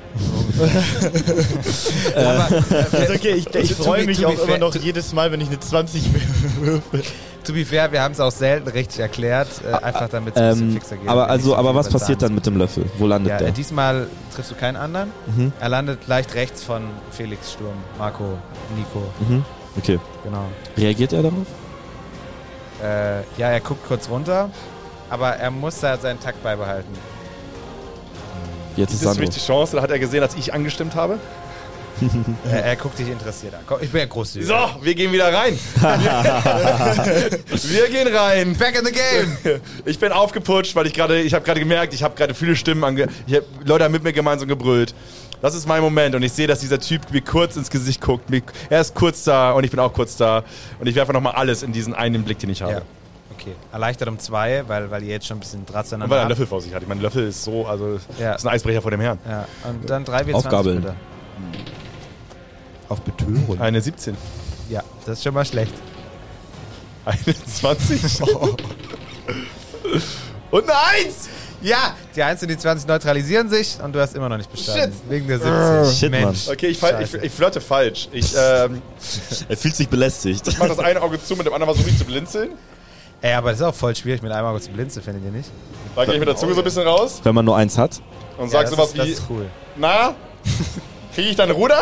Aber, Ist okay, ich, ich To- to freue be- mich to auch be immer fair- noch to- jedes Mal, wenn ich eine zwanzig würfel. to be fair, wir haben es auch selten richtig erklärt, äh, einfach damit es ein bisschen Ähm, fixer geht. aber Nicht also, so aber viel was über passiert Zahlen. dann mit dem Löffel? Wo landet Ja, der? äh, diesmal triffst du keinen anderen. Mhm. Er landet leicht rechts von Felix Sturm, Marco, Nico. Mhm. Okay. Genau. Reagiert er darauf? Äh, ja, er guckt kurz runter, aber er muss da seinen Takt beibehalten. Jetzt Ist ist das für mich Sandro. die Chance, oder hat er gesehen, dass ich angestimmt habe? er, er guckt dich interessiert an. Komm, ich bin ja großzügig. So, wir gehen wieder rein. wir gehen rein. Back in the game! Ich bin aufgeputscht, weil ich gerade, ich habe gerade gemerkt, ich habe gerade viele Stimmen ange... Ich hab, Leute haben mit mir gemeinsam gebrüllt. Das ist mein Moment und ich sehe, dass dieser Typ mir kurz ins Gesicht guckt. Mir, er ist kurz da und ich bin auch kurz da. Und ich werfe nochmal alles in diesen einen Blick, den ich habe. Ja. Okay. Erleichtert um zwei, weil, weil ihr jetzt schon ein bisschen Draht Und zueinander weil er einen habt. Löffel vor sich hat. Ich meine, Löffel ist so, also, Ja. ist ein Eisbrecher vor dem Herrn. Ja. Und dann drei W zwanzig Aufgabeln. bitte. Auf Betörung. Eine siebzehn. Ja, das ist schon mal schlecht. Eine zwanzig. Und eine eins! Ja, die eins und die zwanzig neutralisieren sich und du hast immer noch nicht bestanden. Shit. Wegen der siebzig. Shit, Mann. Mensch. Okay, ich, fall, ich, Scheiße. ich flirte falsch. Ich ähm, Er fühlt sich belästigt. mach das eine Auge zu, mit dem anderen versuche ich zu blinzeln. Ey, aber das ist auch voll schwierig, mit einem Auge zu blinzeln, findet ihr nicht? Dann gehe ich mit der Zunge so ein bisschen raus Wenn man nur eins hat. und sag das sowas ist, das wie, ist cool. na, kriege ich dein Ruder?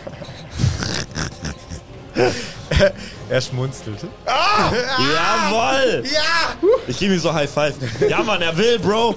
Er schmunzelt. Jawoll! Ja! Ich gebe ihm so High Five. Ja, Mann, er will, Bro!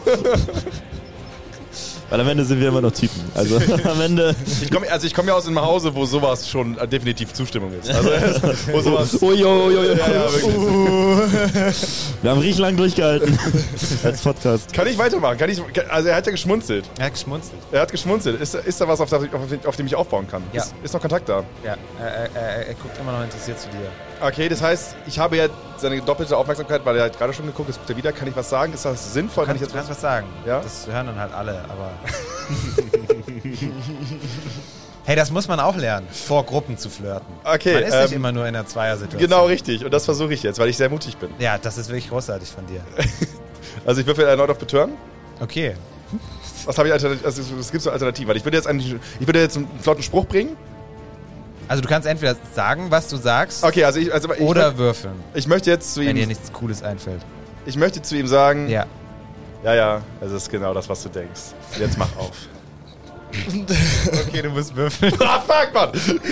Weil am Ende sind wir immer noch Typen. Also am Ende. Ich komm, also ich komme ja aus einem Hause, wo sowas schon äh, definitiv Zustimmung ist. Also wo sowas... Ui, ui, ui, ui. Ja, ja, wirklich. Wir haben richtig lang durchgehalten. Als Podcast. Kann ich weitermachen? Kann ich, also er hat ja geschmunzelt. Er hat geschmunzelt. Er hat geschmunzelt. Ist, ist da was, auf, das, auf, auf dem ich aufbauen kann? Ja. Ist, ist noch Kontakt da? Ja, er, er, er, er guckt immer noch interessiert zu dir. Okay, das heißt, ich habe ja seine doppelte Aufmerksamkeit, weil er hat gerade schon geguckt, jetzt guckt er wieder. Kann ich was sagen? Ist das sinnvoll? Du kannst, Kann du ich kannst jetzt was sagen. Ja? Das hören dann halt alle, aber... Hey, das muss man auch lernen, vor Gruppen zu flirten. Okay, Man ist ähm, nicht immer nur in einer Zweiersituation. Genau richtig. Und das versuche ich jetzt, weil ich sehr mutig bin. Ja, das ist wirklich großartig von dir. Also ich würfel erneut auf Betören. Okay. Was habe ich alternativ? Also es gibt so Alternativen. Weil ich würde jetzt eigentlich, ich würde jetzt einen flotten Spruch bringen. Also du kannst entweder sagen, was du sagst, Okay, also ich, also ich, oder möcht- würfeln, ich möchte jetzt zu wenn dir ihm, nichts Cooles einfällt. ich möchte zu ihm sagen, Ja. ja, ja, es ist genau das, was du denkst. Jetzt mach auf. Okay, du musst würfeln. Ah, fuck, Mann!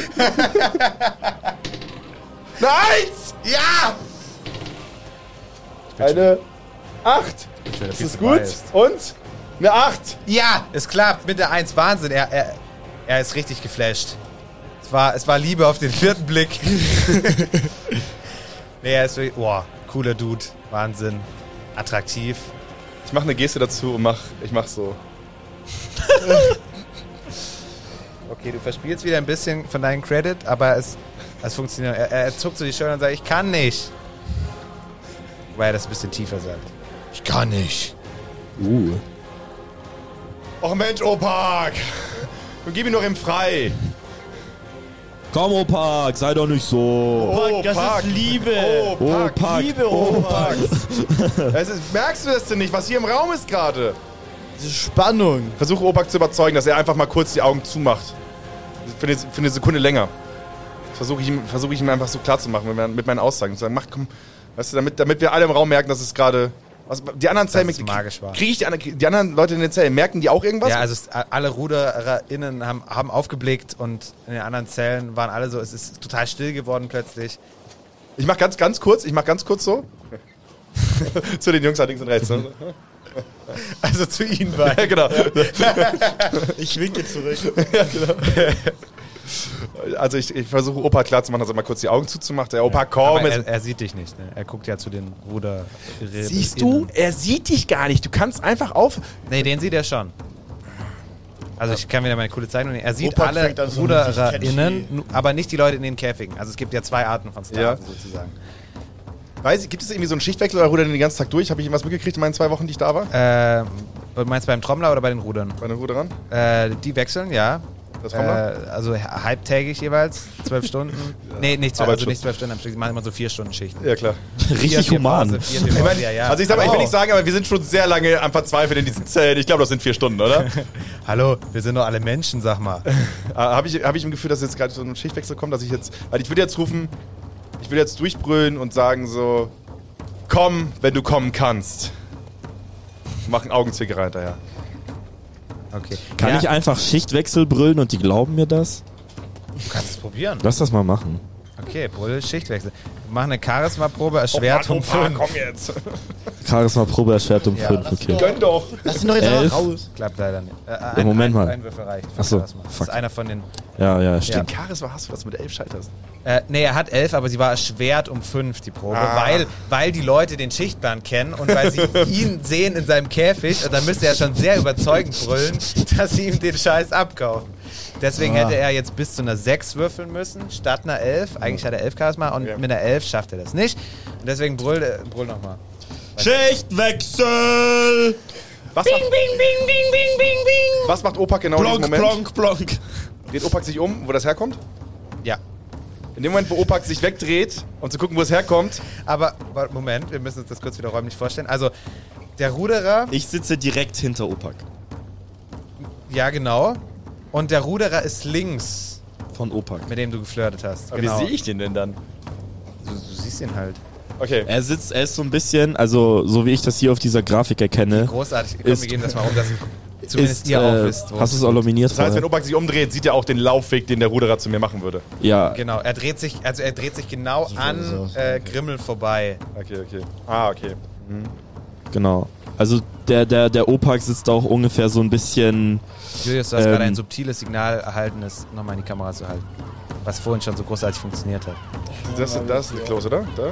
Nice! Ja! Eine acht. Das ist gut. Und eine acht. Ja, es klappt mit der eins. Wahnsinn. Er, er, er ist richtig geflasht. Es war, es war Liebe auf den vierten Blick. Nee, er ist wirklich, boah, cooler Dude. Wahnsinn. Attraktiv. Ich mache eine Geste dazu und mach, ich mach so. Okay, du verspielst wieder ein bisschen von deinem Credit, aber es, es funktioniert. Er, er zuckt so die Schultern und sagt, ich kann nicht. Wobei er das ein bisschen tiefer sagt. Ich kann nicht. Uh. Och Mensch, Opak! Und gib ihn noch ihm frei. Komm, Opak, sei doch nicht so. Opak, das ist Liebe. Opak, Opak, Liebe, Opak. Es ist, merkst du das denn nicht, was hier im Raum ist gerade? Diese Spannung. Versuche Opak zu überzeugen, dass er einfach mal kurz die Augen zumacht. Für eine, für eine Sekunde länger. Versuche ich, ihm- versuch ich ihm einfach so klar zu machen mit meinen, mit meinen Aussagen. Zu sagen, mach, komm, weißt du, damit, damit wir alle im Raum merken, dass es gerade... Was, die anderen Zellen... es magisch war. Kriege ich die, anderen- die anderen Leute in den Zellen, merken die auch irgendwas? Ja, also es, alle RudererInnen haben, haben aufgeblickt und in den anderen Zellen waren alle so, es ist total still geworden plötzlich. Ich mach ganz, ganz kurz, ich mach ganz kurz so. Zu den Jungs da links und rechts. Ne? Also zu ihnen beiden. Ja, genau. Ich winke zurück. Also ich, ich versuche Opa klarzumachen, dass er mal kurz die Augen zuzumacht. Der Opa, komm. Aber jetzt- er, er sieht dich nicht, ne? Er guckt ja zu den Ruder. Siehst du? Er sieht dich gar nicht. Du kannst einfach auf... Nee, den sieht er schon. Also ich kann wieder meine coole Zeichnung nehmen. Er sieht Opa alle fängt an so RudererInnen, richtig nu- aber nicht die Leute in den Käfigen. Also es gibt ja zwei Arten von Sklaven Ja. sozusagen. Weiß ich, gibt es irgendwie so einen Schichtwechsel oder rudern die den ganzen Tag durch? Habe ich irgendwas mitgekriegt in meinen zwei Wochen, die ich da war? Ähm, du meinst beim Trommler oder bei den Rudern? Bei den Ruderern? Äh, die wechseln, ja. Das Trommler? Äh, also halbtägig jeweils, zwölf Stunden. Nee, nicht zwölf, Aber also schon- nicht zwölf Stunden am Stück, die machen immer so vier Stunden Schichten. Ja, klar. Richtig human. Ich Ich mein, also ich, sag mal, ich will nicht sagen, aber wir sind schon sehr lange am Verzweifeln in diesen Zellen. Ich glaube, das sind vier Stunden, oder? Hallo, wir sind doch alle Menschen, sag mal. Habe ich, hab ich im Gefühl, dass jetzt gerade so ein Schichtwechsel kommt, dass ich jetzt... Also ich würde jetzt rufen, ich würde jetzt durchbrüllen und sagen so... Komm, wenn du kommen kannst. Mach einen Augenzwinker hinterher. Okay. Kann ja, ich einfach Schichtwechsel brüllen und die glauben mir das? Du kannst es probieren. Lass das mal machen. Okay, Brüll, Schichtwechsel. Mach eine Charisma-Probe, erschwert um fünf. komm jetzt. Charisma-Probe erschwert um Ja, fünf, okay. Gönn doch. Lass ihn doch jetzt Elf. einfach raus. Klappt leider nicht. Äh, Ja, ein, Moment ein, mal. Ein Würfel reicht. für Ach so, Charisma. Das fuck. ist einer von den... Ja, ja, stimmt. Charisma hast du, dass du mit elf scheiterst. Äh, nee, er hat elf, aber sie war erschwert um fünf, die Probe, Ah. weil, weil die Leute den Schichtplan kennen und weil sie ihn sehen in seinem Käfig und dann müsste er schon sehr überzeugend brüllen, dass sie ihm den Scheiß abkaufen. Deswegen Ah. hätte er jetzt bis zu einer sechs würfeln müssen, statt einer elf. Eigentlich hat er elf Charisma und Ja. mit einer elf schafft er das nicht. Und deswegen brüll, äh, brüll nochmal. Schichtwechsel! Was macht, was macht Opak genau in diesem Blonk, Moment? blonk, blonk. Dreht Opak sich um, wo das herkommt? Ja. In dem Moment, wo Opak sich wegdreht, um zu gucken, wo es herkommt, Aber, warte, Moment, wir müssen uns das kurz wieder räumlich vorstellen. Also, der Ruderer, Ich sitze direkt hinter Opak. ja genau, und der Ruderer ist links, Von Opak. mit dem du geflirtet hast. aber genau. wie sehe ich den denn dann? Du, du siehst ihn halt. Okay. Er sitzt, er ist so ein bisschen, also so wie ich das hier auf dieser Grafik erkenne. Großartig. Komm, Ist- wir gehen das mal um, dass zumindest Ist, ihr auch äh, wisst. worum hast du es geht. auch laminiert Das heißt, wenn vorher? Opak sich umdreht, sieht er auch den Laufweg, den der Ruderer zu mir machen würde. Ja, Genau, er dreht sich, also er dreht sich genau an äh, Grimmel vorbei. Okay, okay. Ah, okay. genau. Also der, der, der Opak sitzt auch ungefähr so ein bisschen. Julius, du hast Ähm. gerade ein subtiles Signal erhalten, es nochmal in die Kamera zu halten. Was vorhin schon so großartig funktioniert hat. Das, das ist close, oder? Da?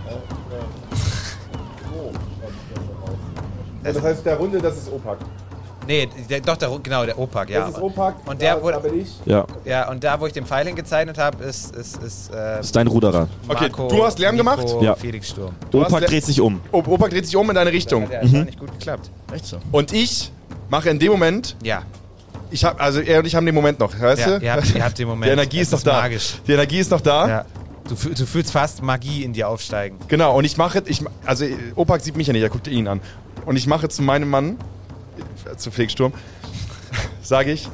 Das heißt, der Runde, das ist Opak. Nee, der, doch, der, genau, der Opak, ja. aber- Opak. Und der wurde- bin ich. Ja, Ja, und da, wo ich den Pfeil hingezeichnet habe, ist, ist, ist, äh, ist dein Ruderer. Okay, Marco, du hast Lärm Nico, gemacht? Ja. Felix Sturm. Du hast Opak le- dreht sich um. O- Opak dreht sich um in deine Richtung. Hat ja mhm. nicht gut geklappt. Echt so. Und ich mache in dem Moment Ja. Ich hab, also er und ich haben den Moment noch, weißt Ja, du? ihr habt, ihr habt den Moment. Die Energie Es ist noch da. magisch. Die Energie ist noch da. Ja. Du, fühl- du fühlst fast Magie in dir aufsteigen. Genau, und ich mache, ich, also Opak sieht mich ja nicht, er guckt ihn an. Und ich mache zu meinem Mann, äh, zu Felix Sturm, sage ich,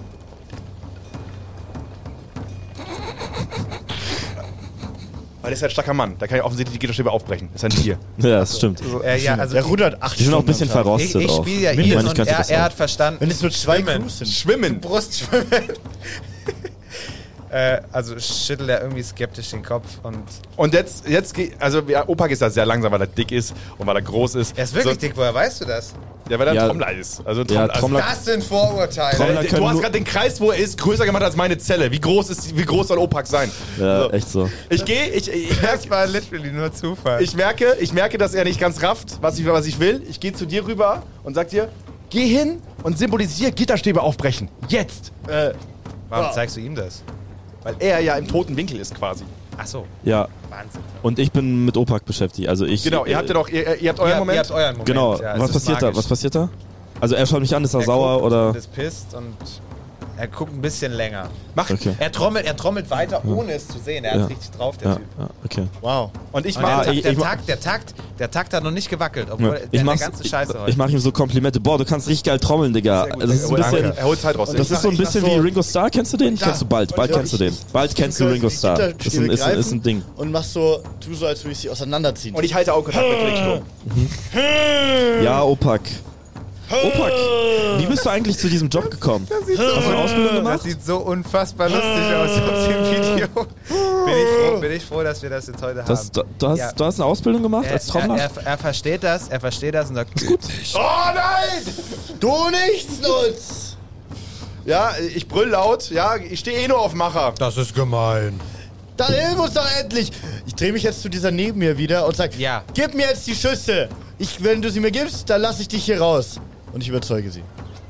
weil der ist ja ein starker Mann, da kann ich offensichtlich die Gitterstäbe aufbrechen. Das ist ein Tier. Ja, das stimmt. Äh, ja, also Der rudert acht Die sind auch ein Stunden bisschen am Tag. verrostet ich ich auch. spiele ja Ich ihn meine, ich und könnte er, das er auch. hat verstanden. Wenn es nur zwei Schwimmen. Crews sind. Schwimmen. Brustschwimmen. äh, also schüttelt er irgendwie skeptisch den Kopf und. Und jetzt, jetzt geht, also ja, Opak ist da sehr langsam, weil er dick ist und weil er groß ist. Er ist wirklich so, dick, woher weißt du das? Ja, weil er ein Ja. Trommler ist. Also ein Ja, Trommler. Trommler- Das sind Vorurteile. Trommler- Also, können du hast nur- gerade den Kreis, wo er ist, größer gemacht als meine Zelle. Wie groß ist, wie groß soll Opak sein? Ja, So. echt so. Ich gehe, ich, ich, merke, Das war literally nur Zufall. ich merke, ich merke, dass er nicht ganz rafft, was ich, was ich will. Ich gehe zu dir rüber und sag dir, geh hin und symbolisier Gitterstäbe aufbrechen. Jetzt. Äh, Warum Ja. zeigst du ihm das? Weil er ja im toten Winkel ist quasi. Ach so, Ja, Wahnsinn. und ich bin mit Opak beschäftigt. Also ich. Genau, ihr habt ja doch, ihr, ihr habt euren Ihr, Moment. ihr habt euren Moment. Genau, ja, es was ist passiert da? magisch. Was passiert da? Also er schaut mich an, ist er, Er sauer guckt oder. Und ist pisst und er guckt ein bisschen länger. Mach. Okay. Er trommelt, er trommelt weiter, ohne es zu sehen. Er Ja. hat richtig drauf, der Ja, Typ. ja, okay. wow. Und ich Und mach. der, ich- Ta- der, ich- Takt, der, Takt, der Takt hat noch nicht gewackelt, obwohl Ja. der, Ich, der mach's, ganze ich, Scheiße heute. ich mache ihm so Komplimente. Boah, du kannst richtig geil trommeln, Digga. Sehr gut, Das ist ein sehr gut. bisschen. Er holt Zeit raus. Das ist so ein Ich mach bisschen so- wie Ringo Starr. Kennst du den? Da. Kennst du bald. Bald Ja, kennst du ich- den. Bald kennst du Ringo Starr. Das ist ein, ist, ist ein Ding. Und machst so, tu so, als würde ich sie auseinanderziehen. Und ich halte Augenkontakt mit Felix Sturm. Ja, Opak. Opak, wie bist du eigentlich zu diesem Job gekommen? Das sieht, so, Hast du eine Ausbildung gemacht? das sieht so unfassbar lustig aus auf dem Video. Bin ich, froh, bin ich froh, dass wir das jetzt heute haben. Das, du, du, hast, Ja. du hast eine Ausbildung gemacht er, als Trommler? er, er, er versteht das, er versteht das und sagt, ist gut. Oh nein! Du nichts nutz! Ja, ich brüll laut. Ja, ich stehe eh nur auf Macher. Das ist gemein. Dann hilf uns doch endlich! Ich drehe mich jetzt zu dieser neben mir wieder und sag, Ja. gib mir jetzt die Schüsse! Ich, wenn du sie mir gibst, dann lasse ich dich hier raus. Und ich überzeuge sie.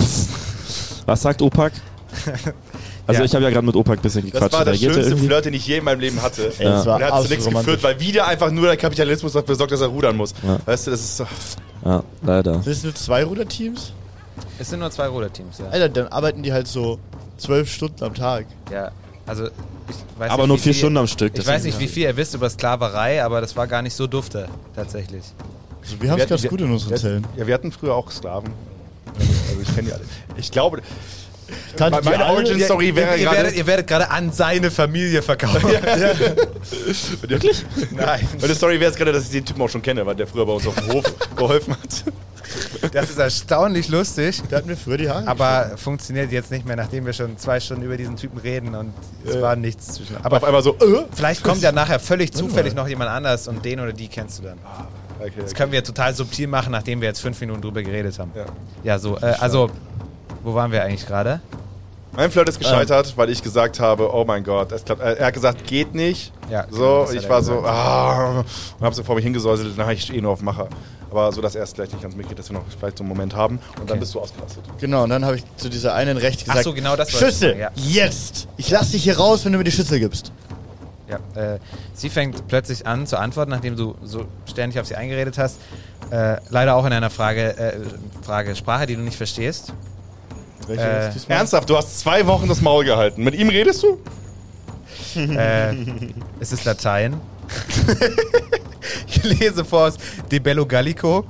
Was sagt Opak? Also Ja. ich habe ja gerade mit Opak ein bisschen Das gequatscht. war der Reagiert er schönste irgendwie? Flirt, den ich je in meinem Leben hatte. Ey, das war Und er hat zu absolut nichts romantisch. geführt, weil wieder einfach nur der Kapitalismus dafür sorgt, dass er rudern muss. Ja. Weißt du, das ist so. Ja, leider. Sind es nur zwei Ruderteams? Es sind nur zwei Ruderteams, ja. Alter, dann arbeiten die halt so zwölf Stunden am Tag. ja. Also, ich weiß Aber nicht, nur wie vier viel- Stunden am Stück. Ich weiß nicht, wie viel ihr wisst über Sklaverei, aber das war gar nicht so dufte, tatsächlich. Also wir haben es ganz gut in unseren wir, Zellen. Ja, wir hatten früher auch Sklaven. Also ich kenne die alle. Ich glaube, Kannte die meine alle? Origin Story wäre ihr, gerade. werdet, ihr werdet gerade an seine Familie verkaufen. Wirklich? Nein. Meine Story wäre jetzt gerade, dass ich den Typen auch schon kenne, weil der früher bei uns auf dem Hof geholfen hat. Das ist erstaunlich lustig, Der hat mir früher die Haare aber funktioniert jetzt nicht mehr, nachdem wir schon zwei Stunden über diesen Typen reden und es war nichts zwischen. Aber auf Aber einmal so, äh? vielleicht kommt ja nachher völlig zufällig noch jemand anders und den oder die kennst du dann. Okay, Das okay. können wir total subtil machen, nachdem wir jetzt fünf Minuten drüber geredet haben. Ja. Ja, so, äh, also, wo waren wir eigentlich gerade? Mein Flirt ist gescheitert, weil ich gesagt habe, oh mein Gott, es klappt. Er hat gesagt, geht nicht. Ja, so, genau, das hat ich er war so, gesagt. ah, und habe so vor mich hingesäuselt, dann habe ich eh nur auf Macher. Aber so, dass er es vielleicht nicht ganz mitkriegt, dass wir noch vielleicht so einen Moment haben. Und dann Okay. bist du ausgerastet. Genau, und dann habe ich zu dieser einen recht gesagt, Ach so, genau das wollte ich Schüsse, sagen, ja. jetzt! Ich lass dich hier raus, wenn du mir die Schüssel gibst. Ja, äh, sie fängt plötzlich an zu antworten, nachdem du so ständig auf sie eingeredet hast. Äh, leider auch in einer Frage, äh, Frage Sprache, die du nicht verstehst. Welche Äh, ist diesmal? Ernsthaft, du hast zwei Wochen das Maul gehalten. Mit ihm redest du? Äh, es ist Latein. Ich lese vor aus De Bello Gallico.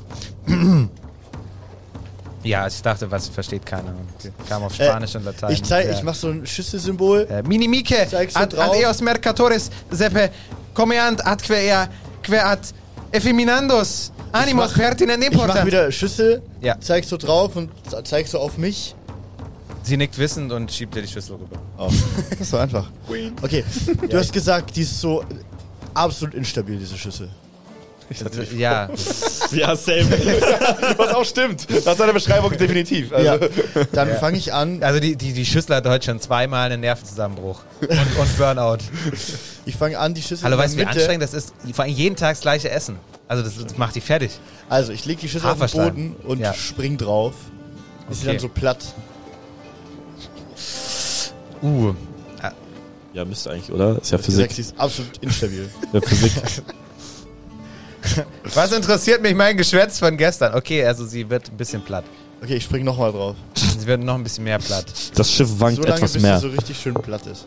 Ja, ich dachte, was versteht keiner. Und kam auf Spanisch Äh, und Latein. Ich zeig, ja. ich mach so ein Schüsselsymbol. Äh, Minimique Zeigst du ad, drauf? ad eos mercatores sepe comeant ad quea queat effeminandos animos mach- pertinent Ich mach important. wieder Schüssel, Ja. zeigst so drauf und zeigst so auf mich. Sie nickt wissend und schiebt dir die Schüssel rüber. Oh, das ist so einfach. Okay, du hast gesagt, die ist so absolut instabil, diese Schüssel. Ja, Ja, same. Was auch stimmt. Das ist eine Beschreibung definitiv. Also, Ja, dann fange ich an. also die, die, die Schüssel hat heute schon zweimal einen Nervenzusammenbruch und, und Burnout. Ich fange an, die Schüssel Hallo, in der weißt du, wie Mitte. anstrengend das ist? Vor allem jeden Tag das gleiche Essen. Also das, das macht die fertig. Also, ich leg die Schüssel auf den Haferschleim. Boden und Ja. spring drauf. Ist sie Okay. dann so platt. Uh, Ja, müsste eigentlich, oder? Ist ja Wie gesagt, Physik. sie ist absolut instabil. Ja, Physik. was interessiert mich mein Geschwätz von gestern? Okay, also sie wird ein bisschen platt. Okay, ich spring nochmal drauf. Sie werden noch ein bisschen mehr platt. Das Schiff wankt So lange, etwas bis mehr. sie so richtig schön platt ist.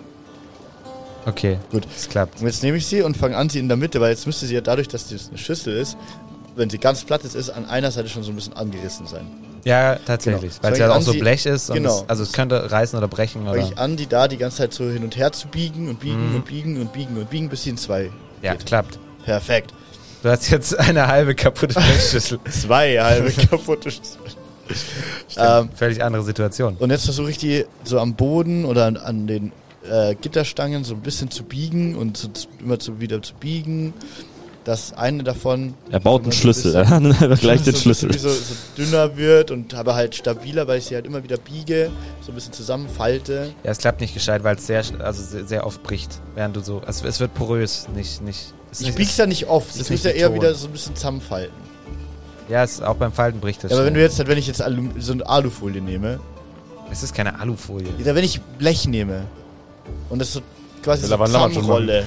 Okay, Gut. es klappt. Und jetzt nehme ich sie und fange an, sie in der Mitte, weil jetzt müsste sie ja dadurch, dass das eine Schüssel ist, wenn sie ganz platt ist, ist an einer Seite schon so ein bisschen angerissen sein. Ja, tatsächlich. Genau. Weil es Fang ja auch an, so sie- Blech ist. Und genau. es, also es könnte reißen oder brechen. Fange Oder? ich an, die da die ganze Zeit so hin und her zu biegen und biegen Mhm. und biegen und biegen und biegen, bis sie in zwei Ja, geht. klappt. Perfekt. Du hast jetzt eine halbe kaputte Blechschüssel. Zwei halbe kaputte Schüsseln. Ähm, Völlig andere Situation. und jetzt versuche ich die so am Boden oder an, an den äh, Gitterstangen so ein bisschen zu biegen und so, zu- immer zu, wieder zu biegen, dass eine davon Er baut immer einen so ein Schlüssel. bisschen- Er hat einfach gleich so den ein Schlüssel. bisschen wie So, so dünner wird und aber halt stabiler, weil ich sie halt immer wieder biege, so ein bisschen zusammenfalte. Ja, es klappt nicht gescheit, weil es sehr, also sehr, sehr oft bricht. Während du so. Also es wird porös, nicht. nicht es ist Ich nicht- bieg's ja nicht oft, es ich ist muss nicht ja eher Beton. wieder so ein bisschen zusammenfalten. Ja, es, auch beim Falten bricht das. Ja, aber wenn du schnell. jetzt halt, wenn ich jetzt Alu, so eine Alufolie nehme, Es ist keine Alufolie. oder wenn ich Blech nehme und das so quasi Der so Lavandel schon zusammenrolle.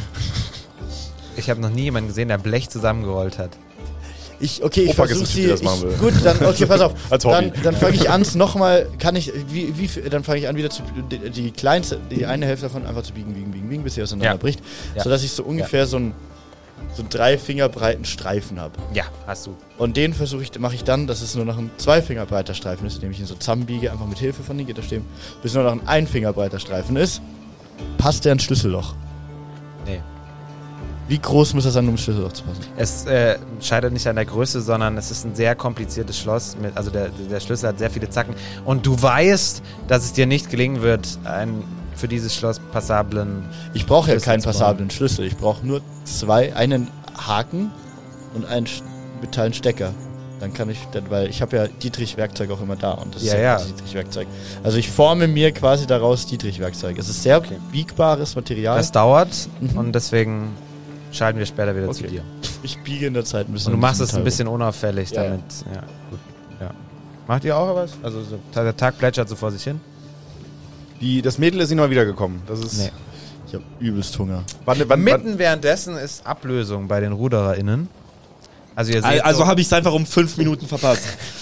Ich habe noch nie jemanden gesehen, der Blech zusammengerollt hat. Ich, okay, ich Opak ist versuche ein Typ, sie. der das machen will. Ich, gut, dann, okay, pass auf. Als dann Hobby. dann fange ich an, nochmal, kann ich, wie, wie, viel- dann fange ich an, wieder zu, die, die kleinste, die eine Hälfte davon einfach zu biegen, biegen, biegen, biegen, bis sie auseinander Ja. bricht. Ja. Sodass ich so ungefähr so einen so einen drei Finger breiten Streifen habe. Ja, hast du. Und den versuche ich, mache ich dann, dass es nur noch ein zwei Finger breiter Streifen ist, indem ich ihn so zusammenbiege, einfach mit Hilfe von den Gitterstäben, bis nur noch ein ein Finger breiter Streifen ist. Passt der ins Schlüsselloch? Nee. Wie groß muss das sein, um ins Schlüsselloch zu passen? Es äh, scheitert nicht an der Größe, sondern es ist ein sehr kompliziertes Schloss. Mit, also der, der Schlüssel hat sehr viele Zacken. Und du weißt, dass es dir nicht gelingen wird, einen für dieses Schloss passablen... Ich brauche ja Schlüssel keinen zu bauen. passablen Schlüssel. Ich brauche nur zwei, einen Haken und einen Sch- Metallstecker. Dann kann ich, dann, weil ich habe ja Dietrich-Werkzeug auch immer da und das Ja, ist ja. das Dietrich-Werkzeug. Also ich forme mir quasi daraus Dietrich-Werkzeug. Es ist sehr Okay. biegbares Material. Das dauert Mhm. und deswegen schalten wir später wieder zu Okay. dir. ich biege in der Zeit ein bisschen. Und du machst es Metall ein bisschen unauffällig Ja, ja. damit. Ja, gut. Ja. Macht ihr auch was? Also so, der Tag plätschert so vor sich hin? Die, das Mädel ist nicht mal wiedergekommen. Das ist. Nee. hoch. Ich habe übelst Hunger. Wann, wann, wann, Mitten währenddessen ist Ablösung bei den RudererInnen. Also ihr seht Also so, habe ich es einfach um fünf Minuten verpasst.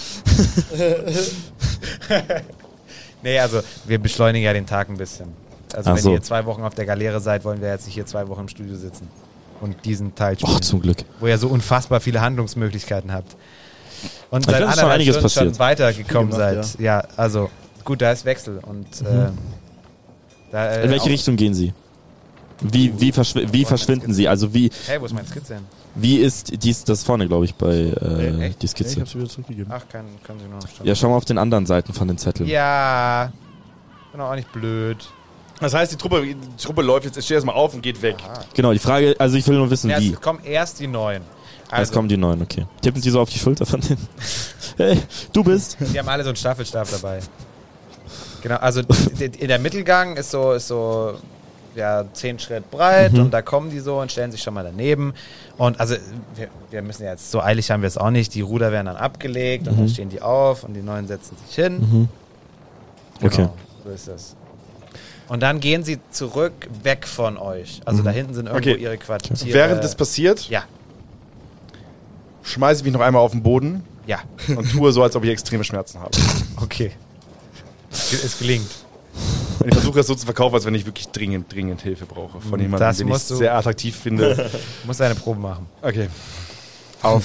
nee, also wir beschleunigen ja den Tag ein bisschen. Also Ach wenn so. ihr zwei Wochen auf der Galeere seid, wollen wir jetzt nicht hier zwei Wochen im Studio sitzen und diesen Teil spielen, Boah, zum Glück. wo ihr so unfassbar viele Handlungsmöglichkeiten habt. Und Ich seit finde, es ist schon anderthalb einiges Stunden schon passiert. weitergekommen Viel gemacht, seid. Ja. also gut, da ist Wechsel und äh, da, äh, In welche auch- Richtung gehen Sie? Wie, wie, verschw wie verschwinden Sie? Also wie, Hey, wo ist meine Skizze hin? wie ist dies, das vorne, glaube ich, bei äh, echt? die Ich Skizze? habe sie wieder zurückgegeben. Ach, kann, können Sie nur noch schauen. Ja, schau mal auf den anderen Seiten von den Zetteln. Ja, bin auch nicht blöd. das heißt, die Truppe, die Truppe läuft jetzt, steht erstmal auf und geht weg. Genau, die Frage, also ich will nur wissen, Ja, wie. es kommen erst die neuen. Jetzt Also, kommen die neuen, okay. Tippen Sie so auf die Schulter von denen. Hey, du bist. die haben alle so einen Staffelstab dabei. Genau, also d- d- in der Mittelgang ist so, ist so ja, zehn Schritt breit Mhm. und da kommen die so und stellen sich schon mal daneben. Und also wir, wir müssen ja jetzt, so eilig haben wir es auch nicht, die Ruder werden dann abgelegt und dann stehen die auf und die neuen setzen sich hin. Mhm. Okay. Genau, so ist das. Und dann gehen sie zurück, weg von euch. Also da hinten sind irgendwo Okay. ihre Quartiere. Während das passiert, Ja, schmeiße ich mich noch einmal auf den Boden ja, und tue so, als ob ich extreme Schmerzen habe. okay. Es es gelingt. Und ich versuche es so zu verkaufen, als wenn ich wirklich dringend, dringend Hilfe brauche. Von jemandem, Das den ich musst du- sehr attraktiv finde. Du musst eine Probe machen. Okay. Auf.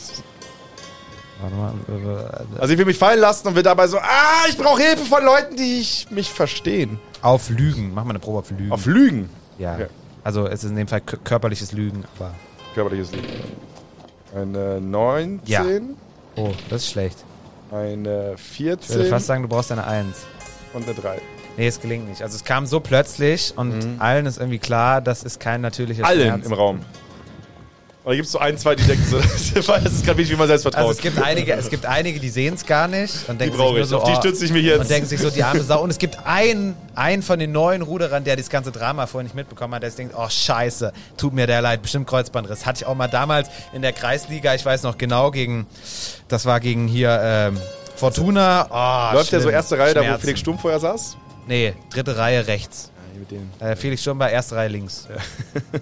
Warte mal. Also ich will mich fallen lassen und will dabei so, ah, ich brauche Hilfe von Leuten, die ich mich verstehen. Auf Lügen. Mach mal eine Probe auf Lügen. Auf Lügen. ja. Okay. Also es ist in dem Fall kö- körperliches Lügen, aber. Körperliches Lügen. Eine neunzehn. Ja. Oh, das ist schlecht. Eine Ich würde vierzehn fast sagen, du brauchst eine Eins. und eine drei. Nee, es gelingt nicht. Also es kam so plötzlich und allen ist irgendwie klar, das ist kein natürlicher Allen Schmerz. im Raum. Oder gibt es so ein, zwei, die denken so, das ist gerade wie man selbst vertraut. Also es gibt einige, es gibt einige, die sehen es gar nicht und die denken sich brauche nur ich. so, Auf die oh, stütze ich mich jetzt. und denken sich so, die arme Sau. Und es gibt einen, einen von den neuen Ruderern, der das ganze Drama vorher nicht mitbekommen hat, der sich denkt, oh scheiße, tut mir der leid, bestimmt Kreuzbandriss. Hatte ich auch mal damals in der Kreisliga, ich weiß noch genau, gegen, das war gegen hier ähm, Fortuna. Oh, Läuft der so schlimm. erste Reihe, da wo Schmerzen. Felix Sturm vorher saß? Nee, dritte Reihe rechts. Ja, mit denen. Äh, Felix Sturm war erste Reihe links.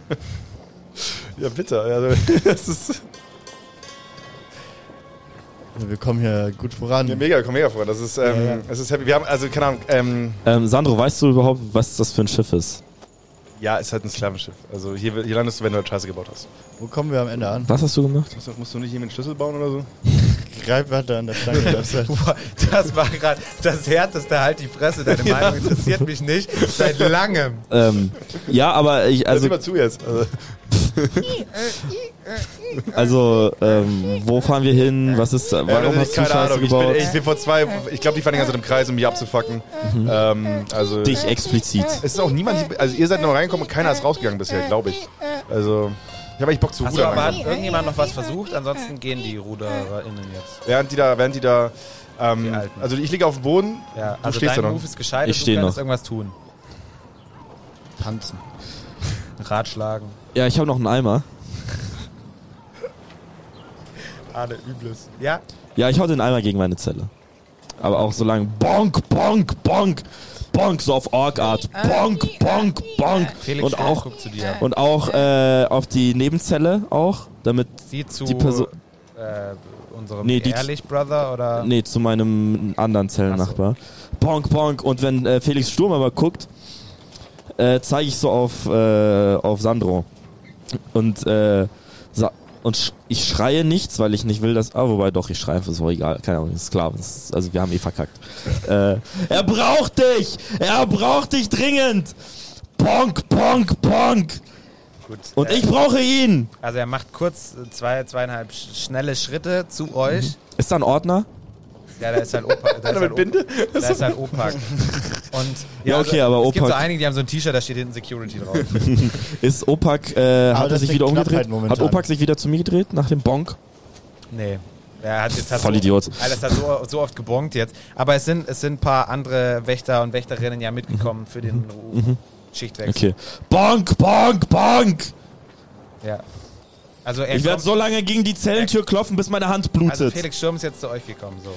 Ja, bitte. Also, das ist Wir kommen hier gut voran. Ja, mega, komm mega vor. Das ist, ähm, Ja, ja. es ist happy. Wir haben, also, keine Ahnung, ähm, Ähm, Sandro, weißt du überhaupt, was das für ein Schiff ist? ja, ist halt ein Sklavenschiff. Also hier, hier landest du, wenn du eine Scheiße gebaut hast. Wo kommen wir am Ende an? Was hast du gemacht? Musst du, musst du nicht jemanden Schlüssel bauen oder so? Greif weiter an der Stange. Das ist Boah, das war gerade das härteste, halt die Fresse, deine Meinung interessiert mich nicht, seit langem. Ähm, ja, aber ich, Also, also, Hör mal zu jetzt. Also, also ähm, wo fahren wir hin? Was ist, warum ja, hast du keine Scheiße Ahnung. Ich gebaut? bin, ich bin vor zwei, ich glaube, die fahren die ganze Zeit im Kreis, um mich abzufacken. Ähm, also, Dich explizit. es ist auch niemand, also ihr seid noch reingekommen und keiner ist rausgegangen bisher, glaube ich. Also, ich habe eigentlich Bock zu Achso, rudern. aber hat langsam. irgendjemand noch was versucht? Ansonsten gehen die RudererInnen jetzt. Während die da, während die da, ähm, Die Alten. also ich liege auf dem Boden, Ja, du also stehst da dein noch. Move ist gescheitert, Ich steh du kannst noch. irgendwas tun. Tanzen. Ratschlagen. Ja, ich habe noch einen Eimer. Alle Übles. Ja? Ja, ich hau den Eimer gegen meine Zelle. Aber auch so lange bonk, bonk, bonk, bonk, so auf Ork-Art. Bonk, bonk, bonk. Felix Und auch, guckt zu dir. und auch äh, auf die Nebenzelle auch, damit, Sie zu die Person- äh, unserem Nee, die- Ehrlich-Brother oder? nee, zu meinem anderen Zellennachbar. Bonk, bonk. Und wenn äh, Felix Sturm aber guckt, äh, zeige ich so auf, äh, auf Sandro. Und, äh, sa und sch ich schreie nichts, weil ich nicht will, dass... Ah, wobei doch, ich schreie einfach so, egal. Keine Ahnung, ist klar. Das ist, also wir haben eh verkackt. äh, er braucht dich! Er braucht dich dringend! Bonk, bonk, bonk! Gut. Und äh, ich brauche ihn! Also er macht kurz äh, zwei, zweieinhalb sch- schnelle Schritte zu euch. Ist da ein Ordner? Ja, da ist halt Opak. Da ist halt, Binde? Opak. Da ist halt Opak. Und, Ja, okay, aber es gibt so Opak- einige, die haben so ein T-Shirt, da steht hinten Security drauf. Ist Opak, äh, hat er das sich ist wieder eine umgedreht? Knappheit momentan. Hat Opak sich wieder zu mir gedreht nach dem Bonk? Nee. Er hat jetzt hat Voll so, Idiot. Alter, das hat so, so oft gebonkt jetzt. Aber es sind, es sind ein paar andere Wächter und Wächterinnen ja mitgekommen für den Mhm. Schichtwechsel. Okay. Bonk, bonk, bonk! Ja. Also er Ich werde kommt- so lange gegen die Zellentür klopfen, bis meine Hand blutet. Also Felix Sturm ist jetzt zu euch gekommen, so.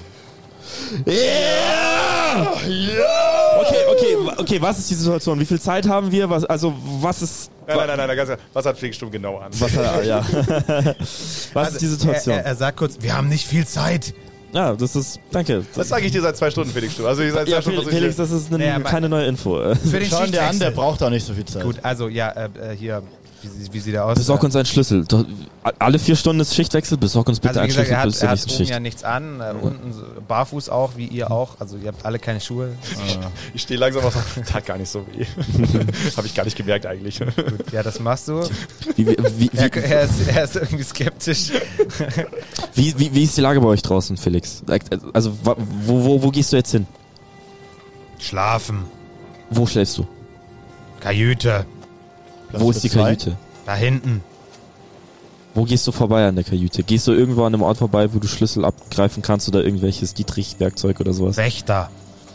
Yeah! Okay, okay, wa- okay, was ist die Situation? Wie viel Zeit haben wir? Was, also, was ist... Nein, nein, nein, nein, ganz, was hat Felix Stumm genau an? Was, ja. was ist die Situation? Also Er, er, er sagt kurz, wir haben nicht viel Zeit. ja, das ist... Danke. Das sage ich dir seit zwei Stunden, Felix Stumm. Also, ihr seid Ja, zwei Stunden Felix, Felix, versucht, das ist eine, Nee, aber- keine neue Info. Für den Schau ihn dir an, der Schichtwechsel. braucht auch nicht so viel Zeit. Gut, also ja, äh, äh, hier, wie, sie- wie sieht er aus? Besorg uns einen Schlüssel. Doch, alle vier Stunden ist Schichtwechsel. Besorg uns bitte Also wie einen gesagt, Schlüssel er hat, bis zur er hat nächsten oben Schicht. ja nichts an, äh, unten so barfuß auch, wie ihr auch. Also ihr habt alle keine Schuhe. ich stehe langsam auf, tat gar nicht so weh. Habe ich gar nicht gemerkt eigentlich. Ja, das machst du. Wie, wie, wie, Er, wie, er, ist, er ist irgendwie skeptisch. wie, wie, wie ist die Lage bei euch draußen, Felix? Also, wa- wo, wo, wo gehst du jetzt hin? Schlafen. Wo schläfst du? Kajüte. Platz Wo für ist die zwei? Kajüte? Da hinten. Wo gehst du vorbei an der Kajüte? Gehst du irgendwo an einem Ort vorbei, wo du Schlüssel abgreifen kannst oder irgendwelches Dietrich-Werkzeug oder sowas? Wächter.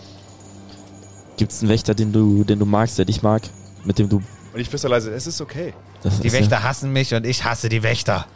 Gibt es einen Wächter, den du, den du magst, der dich mag? Mit dem du... Und ich flüster leise, es ist okay. Das Die ist Wächter hassen mich und ich hasse die Wächter. Ja,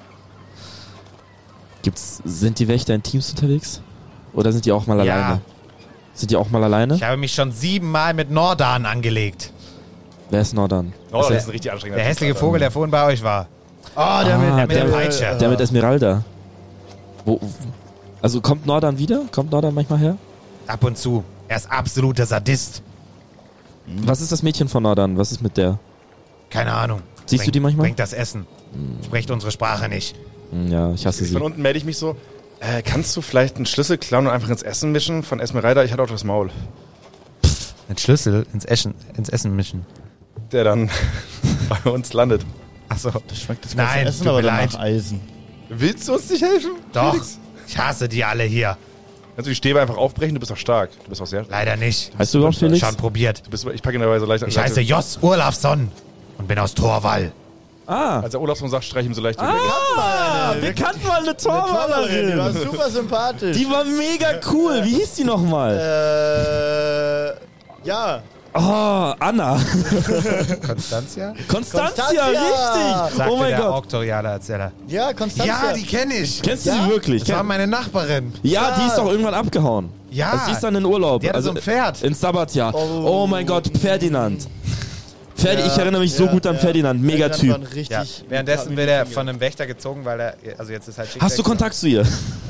gibt's, sind die Wächter in Teams unterwegs? Oder sind die auch mal Ja. alleine? Sind die auch mal alleine? Ich habe mich schon siebenmal mit Nordan angelegt. Wer ist Nordan? Oh, Ist das der- ist ein richtig anstrengender Der hässliche Typ, Vogel, der vorhin bei euch war. Oh, der Ah, mit, mit der der Peitsche. Der mit Esmeralda. Wo, also kommt Nordan wieder? Kommt Nordan manchmal her? Ab und zu. Er ist absoluter Sadist. Was ist das Mädchen von Nordan? Was ist mit der? Keine Ahnung. Siehst du Bringt- die manchmal? Bringt das Essen. Sprecht unsere Sprache nicht. Hm, Ja, ich hasse Von sie. unten melde ich mich so, äh, kannst du vielleicht einen Schlüssel klauen und einfach ins Essen mischen von Esmeralda? Ich hatte auch das Maul. Ein Schlüssel ins Essen, ins Essen mischen. Der dann bei uns landet. Achso. Das schmeckt das Nein, ganze Essen tut aber mir dann leid. nach Eisen. Willst du uns nicht helfen? Doch. Felix? Ich hasse die alle hier. Kannst du die Stäbe einfach aufbrechen? Du bist doch stark. Du bist auch sehr stark. Leider nicht. Heißt du überhaupt Felix? Schon probiert. Du bist, ich packe ihn dabei so leicht an die Ich heiße Seite. Jos Olafsson und bin aus Torwall. Ah, Als der Olafsson sagt, streich ihm so leicht. ah wir kannten mal eine Die war Torwallerin. super sympathisch. Die war mega cool. Wie hieß die nochmal? Äh, ja. Oh, Anna. Konstantia? Konstantia, Konstantia! richtig. Sagte Oh mein der Gott. auktoriale Erzähler. Ja, Konstantia. Ja, die kenne ich. Kennst du Ja? sie wirklich? Das war meine Nachbarin. Ja, die ist doch irgendwann abgehauen. Ja. Also die ist dann in Urlaub. Die hatte also so ein Pferd. Ins Sabbatjahr. Oh. Oh. mein Gott, Ferdinand. Ferdi, Ja, ich erinnere mich so ja, gut an ja. Ferdinand. Mega Ferdinand Typ. war ein richtig Ja. Währenddessen wird er von einem Wächter gezogen, weil er, also jetzt ist halt Hast du Kontakt zu ihr?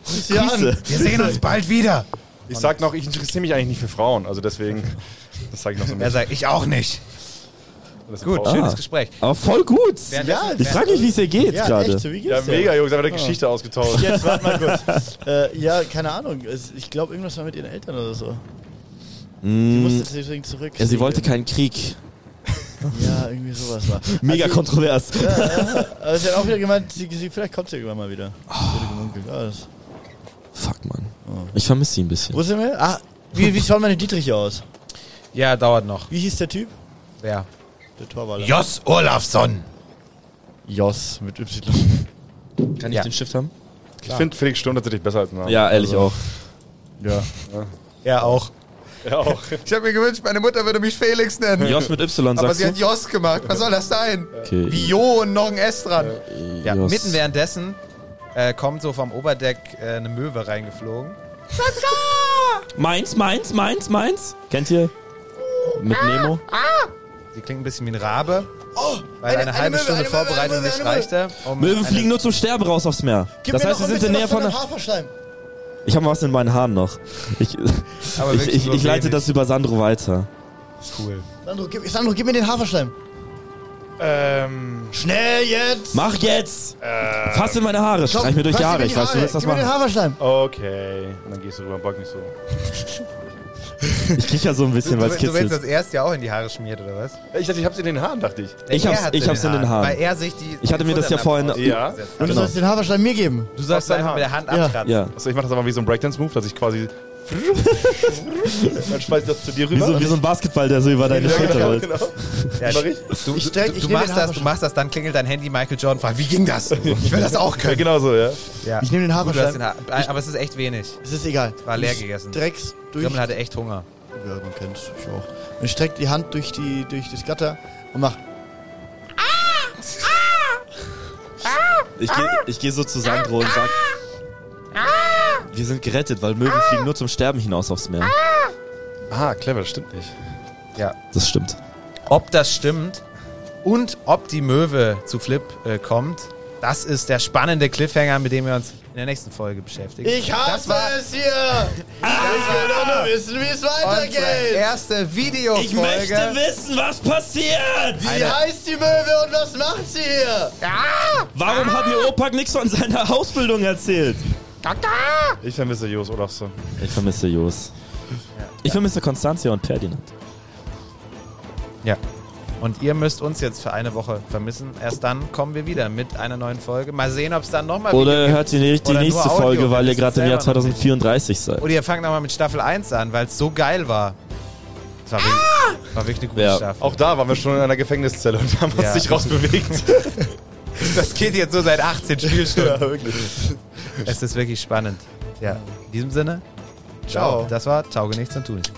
Ja, Grüße. Wir sehen uns bald wieder. Ich sag noch, ich interessiere mich eigentlich nicht für Frauen, also deswegen, das sage ich noch so ein Er bisschen. sagt, ich auch nicht. Das ist Gut, Pause. schönes Ah. Gespräch. Aber voll gut. Ja, Ich frage mich, wie es ihr geht ja, gerade. echt, so, wie geht's Ja, dir? mega, Jungs, haben wir eine Geschichte ausgetauscht. Jetzt warte mal kurz. äh, ja, keine Ahnung. Es- Ich glaube, irgendwas war mit ihren Eltern oder so. Sie Mm, musste deswegen zurück. ja, sie wollte keinen Krieg. Ja, irgendwie sowas war. Mega Also, kontrovers. Ja, ja, aber sie hat auch wieder gemeint, sie, sie, vielleicht kommt sie irgendwann mal wieder. Wurde gemunkelt. Ja, das- Fuck, Mann. Ich vermisse sie ein bisschen. Wo sind wir? Ah, wie, wie schauen meine Dietriche aus? Ja, dauert noch. Wie hieß der Typ? Wer? Der Torwaller. Jos Olafsson. Jos mit Y. Kann Ja. ich den Stift haben? Ich finde Felix Sturm tatsächlich besser als Namen. Ja, ehrlich auch. Ja. Er auch. Ja, auch. Ich habe mir gewünscht, meine Mutter würde mich Felix nennen. Jos mit Y, Aber sagst sie du? hat Jos gemacht. Was soll das sein? Okay. Wie Jo und noch ein S dran. Ja, Jos. mitten währenddessen äh, kommt so vom Oberdeck äh, eine Möwe reingeflogen. Meins, meins, meins, meins. Kennt ihr? Mit Nemo? Sie klingt ein bisschen wie ein Rabe. weil eine- eine, eine halbe Möwe, Stunde eine Möwe, Vorbereitung eine Möwe, nicht eine reichte. Um Möwen eine- fliegen nur zum Sterben raus aufs Meer. Gib Das mir heißt, noch wir ein sind in bisschen der Nähe was von von der... dem Haferschleim. Ich habe was in meinen Haaren noch. Ich, Aber ich, wirklich ich, nur ich leite wenig. das über Sandro weiter. Cool. Sandro gib, Sandro, gib mir den Haferschleim. Ähm, Schnell jetzt! Mach jetzt! Fass in meine Haare, streich mir durch die fass Haare. mir Ich weiß, du willst das Gib mir den machen. Haferschleim. okay. Und dann gehst du rüber, bock nicht so. Ich krieg ja so ein bisschen, Du, weil du, es du willst kitzelt. das erst ja auch in die Haare schmiert, oder was? Ich dachte, ich hab's in den Haaren, dachte ich. Ich Er hab's- hat's ich hab's in den Haaren. Weil er sich die Ich hatte mir das ja vorhin- Ja. Und du Genau. sollst den Haferschleim mir geben. Du sollst Aus deinen einfach mit der Hand Ja. abkratzen. Ja, Achso, ich mach das aber wie so ein Breakdance-Move, dass ich quasi... dann schmeiß ich das zu dir wie rüber. so, wie so ein Basketball, der so über deine ja, Schulter genau, rollt. genau. Ja, Mach ich? Du, Ich du, streck- du, ich du, nehme machst den das, du Haferschleim. machst das, dann klingelt dein Handy, Michael Jordan fragt, wie ging das? Ich will das auch Ja, können. genau so, ja. Ja. Ich nehme den Gut, du hast den Haferschleim. ha aber es ist echt wenig. Es ist egal. War leer Ich gegessen. Drecks durch. Grimmel hatte echt Hunger. Ja, man kennt's. Ich auch. Und ich streck die Hand durch, die, durch das Gatter und mach. Ich gehe ich geh so zu Sandro und sag, wir sind gerettet, weil Möwen fliegen nur zum Sterben hinaus aufs Meer. Ah, clever, das stimmt nicht. Ja. Das stimmt. Ob das stimmt und ob die Möwe zu Flip äh, kommt, das ist der spannende Cliffhanger, mit dem wir uns in der nächsten Folge beschäftigen. Ich hasse das war es hier! Ich will doch nur wissen, wie es unsere weitergeht! erste Videofolge. Ich möchte wissen, was passiert! Wie Eine- heißt die Möwe und was macht sie hier? Warum hat mir Opak nichts von seiner Ausbildung erzählt? Ich vermisse Jos Olafsson. Ich vermisse Jos. Ich vermisse Constantia und Ferdinand. Ja. Und ihr müsst uns jetzt für eine Woche vermissen. Erst dann kommen wir wieder mit einer neuen Folge. Mal sehen, ob es dann nochmal Oder ihr hört die, die Oder nur nächste Audio, Folge, wir weil ihr wissen gerade im Jahr selber noch nicht. zweitausendvierunddreißig seid. Oder ihr fangt nochmal mit Staffel eins an, weil es so geil war. Das war wirklich, war wirklich eine gute Ja. Staffel. Auch da waren wir schon in einer Gefängniszelle und haben uns Ja. nicht rausbewegt. Das geht jetzt so seit achtzehn Spielstunden. ja, wirklich. Es ist wirklich spannend. Ja, in diesem Sinne, Ciao. das war Tauge nichts und tu nichts.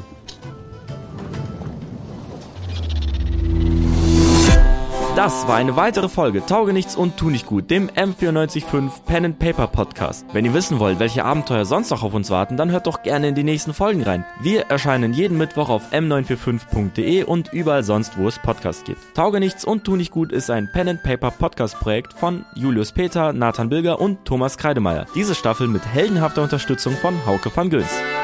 Das war eine weitere Folge Tauge nichts und tu nicht gut, dem M vierundneunzig Komma fünf Pen and Paper Podcast. Wenn ihr wissen wollt, welche Abenteuer sonst noch auf uns warten, dann hört doch gerne in die nächsten Folgen rein. Wir erscheinen jeden Mittwoch auf m neun vier fünf punkt de und überall sonst, wo es Podcasts gibt. Tauge nichts und tu nicht gut ist ein Pen and Paper Podcast Projekt von Julius Peter, Nathan Bilger und Thomas Kreidemeier. Diese Staffel mit heldenhafter Unterstützung von Hauke van Göns.